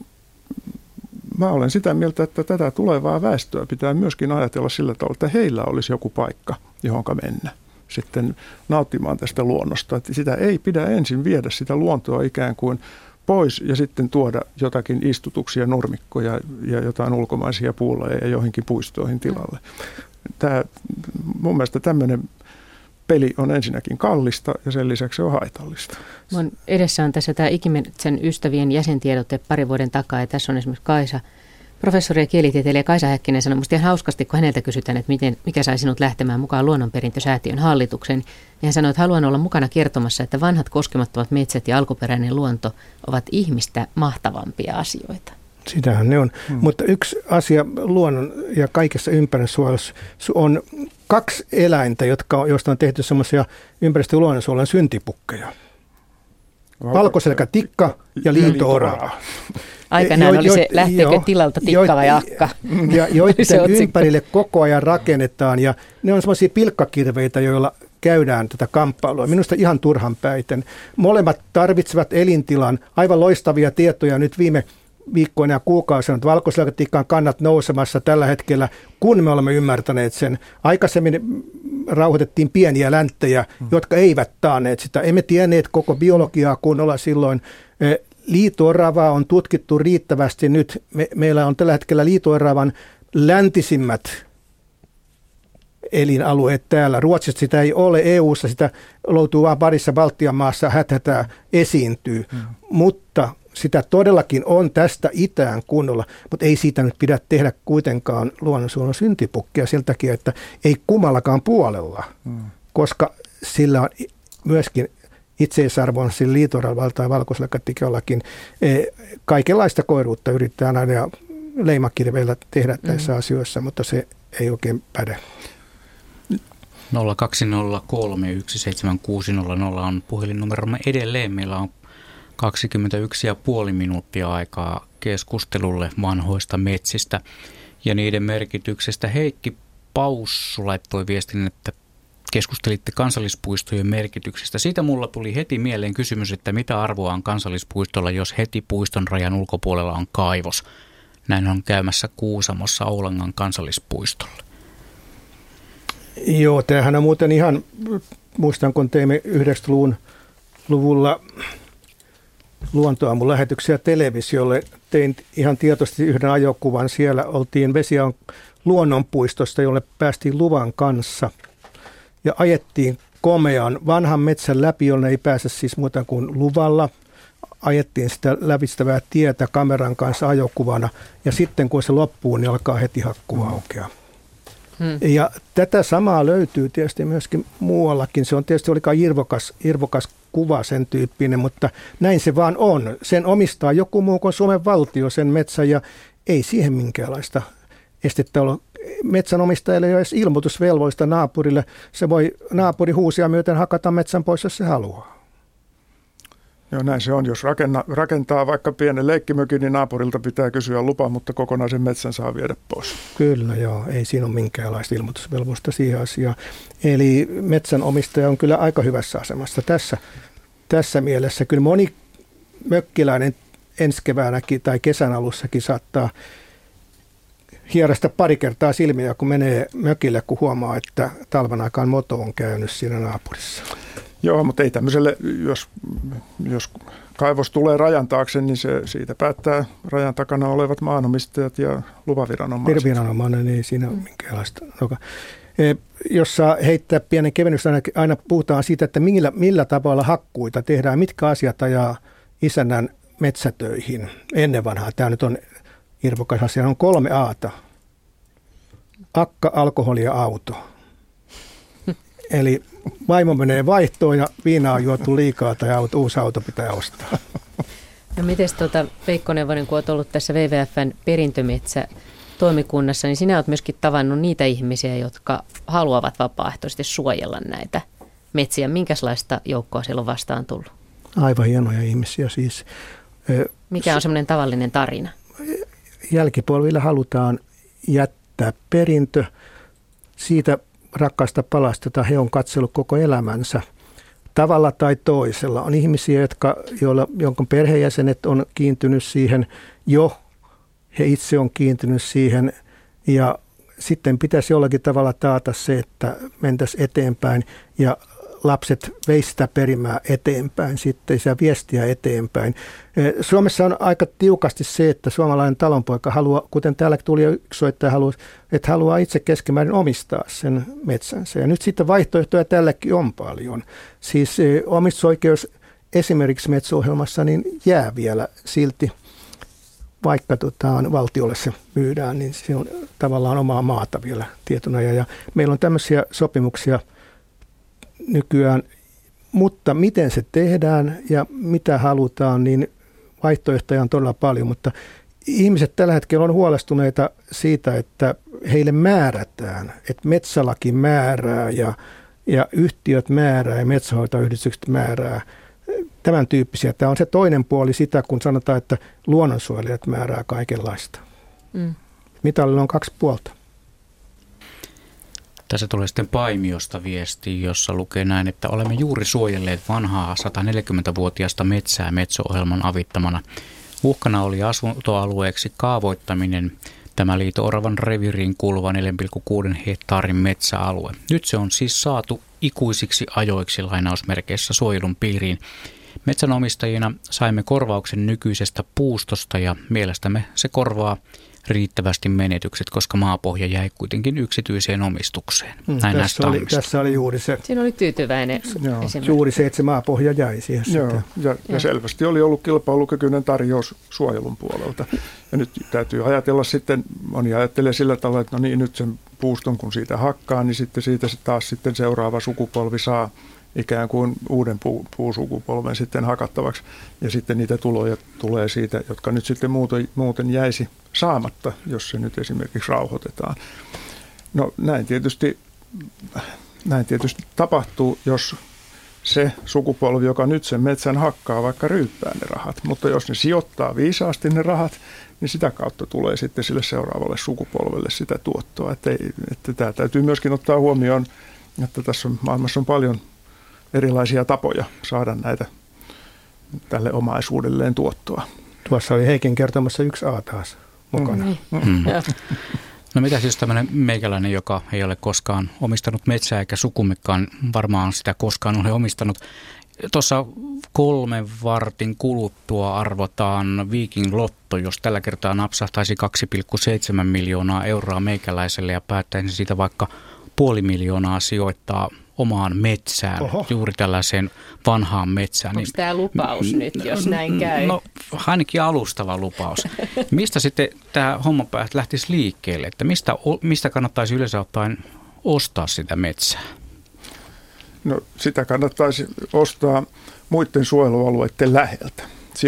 Mä olen sitä mieltä, että tätä tulevaa väestöä pitää myöskin ajatella sillä tavalla, että heillä olisi joku paikka, johonka mennä sitten nauttimaan tästä luonnosta. Että sitä ei pidä ensin viedä sitä luontoa ikään kuin pois ja sitten tuoda jotakin istutuksia, nurmikkoja ja jotain ulkomaisia puulajeja joihinkin puistoihin tilalle. Mun mielestä tämmöinen peli on ensinnäkin kallista ja sen lisäksi se on haitallista. Mun edessä on tässä tämä Ikimetsän ystävien jäsentiedote pari vuoden takaa ja tässä on esimerkiksi Kaisa, professori ja kielitieteilijä Kaisa Häkkinen sanoi musta ihan hauskasti, kun häneltä kysytään, että mikä sai sinut lähtemään mukaan Luonnonperintösäätiön hallitukseen. Ja hän sanoi, että haluan olla mukana kertomassa, että vanhat koskemattomat metsät ja alkuperäinen luonto ovat ihmistä mahtavampia asioita. Sitähän ne on. Mutta yksi asia luonnon ja kaikessa ympäristönsuojelussa on 2 eläintä, joista on tehty semmoisia ympäristö- ja luonnonsuojelun syntipukkeja. valkoselkätikka ja liito-orava. Aikanaan oli se, lähteekö tilalta tikka vai akka? Ja joiden ympärille koko ajan rakennetaan, ja ne on semmoisia pilkkakirveitä, joilla käydään tätä kamppailua. Minusta ihan turhan päiten. Molemmat tarvitsevat elintilan, aivan loistavia tietoja nyt viime viikkoina ja kuukausina, että valkoselkätikan kannat nousemassa tällä hetkellä, kun me olemme ymmärtäneet sen. Aikaisemmin rauhoitettiin pieniä länttejä, jotka eivät taanneet sitä. Emme tienneet koko biologiaa kunnolla silloin. Liito-oravaa on tutkittu riittävästi nyt. Meillä on tällä hetkellä liito-oravan läntisimmät elinalueet täällä. Ruotsissa sitä ei ole, EU:ssa sitä loutuu vain parissa Baltian maassa, häthätää esiintyy, mutta sitä todellakin on tästä itään kunnolla, mutta ei siitä nyt pidä tehdä kuitenkaan luonnonsuojelun syntipukkia sen takia, että ei kummallakaan puolella, koska sillä on myöskin itseisarvon sillä liito-oravalla tai valkoselkätikallakin kaikenlaista koiruutta yritetään aina ja leimakirveillä tehdä tässä asioissa, mutta se ei oikein päde. 020317600 on puhelinnumeromme edelleen. Meillä on 21,5 minuuttia aikaa keskustelulle vanhoista metsistä ja niiden merkityksestä. Heikki Paussu laittoi viestin, että keskustelitte kansallispuistojen merkityksestä. Siitä mulla tuli heti mieleen kysymys, että mitä arvoa on kansallispuistolla, jos heti puiston rajan ulkopuolella on kaivos. Näin on käymässä Kuusamossa Oulangan kansallispuistolla. Joo, tämähän on muuten ihan, muistan kun teimme 90-luvulla luontoaamun lähetyksiä televisiolle, tein ihan tietoisesti yhden ajokuvan. Siellä oltiin Vesiaon luonnonpuistosta, jolle päästiin luvan kanssa ja ajettiin komean vanhan metsän läpi, jolle ei pääse siis muuta kuin luvalla. Ajettiin sitä lävistävää tietä kameran kanssa ajokuvana ja sitten kun se loppuu, niin alkaa heti hakkuu aukea. Ja tätä samaa löytyy tietysti myöskin muuallakin. Se on tietysti olikaan irvokas kuva, sen tyyppinen, mutta näin se vaan on. Sen omistaa joku muu kuin Suomen valtio, sen metsän, ja ei siihen minkäänlaista estettä ole. Metsänomistajalle ei ole edes ilmoitusvelvoista naapurille. Se voi naapuri huusia myöten hakata metsän pois, jos se haluaa. Joo, näin se on. Jos rakentaa vaikka pienen leikkimökin, niin naapurilta pitää kysyä lupa, mutta kokonaisen metsän saa viedä pois. Kyllä, joo. Ei siinä ole minkäänlaista ilmoitusvelvoista siihen asiaan. Eli metsänomistaja on kyllä aika hyvässä asemassa tässä mielessä. Kyllä moni mökkiläinen ensi keväänäkin tai kesän alussakin saattaa hierasta pari kertaa silmiä, kun menee mökille, kun huomaa, että talven aikaan moto on käynyt siinä naapurissa. Joo, mutta ei tämmöiselle, jos kaivos tulee rajan taakse, niin siitä päättää rajan takana olevat maanomistajat ja lupaviranomaiset. Viranomainen, ei siinä ole minkäänlaista. Jos saa heittää pienen kevennyksen, aina puhutaan siitä, että millä tavalla hakkuita tehdään, mitkä asiat ajaa isännän metsätöihin ennen vanhaa. Tämä nyt on irvokas asia, on 3 A:ta. Akka, alkoholi ja auto. Eli vaimo menee vaihtoon ja viinaa on juotu liikaa tai uusi auto pitää ostaa. No mites Veikko Neuvonen, kun olet ollut tässä WWF:n perintömetsä-toimikunnassa, niin sinä olet myöskin tavannut niitä ihmisiä, jotka haluavat vapaaehtoisesti suojella näitä metsiä. Minkälaista joukkoa siellä on vastaan tullut? Aivan hienoja ihmisiä siis. Mikä on semmoinen tavallinen tarina? Jälkipolville halutaan jättää perintö siitä rakkaasta palasta, jota he on katsellut koko elämänsä tavalla tai toisella. On ihmisiä, jonka perheenjäsenet on kiintynyt siihen he itse on kiintynyt siihen, ja sitten pitäisi jollakin tavalla taata se, että mentäisiin eteenpäin ja lapset veisivät sitä perimää eteenpäin, sitten sitä viestiä eteenpäin. Suomessa on aika tiukasti se, että suomalainen talonpoika haluaa, kuten täällä tuli yksi soittaja, että haluaa itse keskimäärin omistaa sen metsänsä. Ja nyt sitten vaihtoehtoja tälläkin on paljon. Siis omistusoikeus esimerkiksi metsäohjelmassa niin jää vielä silti, vaikka valtiolle se myydään, niin se on tavallaan omaa maata vielä tietona. Ja meillä on tämmöisiä sopimuksia nykyään, mutta miten se tehdään ja mitä halutaan, niin vaihtoehtoja on todella paljon, mutta ihmiset tällä hetkellä on huolestuneita siitä, että heille määrätään, että metsälaki määrää ja yhtiöt määrää ja metsänhoitoyhdistykset määrää tämän tyyppisiä. Tämä on se toinen puoli sitä, kun sanotaan, että luonnonsuojelijat määrää kaikenlaista. Mitallilla on 2 puolta. Tässä tulee sitten Paimiosta viesti, jossa lukee näin, että olemme juuri suojelleet vanhaa 140-vuotiaasta metsää Metso-ohjelman avittamana. Uhkana oli asuntoalueeksi kaavoittaminen. Tämä Liito-Oravan reviiriin kuuluva 4,6 hehtaarin metsäalue. Nyt se on siis saatu ikuisiksi ajoiksi lainausmerkeissä suojelun piiriin. Metsänomistajina saimme korvauksen nykyisestä puustosta ja mielestämme se korvaa riittävästi menetykset, koska maapohja jäi kuitenkin yksityiseen omistukseen. Tässä oli juuri se. Siinä oli tyytyväinen esimerkki. Juuri se, että se maapohja jäi siihen. Ja selvästi oli ollut kilpailukykyinen tarjous suojelun puolelta. Ja nyt täytyy ajatella sitten, moni ajattelee sillä tavalla, että no niin, nyt sen puuston kun siitä hakkaa, niin sitten siitä taas sitten seuraava sukupolvi saa ikään kuin uuden puusukupolven sitten hakattavaksi. Ja sitten niitä tuloja tulee siitä, jotka nyt sitten muuten jäisi saamatta, jos se nyt esimerkiksi rauhoitetaan. No näin tietysti tapahtuu, jos se sukupolvi, joka nyt sen metsän hakkaa, vaikka ryyppää ne rahat. Mutta jos ne sijoittaa viisaasti ne rahat, niin sitä kautta tulee sitten sille seuraavalle sukupolvelle sitä tuottoa. Että tämä täytyy myöskin ottaa huomioon, että tässä maailmassa on paljon erilaisia tapoja saada näitä tälle omaisuudelleen tuottoa. Tuossa oli Heikin kertomassa 1A taas mukana. No mitä siis tämmöinen meikäläinen, joka ei ole koskaan omistanut metsää eikä sukummekaan varmaan sitä koskaan ole omistanut. Tuossa 3 vartin kuluttua arvotaan Viking Lotto, jos tällä kertaa napsahtaisi 2,7 miljoonaa euroa meikäläiselle ja päättäisi siitä vaikka 500,000 sijoittaa omaan metsään, juuri tällaiseen vanhaan metsään. Onko tämä lupaus nyt, jos näin käy? No ainakin alustava lupaus. Mistä sitten tämä homma lähtisi liikkeelle? Että mistä kannattaisi yleensä ottaen ostaa sitä metsää? No sitä kannattaisi ostaa muiden suojelualueiden läheltä.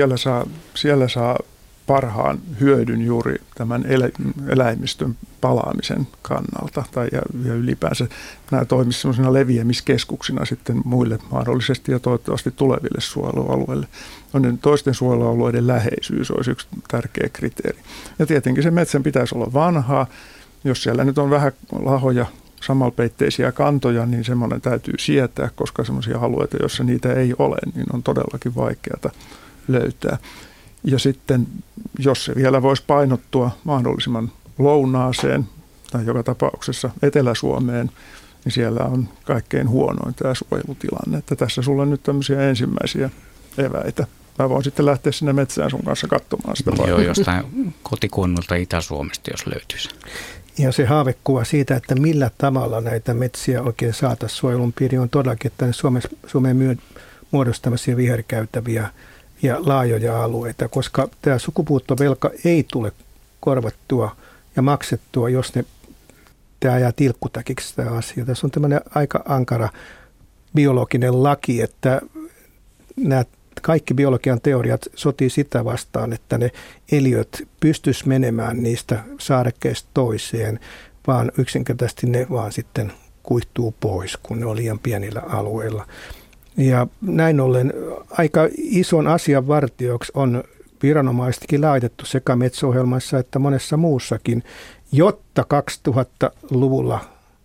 Siellä saa parhaan hyödyn juuri tämän eläimistön palaamisen kannalta ja ylipäänsä nämä toimisivat sellaisena leviämiskeskuksina sitten muille mahdollisesti ja toivottavasti tuleville suojelualueille. Toisten suojelualueiden läheisyys olisi yksi tärkeä kriteeri. Ja tietenkin se metsän pitäisi olla vanhaa. Jos siellä nyt on vähän lahoja, samalpeitteisiä kantoja, niin semmoinen täytyy sietää, koska semmoisia alueita, joissa niitä ei ole, niin on todellakin vaikeata löytää. Ja sitten, jos se vielä voisi painottua mahdollisimman lounaaseen tai joka tapauksessa Etelä-Suomeen, niin siellä on kaikkein huonoin tämä suojelutilanne. Että tässä sulla on nyt tämmöisiä ensimmäisiä eväitä. Mä voin sitten lähteä sinne metsään sun kanssa katsomaan sitä paikkaa. Joo, jostain kotikunnalta Itä-Suomesta, jos löytyisi. Ja se haavekuva siitä, että millä tavalla näitä metsiä oikein saataisiin suojelun piiriin, on todellakin, että Suomeen muodostamassa viherkäytäviä ja laajoja alueita, koska tämä sukupuuttovelka ei tule korvattua ja maksettua, jos tämä jää tilkkutäkiksi tämä asia. Tässä on tämmöinen aika ankara biologinen laki, että nämä kaikki biologian teoriat sotii sitä vastaan, että ne eliöt pystyisivät menemään niistä saarekkeista toiseen, vaan yksinkertaisesti ne vaan sitten kuihtuu pois, kun ne on liian pienillä alueilla. Ja näin ollen aika ison asian vartijoiksi on viranomaisetkin laitettu sekä Metso-ohjelmassa että monessa muussakin, jotta 2000-luvulla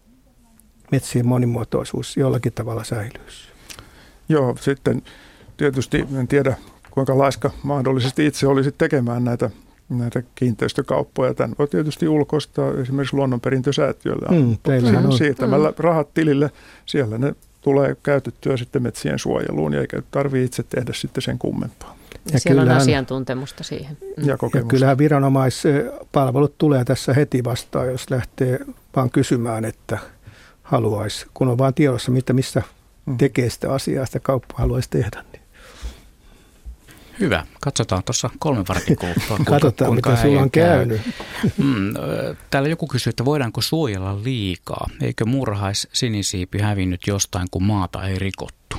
metsien monimuotoisuus jollakin tavalla säilyisi. Joo, sitten tietysti en tiedä kuinka laiska mahdollisesti itse olisi tekemään näitä kiinteistökauppoja. Tämän voi tietysti ulkoistaa esimerkiksi luonnonperintösäätiölle. Siirtämällä rahat tilille, siellä ne tulee käytettyä sitten metsien suojeluun ja eikä tarvitse itse tehdä sitten sen kummempaa. Ja siellä on asiantuntemusta siihen. Ja kyllähän viranomaispalvelut tulee tässä heti vastaan, jos lähtee vaan kysymään, että haluaisi, kun on vaan tiedossa, missä tekee sitä asiaa, sitä kauppaa haluaisi tehdä. Niin. Hyvä. Katsotaan tuossa 3 vartin kuluttua. Katsotaan, mitä sulla on käynyt. Täällä joku kysyy, että voidaanko suojella liikaa? Eikö muurahais-sinisiipi hävinnyt jostain, kun maata ei rikottu?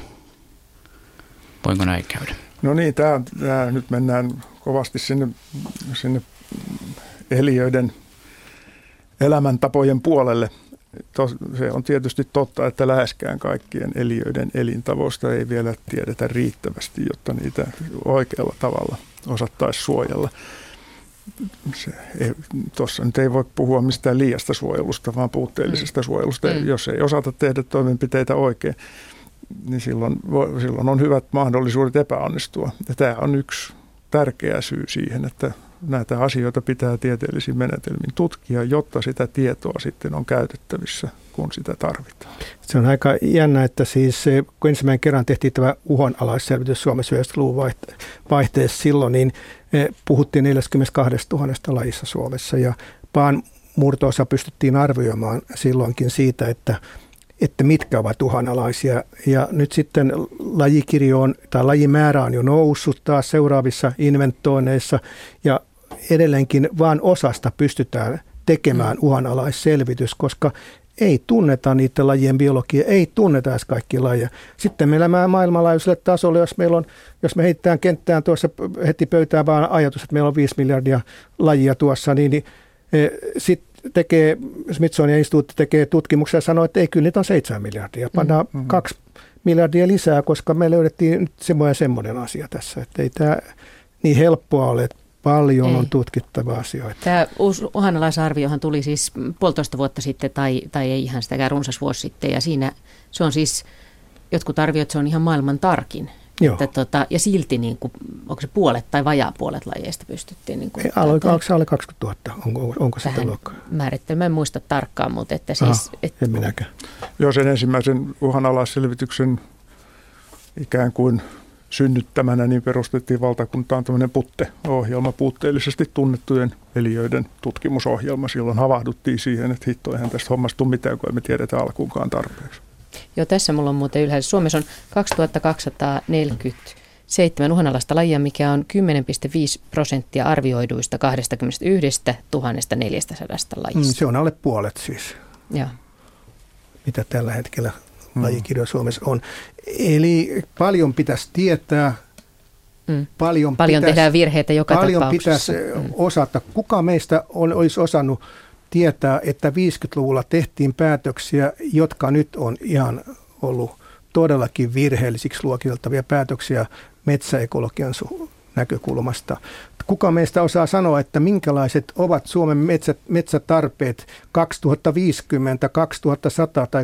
Voinko näin käydä? No niin, tämä nyt mennään kovasti sinne eliöiden elämäntapojen puolelle. Se on tietysti totta, että läheskään kaikkien eliöiden elintavoista ei vielä tiedetä riittävästi, jotta niitä oikealla tavalla osattaisiin suojella. Tuossa nyt ei voi puhua mistään liiasta suojelusta, vaan puutteellisesta suojelusta. Jos ei osata tehdä toimenpiteitä oikein, niin silloin on hyvät mahdollisuudet epäonnistua. Ja tämä on yksi tärkeä syy siihen, että näitä asioita pitää tieteellisiin menetelmin tutkia, jotta sitä tietoa sitten on käytettävissä, kun sitä tarvitaan. Se on aika jännä, että siis kun ensimmäinen kerran tehtiin tämä uhanalaisselvitys Suomessa 90-luvun vaihteessa silloin, niin puhuttiin 42 000 lajissa Suomessa ja vaan murto-osa pystyttiin arvioimaan silloinkin siitä, että mitkä ovat uhanalaisia. Ja nyt sitten lajimäärä on jo noussut taas seuraavissa inventoinneissa ja edelleenkin vain osasta pystytään tekemään uhanalaisselvitys, koska ei tunneta niiden lajien biologiaa, ei tunneta edes kaikki lajeja. Sitten meillä maailmanlaajuiselle tasolle, jos me heitetään kenttään tuossa heti pöytään vaan ajatus, että meillä on 5 miljardia lajia tuossa, niin sitten Smithsonian instituutti tekee tutkimuksia ja sanoo, että ei, kyllä niitä on 7 miljardia. Pannaan 2 miljardia lisää, koska me löydettiin semmoinen asia tässä, että ei tämä niin helppoa ole, että paljon on tutkittavaa asioita. Tämä uusi uhanalaisarviohan tuli siis 1,5 vuotta sitten tai ei ihan sitäkään, runsas vuosi sitten ja siinä se on siis, jotkut arvioivat, että se on ihan maailman tarkin. Että ja silti niin kuin, onko se puolet tai vajaa puolet lajeista pystyttiin. Niin kuin, onko se alle 20 000? Onko sitä luokkaa? Määrittelymä en muista tarkkaan, mutta että siis... En minäkään. Joo, sen ensimmäisen uhanalaisselvityksen ikään kuin synnyttämänä niin perustettiin valtakuntaan tämmöinen PUTTE-ohjelma, puutteellisesti tunnettujen eliöiden tutkimusohjelma. Silloin havahduttiin siihen, että hitto, eihän tästä hommasta tule mitään, kun emme tiedetä alkuunkaan tarpeeksi. Joo, tässä mulla on muuten ylhäällä. Suomessa on 2247 uhanalaista lajia, mikä on 10,5% arvioiduista 21 400 lajista. Se on alle puolet siis. Joo. Mitä tällä hetkellä lajikirjo Suomessa on. Eli paljon pitäisi tietää, paljon tehdään virheitä joka tapauksessa. Paljon pitäisi osata. Kuka meistä olisi osannut tietää, että 50-luvulla tehtiin päätöksiä, jotka nyt on ihan ollut todellakin virheellisiksi luokiteltavia päätöksiä metsäekologian näkökulmasta. Kuka meistä osaa sanoa, että minkälaiset ovat Suomen metsätarpeet 2050, 2100 tai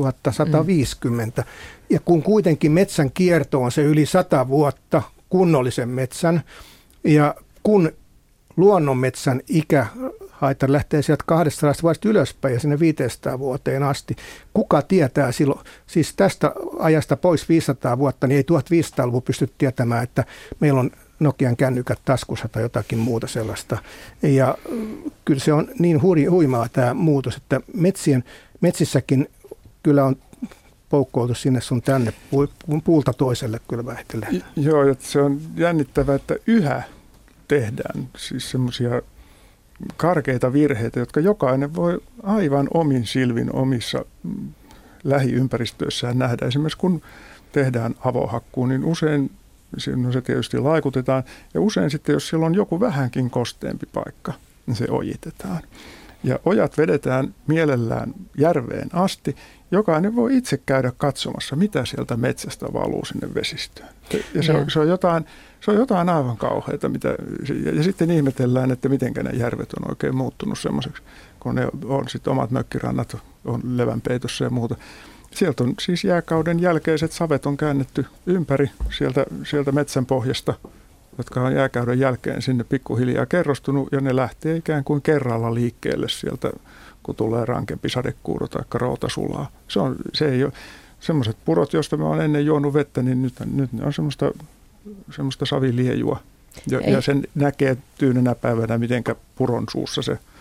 2150? Ja kun kuitenkin metsän kierto on se yli 100 vuotta kunnollisen metsän ja kun luonnonmetsän ikähaita lähtee sieltä 200 vuodesta ylöspäin ja sinne 500 vuoteen asti. Kuka tietää silloin, siis tästä ajasta pois 500 vuotta, niin ei 1500-luvun pysty tietämään, että meillä on Nokian kännykät taskussa tai jotakin muuta sellaista. Ja kyllä se on niin huimaa tämä muutos, että metsissäkin kyllä on poukkoiltu sinne sun tänne puulta toiselle kyllä vähtelee. Joo, että se on jännittävää, että yhä tehdään siis semmoisia karkeita virheitä, jotka jokainen voi aivan omin silmin omissa lähiympäristöissään nähdä. Esimerkiksi kun tehdään avohakkuu, niin usein se tietysti laikutetaan ja usein sitten, jos siellä on joku vähänkin kosteempi paikka, niin se ojitetaan. Ja ojat vedetään mielellään järveen asti. Jokainen voi itse käydä katsomassa, mitä sieltä metsästä valuu sinne vesistöön. Ja se on jotain aivan kauheata. Ja sitten ihmetellään, että miten ne järvet on oikein muuttunut semmoiseksi, kun ne on sitten omat mökkirannat on levänpeitossa ja muuta. Sieltä on siis jääkauden jälkeiset savet on käännetty ympäri sieltä metsän pohjasta, jotka on jääkauden jälkeen sinne pikkuhiljaa kerrostunut, ja ne lähtee ikään kuin kerralla liikkeelle sieltä, kun tulee rankempi sadekuuro tai routasulaa. Se ei ole semmoiset purot, joista mä oon ennen juonut vettä, niin nyt ne on semmoista saviliejua. Ja sen näkee tyynenä päivänä, mitenkä puron suussa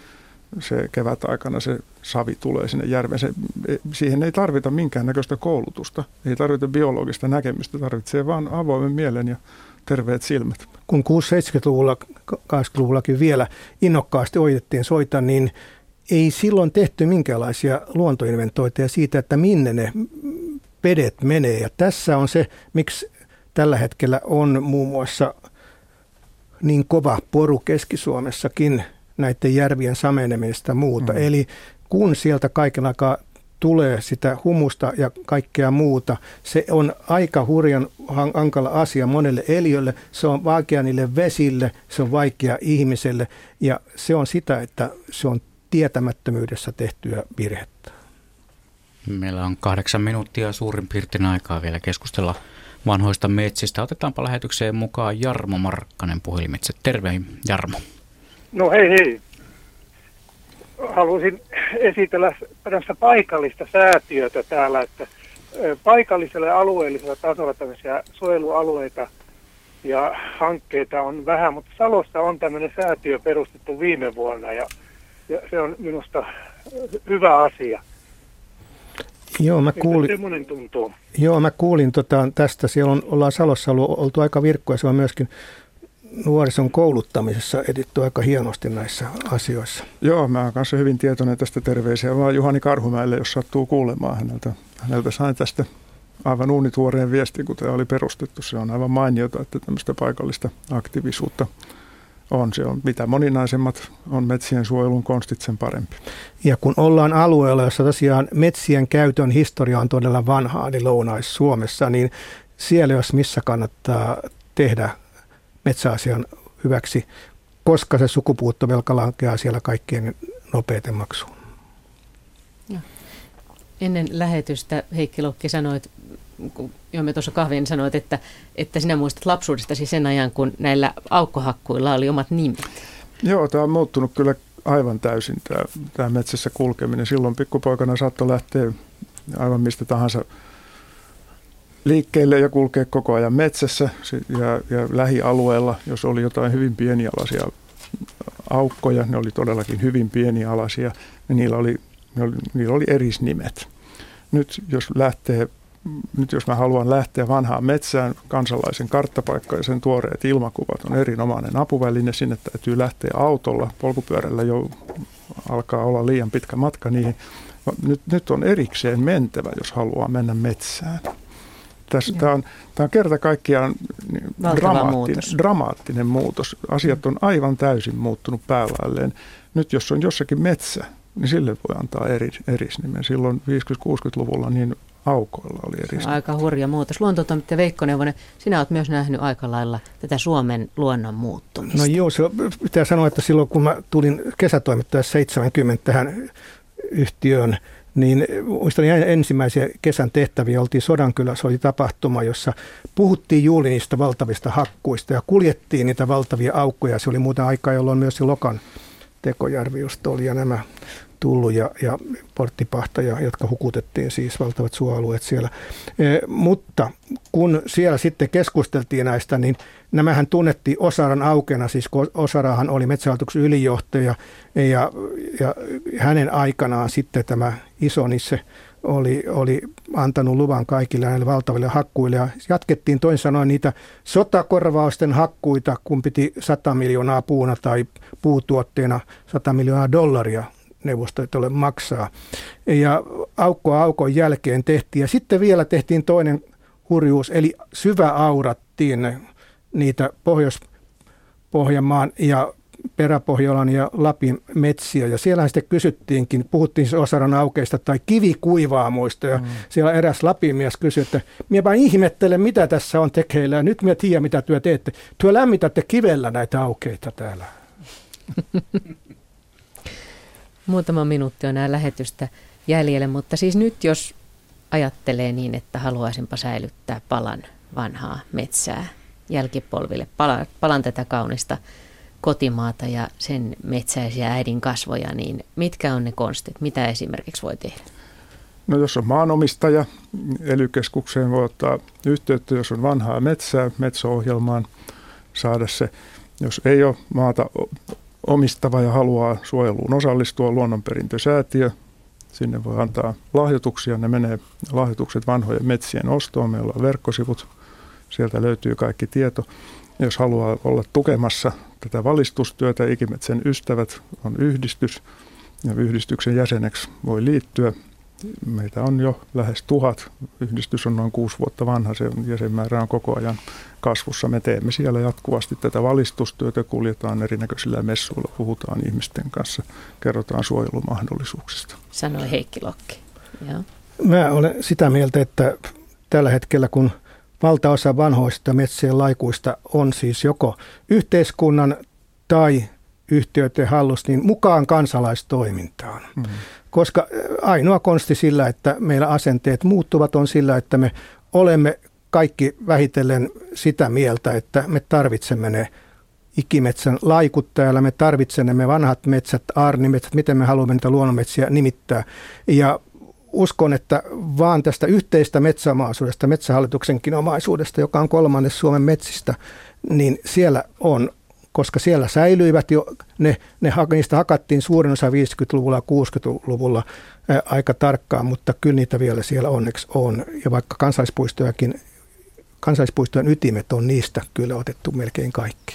se kevätaikana se savi tulee sinne järveen. Siihen ei tarvita minkäännäköistä koulutusta, ei tarvita biologista näkemystä, tarvitsee vaan avoimen mielen ja terveet silmät. Kun 60-70-luvulla, 80-luvullakin vielä innokkaasti ojitettiin soita, niin ei silloin tehty minkäänlaisia luontoinventointeja siitä, että minne ne vedet menee. Ja tässä on se, miksi tällä hetkellä on muun muassa niin kova poru Keski-Suomessakin näiden järvien samenemisesta muuta. Eli kun sieltä kaiken aikaa tulee sitä humusta ja kaikkea muuta, se on aika hurjan hankala asia monelle eliölle, se on vaikea niille vesille, se on vaikea ihmiselle ja se on sitä, että se on tietämättömyydessä tehtyä virhettä. Meillä on 8 minuuttia suurin piirtein aikaa vielä keskustella vanhoista metsistä. Otetaanpa lähetykseen mukaan Jarmo Markkanen puhelimitse. Terve Jarmo. No hei. Haluaisin esitellä tällaista paikallista säätiötä täällä, että paikallisella ja alueellisella tasolla tämmöisiä suojelualueita ja hankkeita on vähän, mutta Salossa on tämmöinen säätiö perustettu viime vuonna ja se on minusta hyvä asia. Joo, mä kuulin tästä. Siellä ollaan Salossa oltu aika virkkoja. Se on myöskin nuorison kouluttamisessa editty aika hienosti näissä asioissa. Joo, mä oon kanssa hyvin tietoinen tästä. Terveisiä vaan Juhani Karhumäelle, jos sattuu kuulemaan häneltä sain tästä aivan uunituoreen viestin, kun tämä oli perustettu. Se on aivan mainiota, että tämmöistä paikallista aktiivisuutta on. Se on mitä moninaisemmat on metsien suojelun konstit, sen parempi. Ja kun ollaan alueella, jossa tosiaan metsien käytön historia on todella vanhaa, eli Lounais-Suomessa, niin siellä jos missä kannattaa tehdä metsäasian hyväksi, koska se sukupuuttovelka lankeaa siellä kaikkien nopeiten maksuun. Ennen lähetystä Heikki Lokki sanoit, kun joimme tuossa kahvin, sanoit, että sinä muistat lapsuudestasi sen ajan, kun näillä aukkohakkuilla oli omat nimet. Joo, tämä on muuttunut kyllä aivan täysin tämä metsässä kulkeminen. Silloin pikkupoikana saattoi lähteä aivan mistä tahansa liikkeelle ja kulkea koko ajan metsässä ja lähialueella, jos oli jotain hyvin pienialaisia aukkoja, ne oli todellakin hyvin pienialaisia, niin niillä oli erisnimet. Nyt jos mä haluan lähteä vanhaan metsään, kansalaisen karttapaikka ja sen tuoreet ilmakuvat on erinomainen apuväline. Sinne täytyy lähteä autolla, polkupyörällä jo alkaa olla liian pitkä matka niihin. Nyt on erikseen mentävä, jos haluaa mennä metsään. Tämä on kerta kaikkiaan dramaattinen muutos. Asiat on aivan täysin muuttunut päälailleen. Nyt jos on jossakin metsä, niin sille voi antaa erisnimen. Silloin 50-60-luvulla niin aukoilla oli erisnimen. Aika hurja muutos. Luontotoimittaja Veikko Neuvonen, sinä olet myös nähnyt aika lailla tätä Suomen luonnon muuttumista. No joo, se pitää sanoa, että silloin kun mä tulin kesätoimittajaksi 70 tähän yhtiöön, niin muistan ensimmäisiä kesän tehtäviä oltiin Sodankylässä, oli tapahtuma, jossa puhuttiin juuri niistä valtavista hakkuista ja kuljettiin niitä valtavia aukkoja. Se oli muuten aikaa, jolloin myös se Lokan Tekojärvi, josta oli ja nämä Tullu ja Porttipahta, jotka hukutettiin siis valtavat suoalueet siellä. Mutta kun siellä sitten keskusteltiin näistä, niin nämähän tunnettiin Osaran aukena, siis Osarahan oli Metsähallituksen ylijohtaja ja hänen aikanaan sitten tämä Isonisse oli antanut luvan kaikille näille valtaville hakkuille ja jatkettiin toisin sanoen niitä sotakorvausten hakkuita, kun piti 100 miljoonaa puuna tai puutuotteena $100 miljoonaa Neuvostoliitolle maksaa. Ja aukon jälkeen tehtiin ja sitten vielä tehtiin toinen hurjuus, eli syväaurattiin niitä Pohjois-Pohjanmaan ja Peräpohjolan ja Lapin metsiä. Ja siellä sitten kysyttiinkin, puhuttiin siis Osaran aukeista tai kivikuivaamoista. Ja siellä eräs Lapin-mies kysyi, että minä vaan ihmettelen, mitä tässä on tekeillä. Ja nyt minä tiedän, mitä työ teette. Työ lämmitätte kivellä näitä aukeita täällä. Muutama minuutti on nämä lähetystä jäljellä, mutta siis nyt jos ajattelee niin, että haluaisinpa säilyttää palan vanhaa metsää jälkipolville, palan tätä kaunista kotimaata ja sen metsäisiä äidin kasvoja, niin mitkä on ne konstit? Mitä esimerkiksi voi tehdä? No jos on maanomistaja, ELY-keskukseen voi ottaa yhteyttä, jos on vanhaa metsää, Metso-ohjelmaan saada se. Jos ei ole maata omistava ja haluaa suojeluun osallistua, luonnonperintösäätiö, sinne voi antaa lahjoituksia, ne menee lahjoitukset vanhojen metsien ostoon, meillä on verkkosivut, sieltä löytyy kaikki tieto. Jos haluaa olla tukemassa tätä valistustyötä, Ikimetsän ystävät on yhdistys ja yhdistyksen jäseneksi voi liittyä. meitä on jo lähes 1000. Yhdistys on noin 6 vuotta vanha, se jäsenmäärä on koko ajan kasvussa. Me teemme siellä jatkuvasti tätä valistustyötä, kuljetaan erinäköisillä messuilla, puhutaan ihmisten kanssa, kerrotaan suojelumahdollisuuksista. Sanoi Heikki Lokki. Joo. Mä olen sitä mieltä, että tällä hetkellä kun valtaosa vanhoista metsien laikuista on siis joko yhteiskunnan tai yhtiöiden hallussa, niin mukaan kansalaistoimintaan. Koska ainoa konsti sillä, että meillä asenteet muuttuvat, on sillä, että me olemme kaikki vähitellen sitä mieltä, että me tarvitsemme ne ikimetsän laikut täällä, me tarvitsemme ne vanhat metsät, aarnimetsät, miten me haluamme niitä luonnonmetsiä nimittää. Ja uskon, että vaan tästä yhteistä metsäomaisuudesta, metsähallituksenkin omaisuudesta, joka on 1/3 Suomen metsistä, niin siellä on, koska siellä säilyivät jo, niistä hakattiin suurin osa 50-luvulla ja 60-luvulla aika tarkkaan, mutta kyllä niitä vielä siellä onneksi on. Ja vaikka kansallispuistojen ytimet on niistä kyllä otettu melkein kaikki.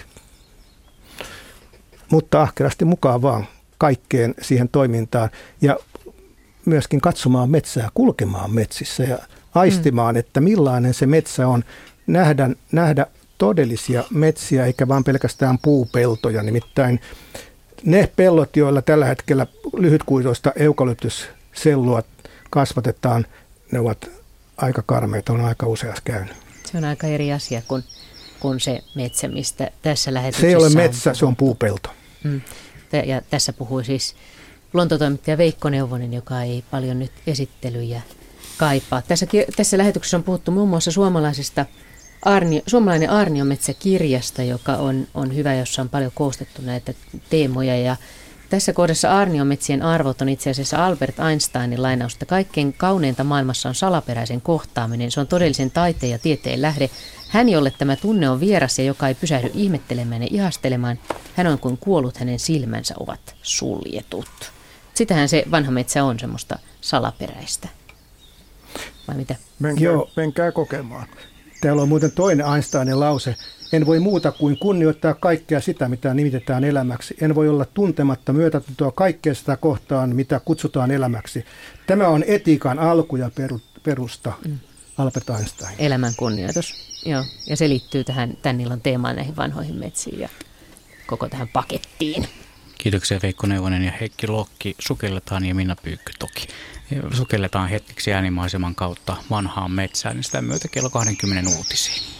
Mutta ahkerasti mukaan vaan kaikkeen siihen toimintaan ja myöskin katsomaan metsää, kulkemaan metsissä ja aistimaan, että millainen se metsä on, nähdä todellisia metsiä eikä vaan pelkästään puupeltoja. Nimittäin ne pellot, joilla tällä hetkellä lyhytkuitoista eukalyptussellua kasvatetaan, ne ovat aika karmeita, on aika useasti käynyt. Se on aika eri asia kuin se metsä, mistä tässä lähetyksessä se ei ole metsä, se on puupelto. Ja tässä puhui siis luontotoimittaja Veikko Neuvonen, joka ei paljon nyt esittelyjä kaipaa. Tässä lähetyksessä on puhuttu muun muassa suomalainen aarniometsäkirjasta, joka on hyvä, jossa on paljon koostettu näitä teemoja. Ja tässä kohdassa aarniometsien arvot on itse asiassa Albert Einsteinin lainausta. Kaikkein kauneinta maailmassa on salaperäisen kohtaaminen. Se on todellisen taiteen ja tieteen lähde. Hän, jolle tämä tunne on vieras ja joka ei pysähdy ihmettelemään ja ihastelemaan, hän on kuin kuollut, hänen silmänsä ovat suljetut. Sitähän se vanha metsä on, semmoista salaperäistä. Vai mitä? Menkää kokemaan. Täällä on muuten toinen Einsteinin lause. En voi muuta kuin kunnioittaa kaikkea sitä, mitä nimitetään elämäksi. En voi olla tuntematta myötätuntoa kaikkea sitä kohtaan, mitä kutsutaan elämäksi. Tämä on etiikan alku ja perusta. Albert Einstein. Elämän kunnioitus. Joo. Ja se liittyy tämän illan teemaan näihin vanhoihin metsiin ja koko tähän pakettiin. Kiitoksia Veikko Neuvonen ja Heikki Lokki. Sukelletaan ja Minna Pyykky toki. Sukelletaan hetkeksi äänimaiseman kautta vanhaan metsään ja sitä myötä kello 20 uutisiin.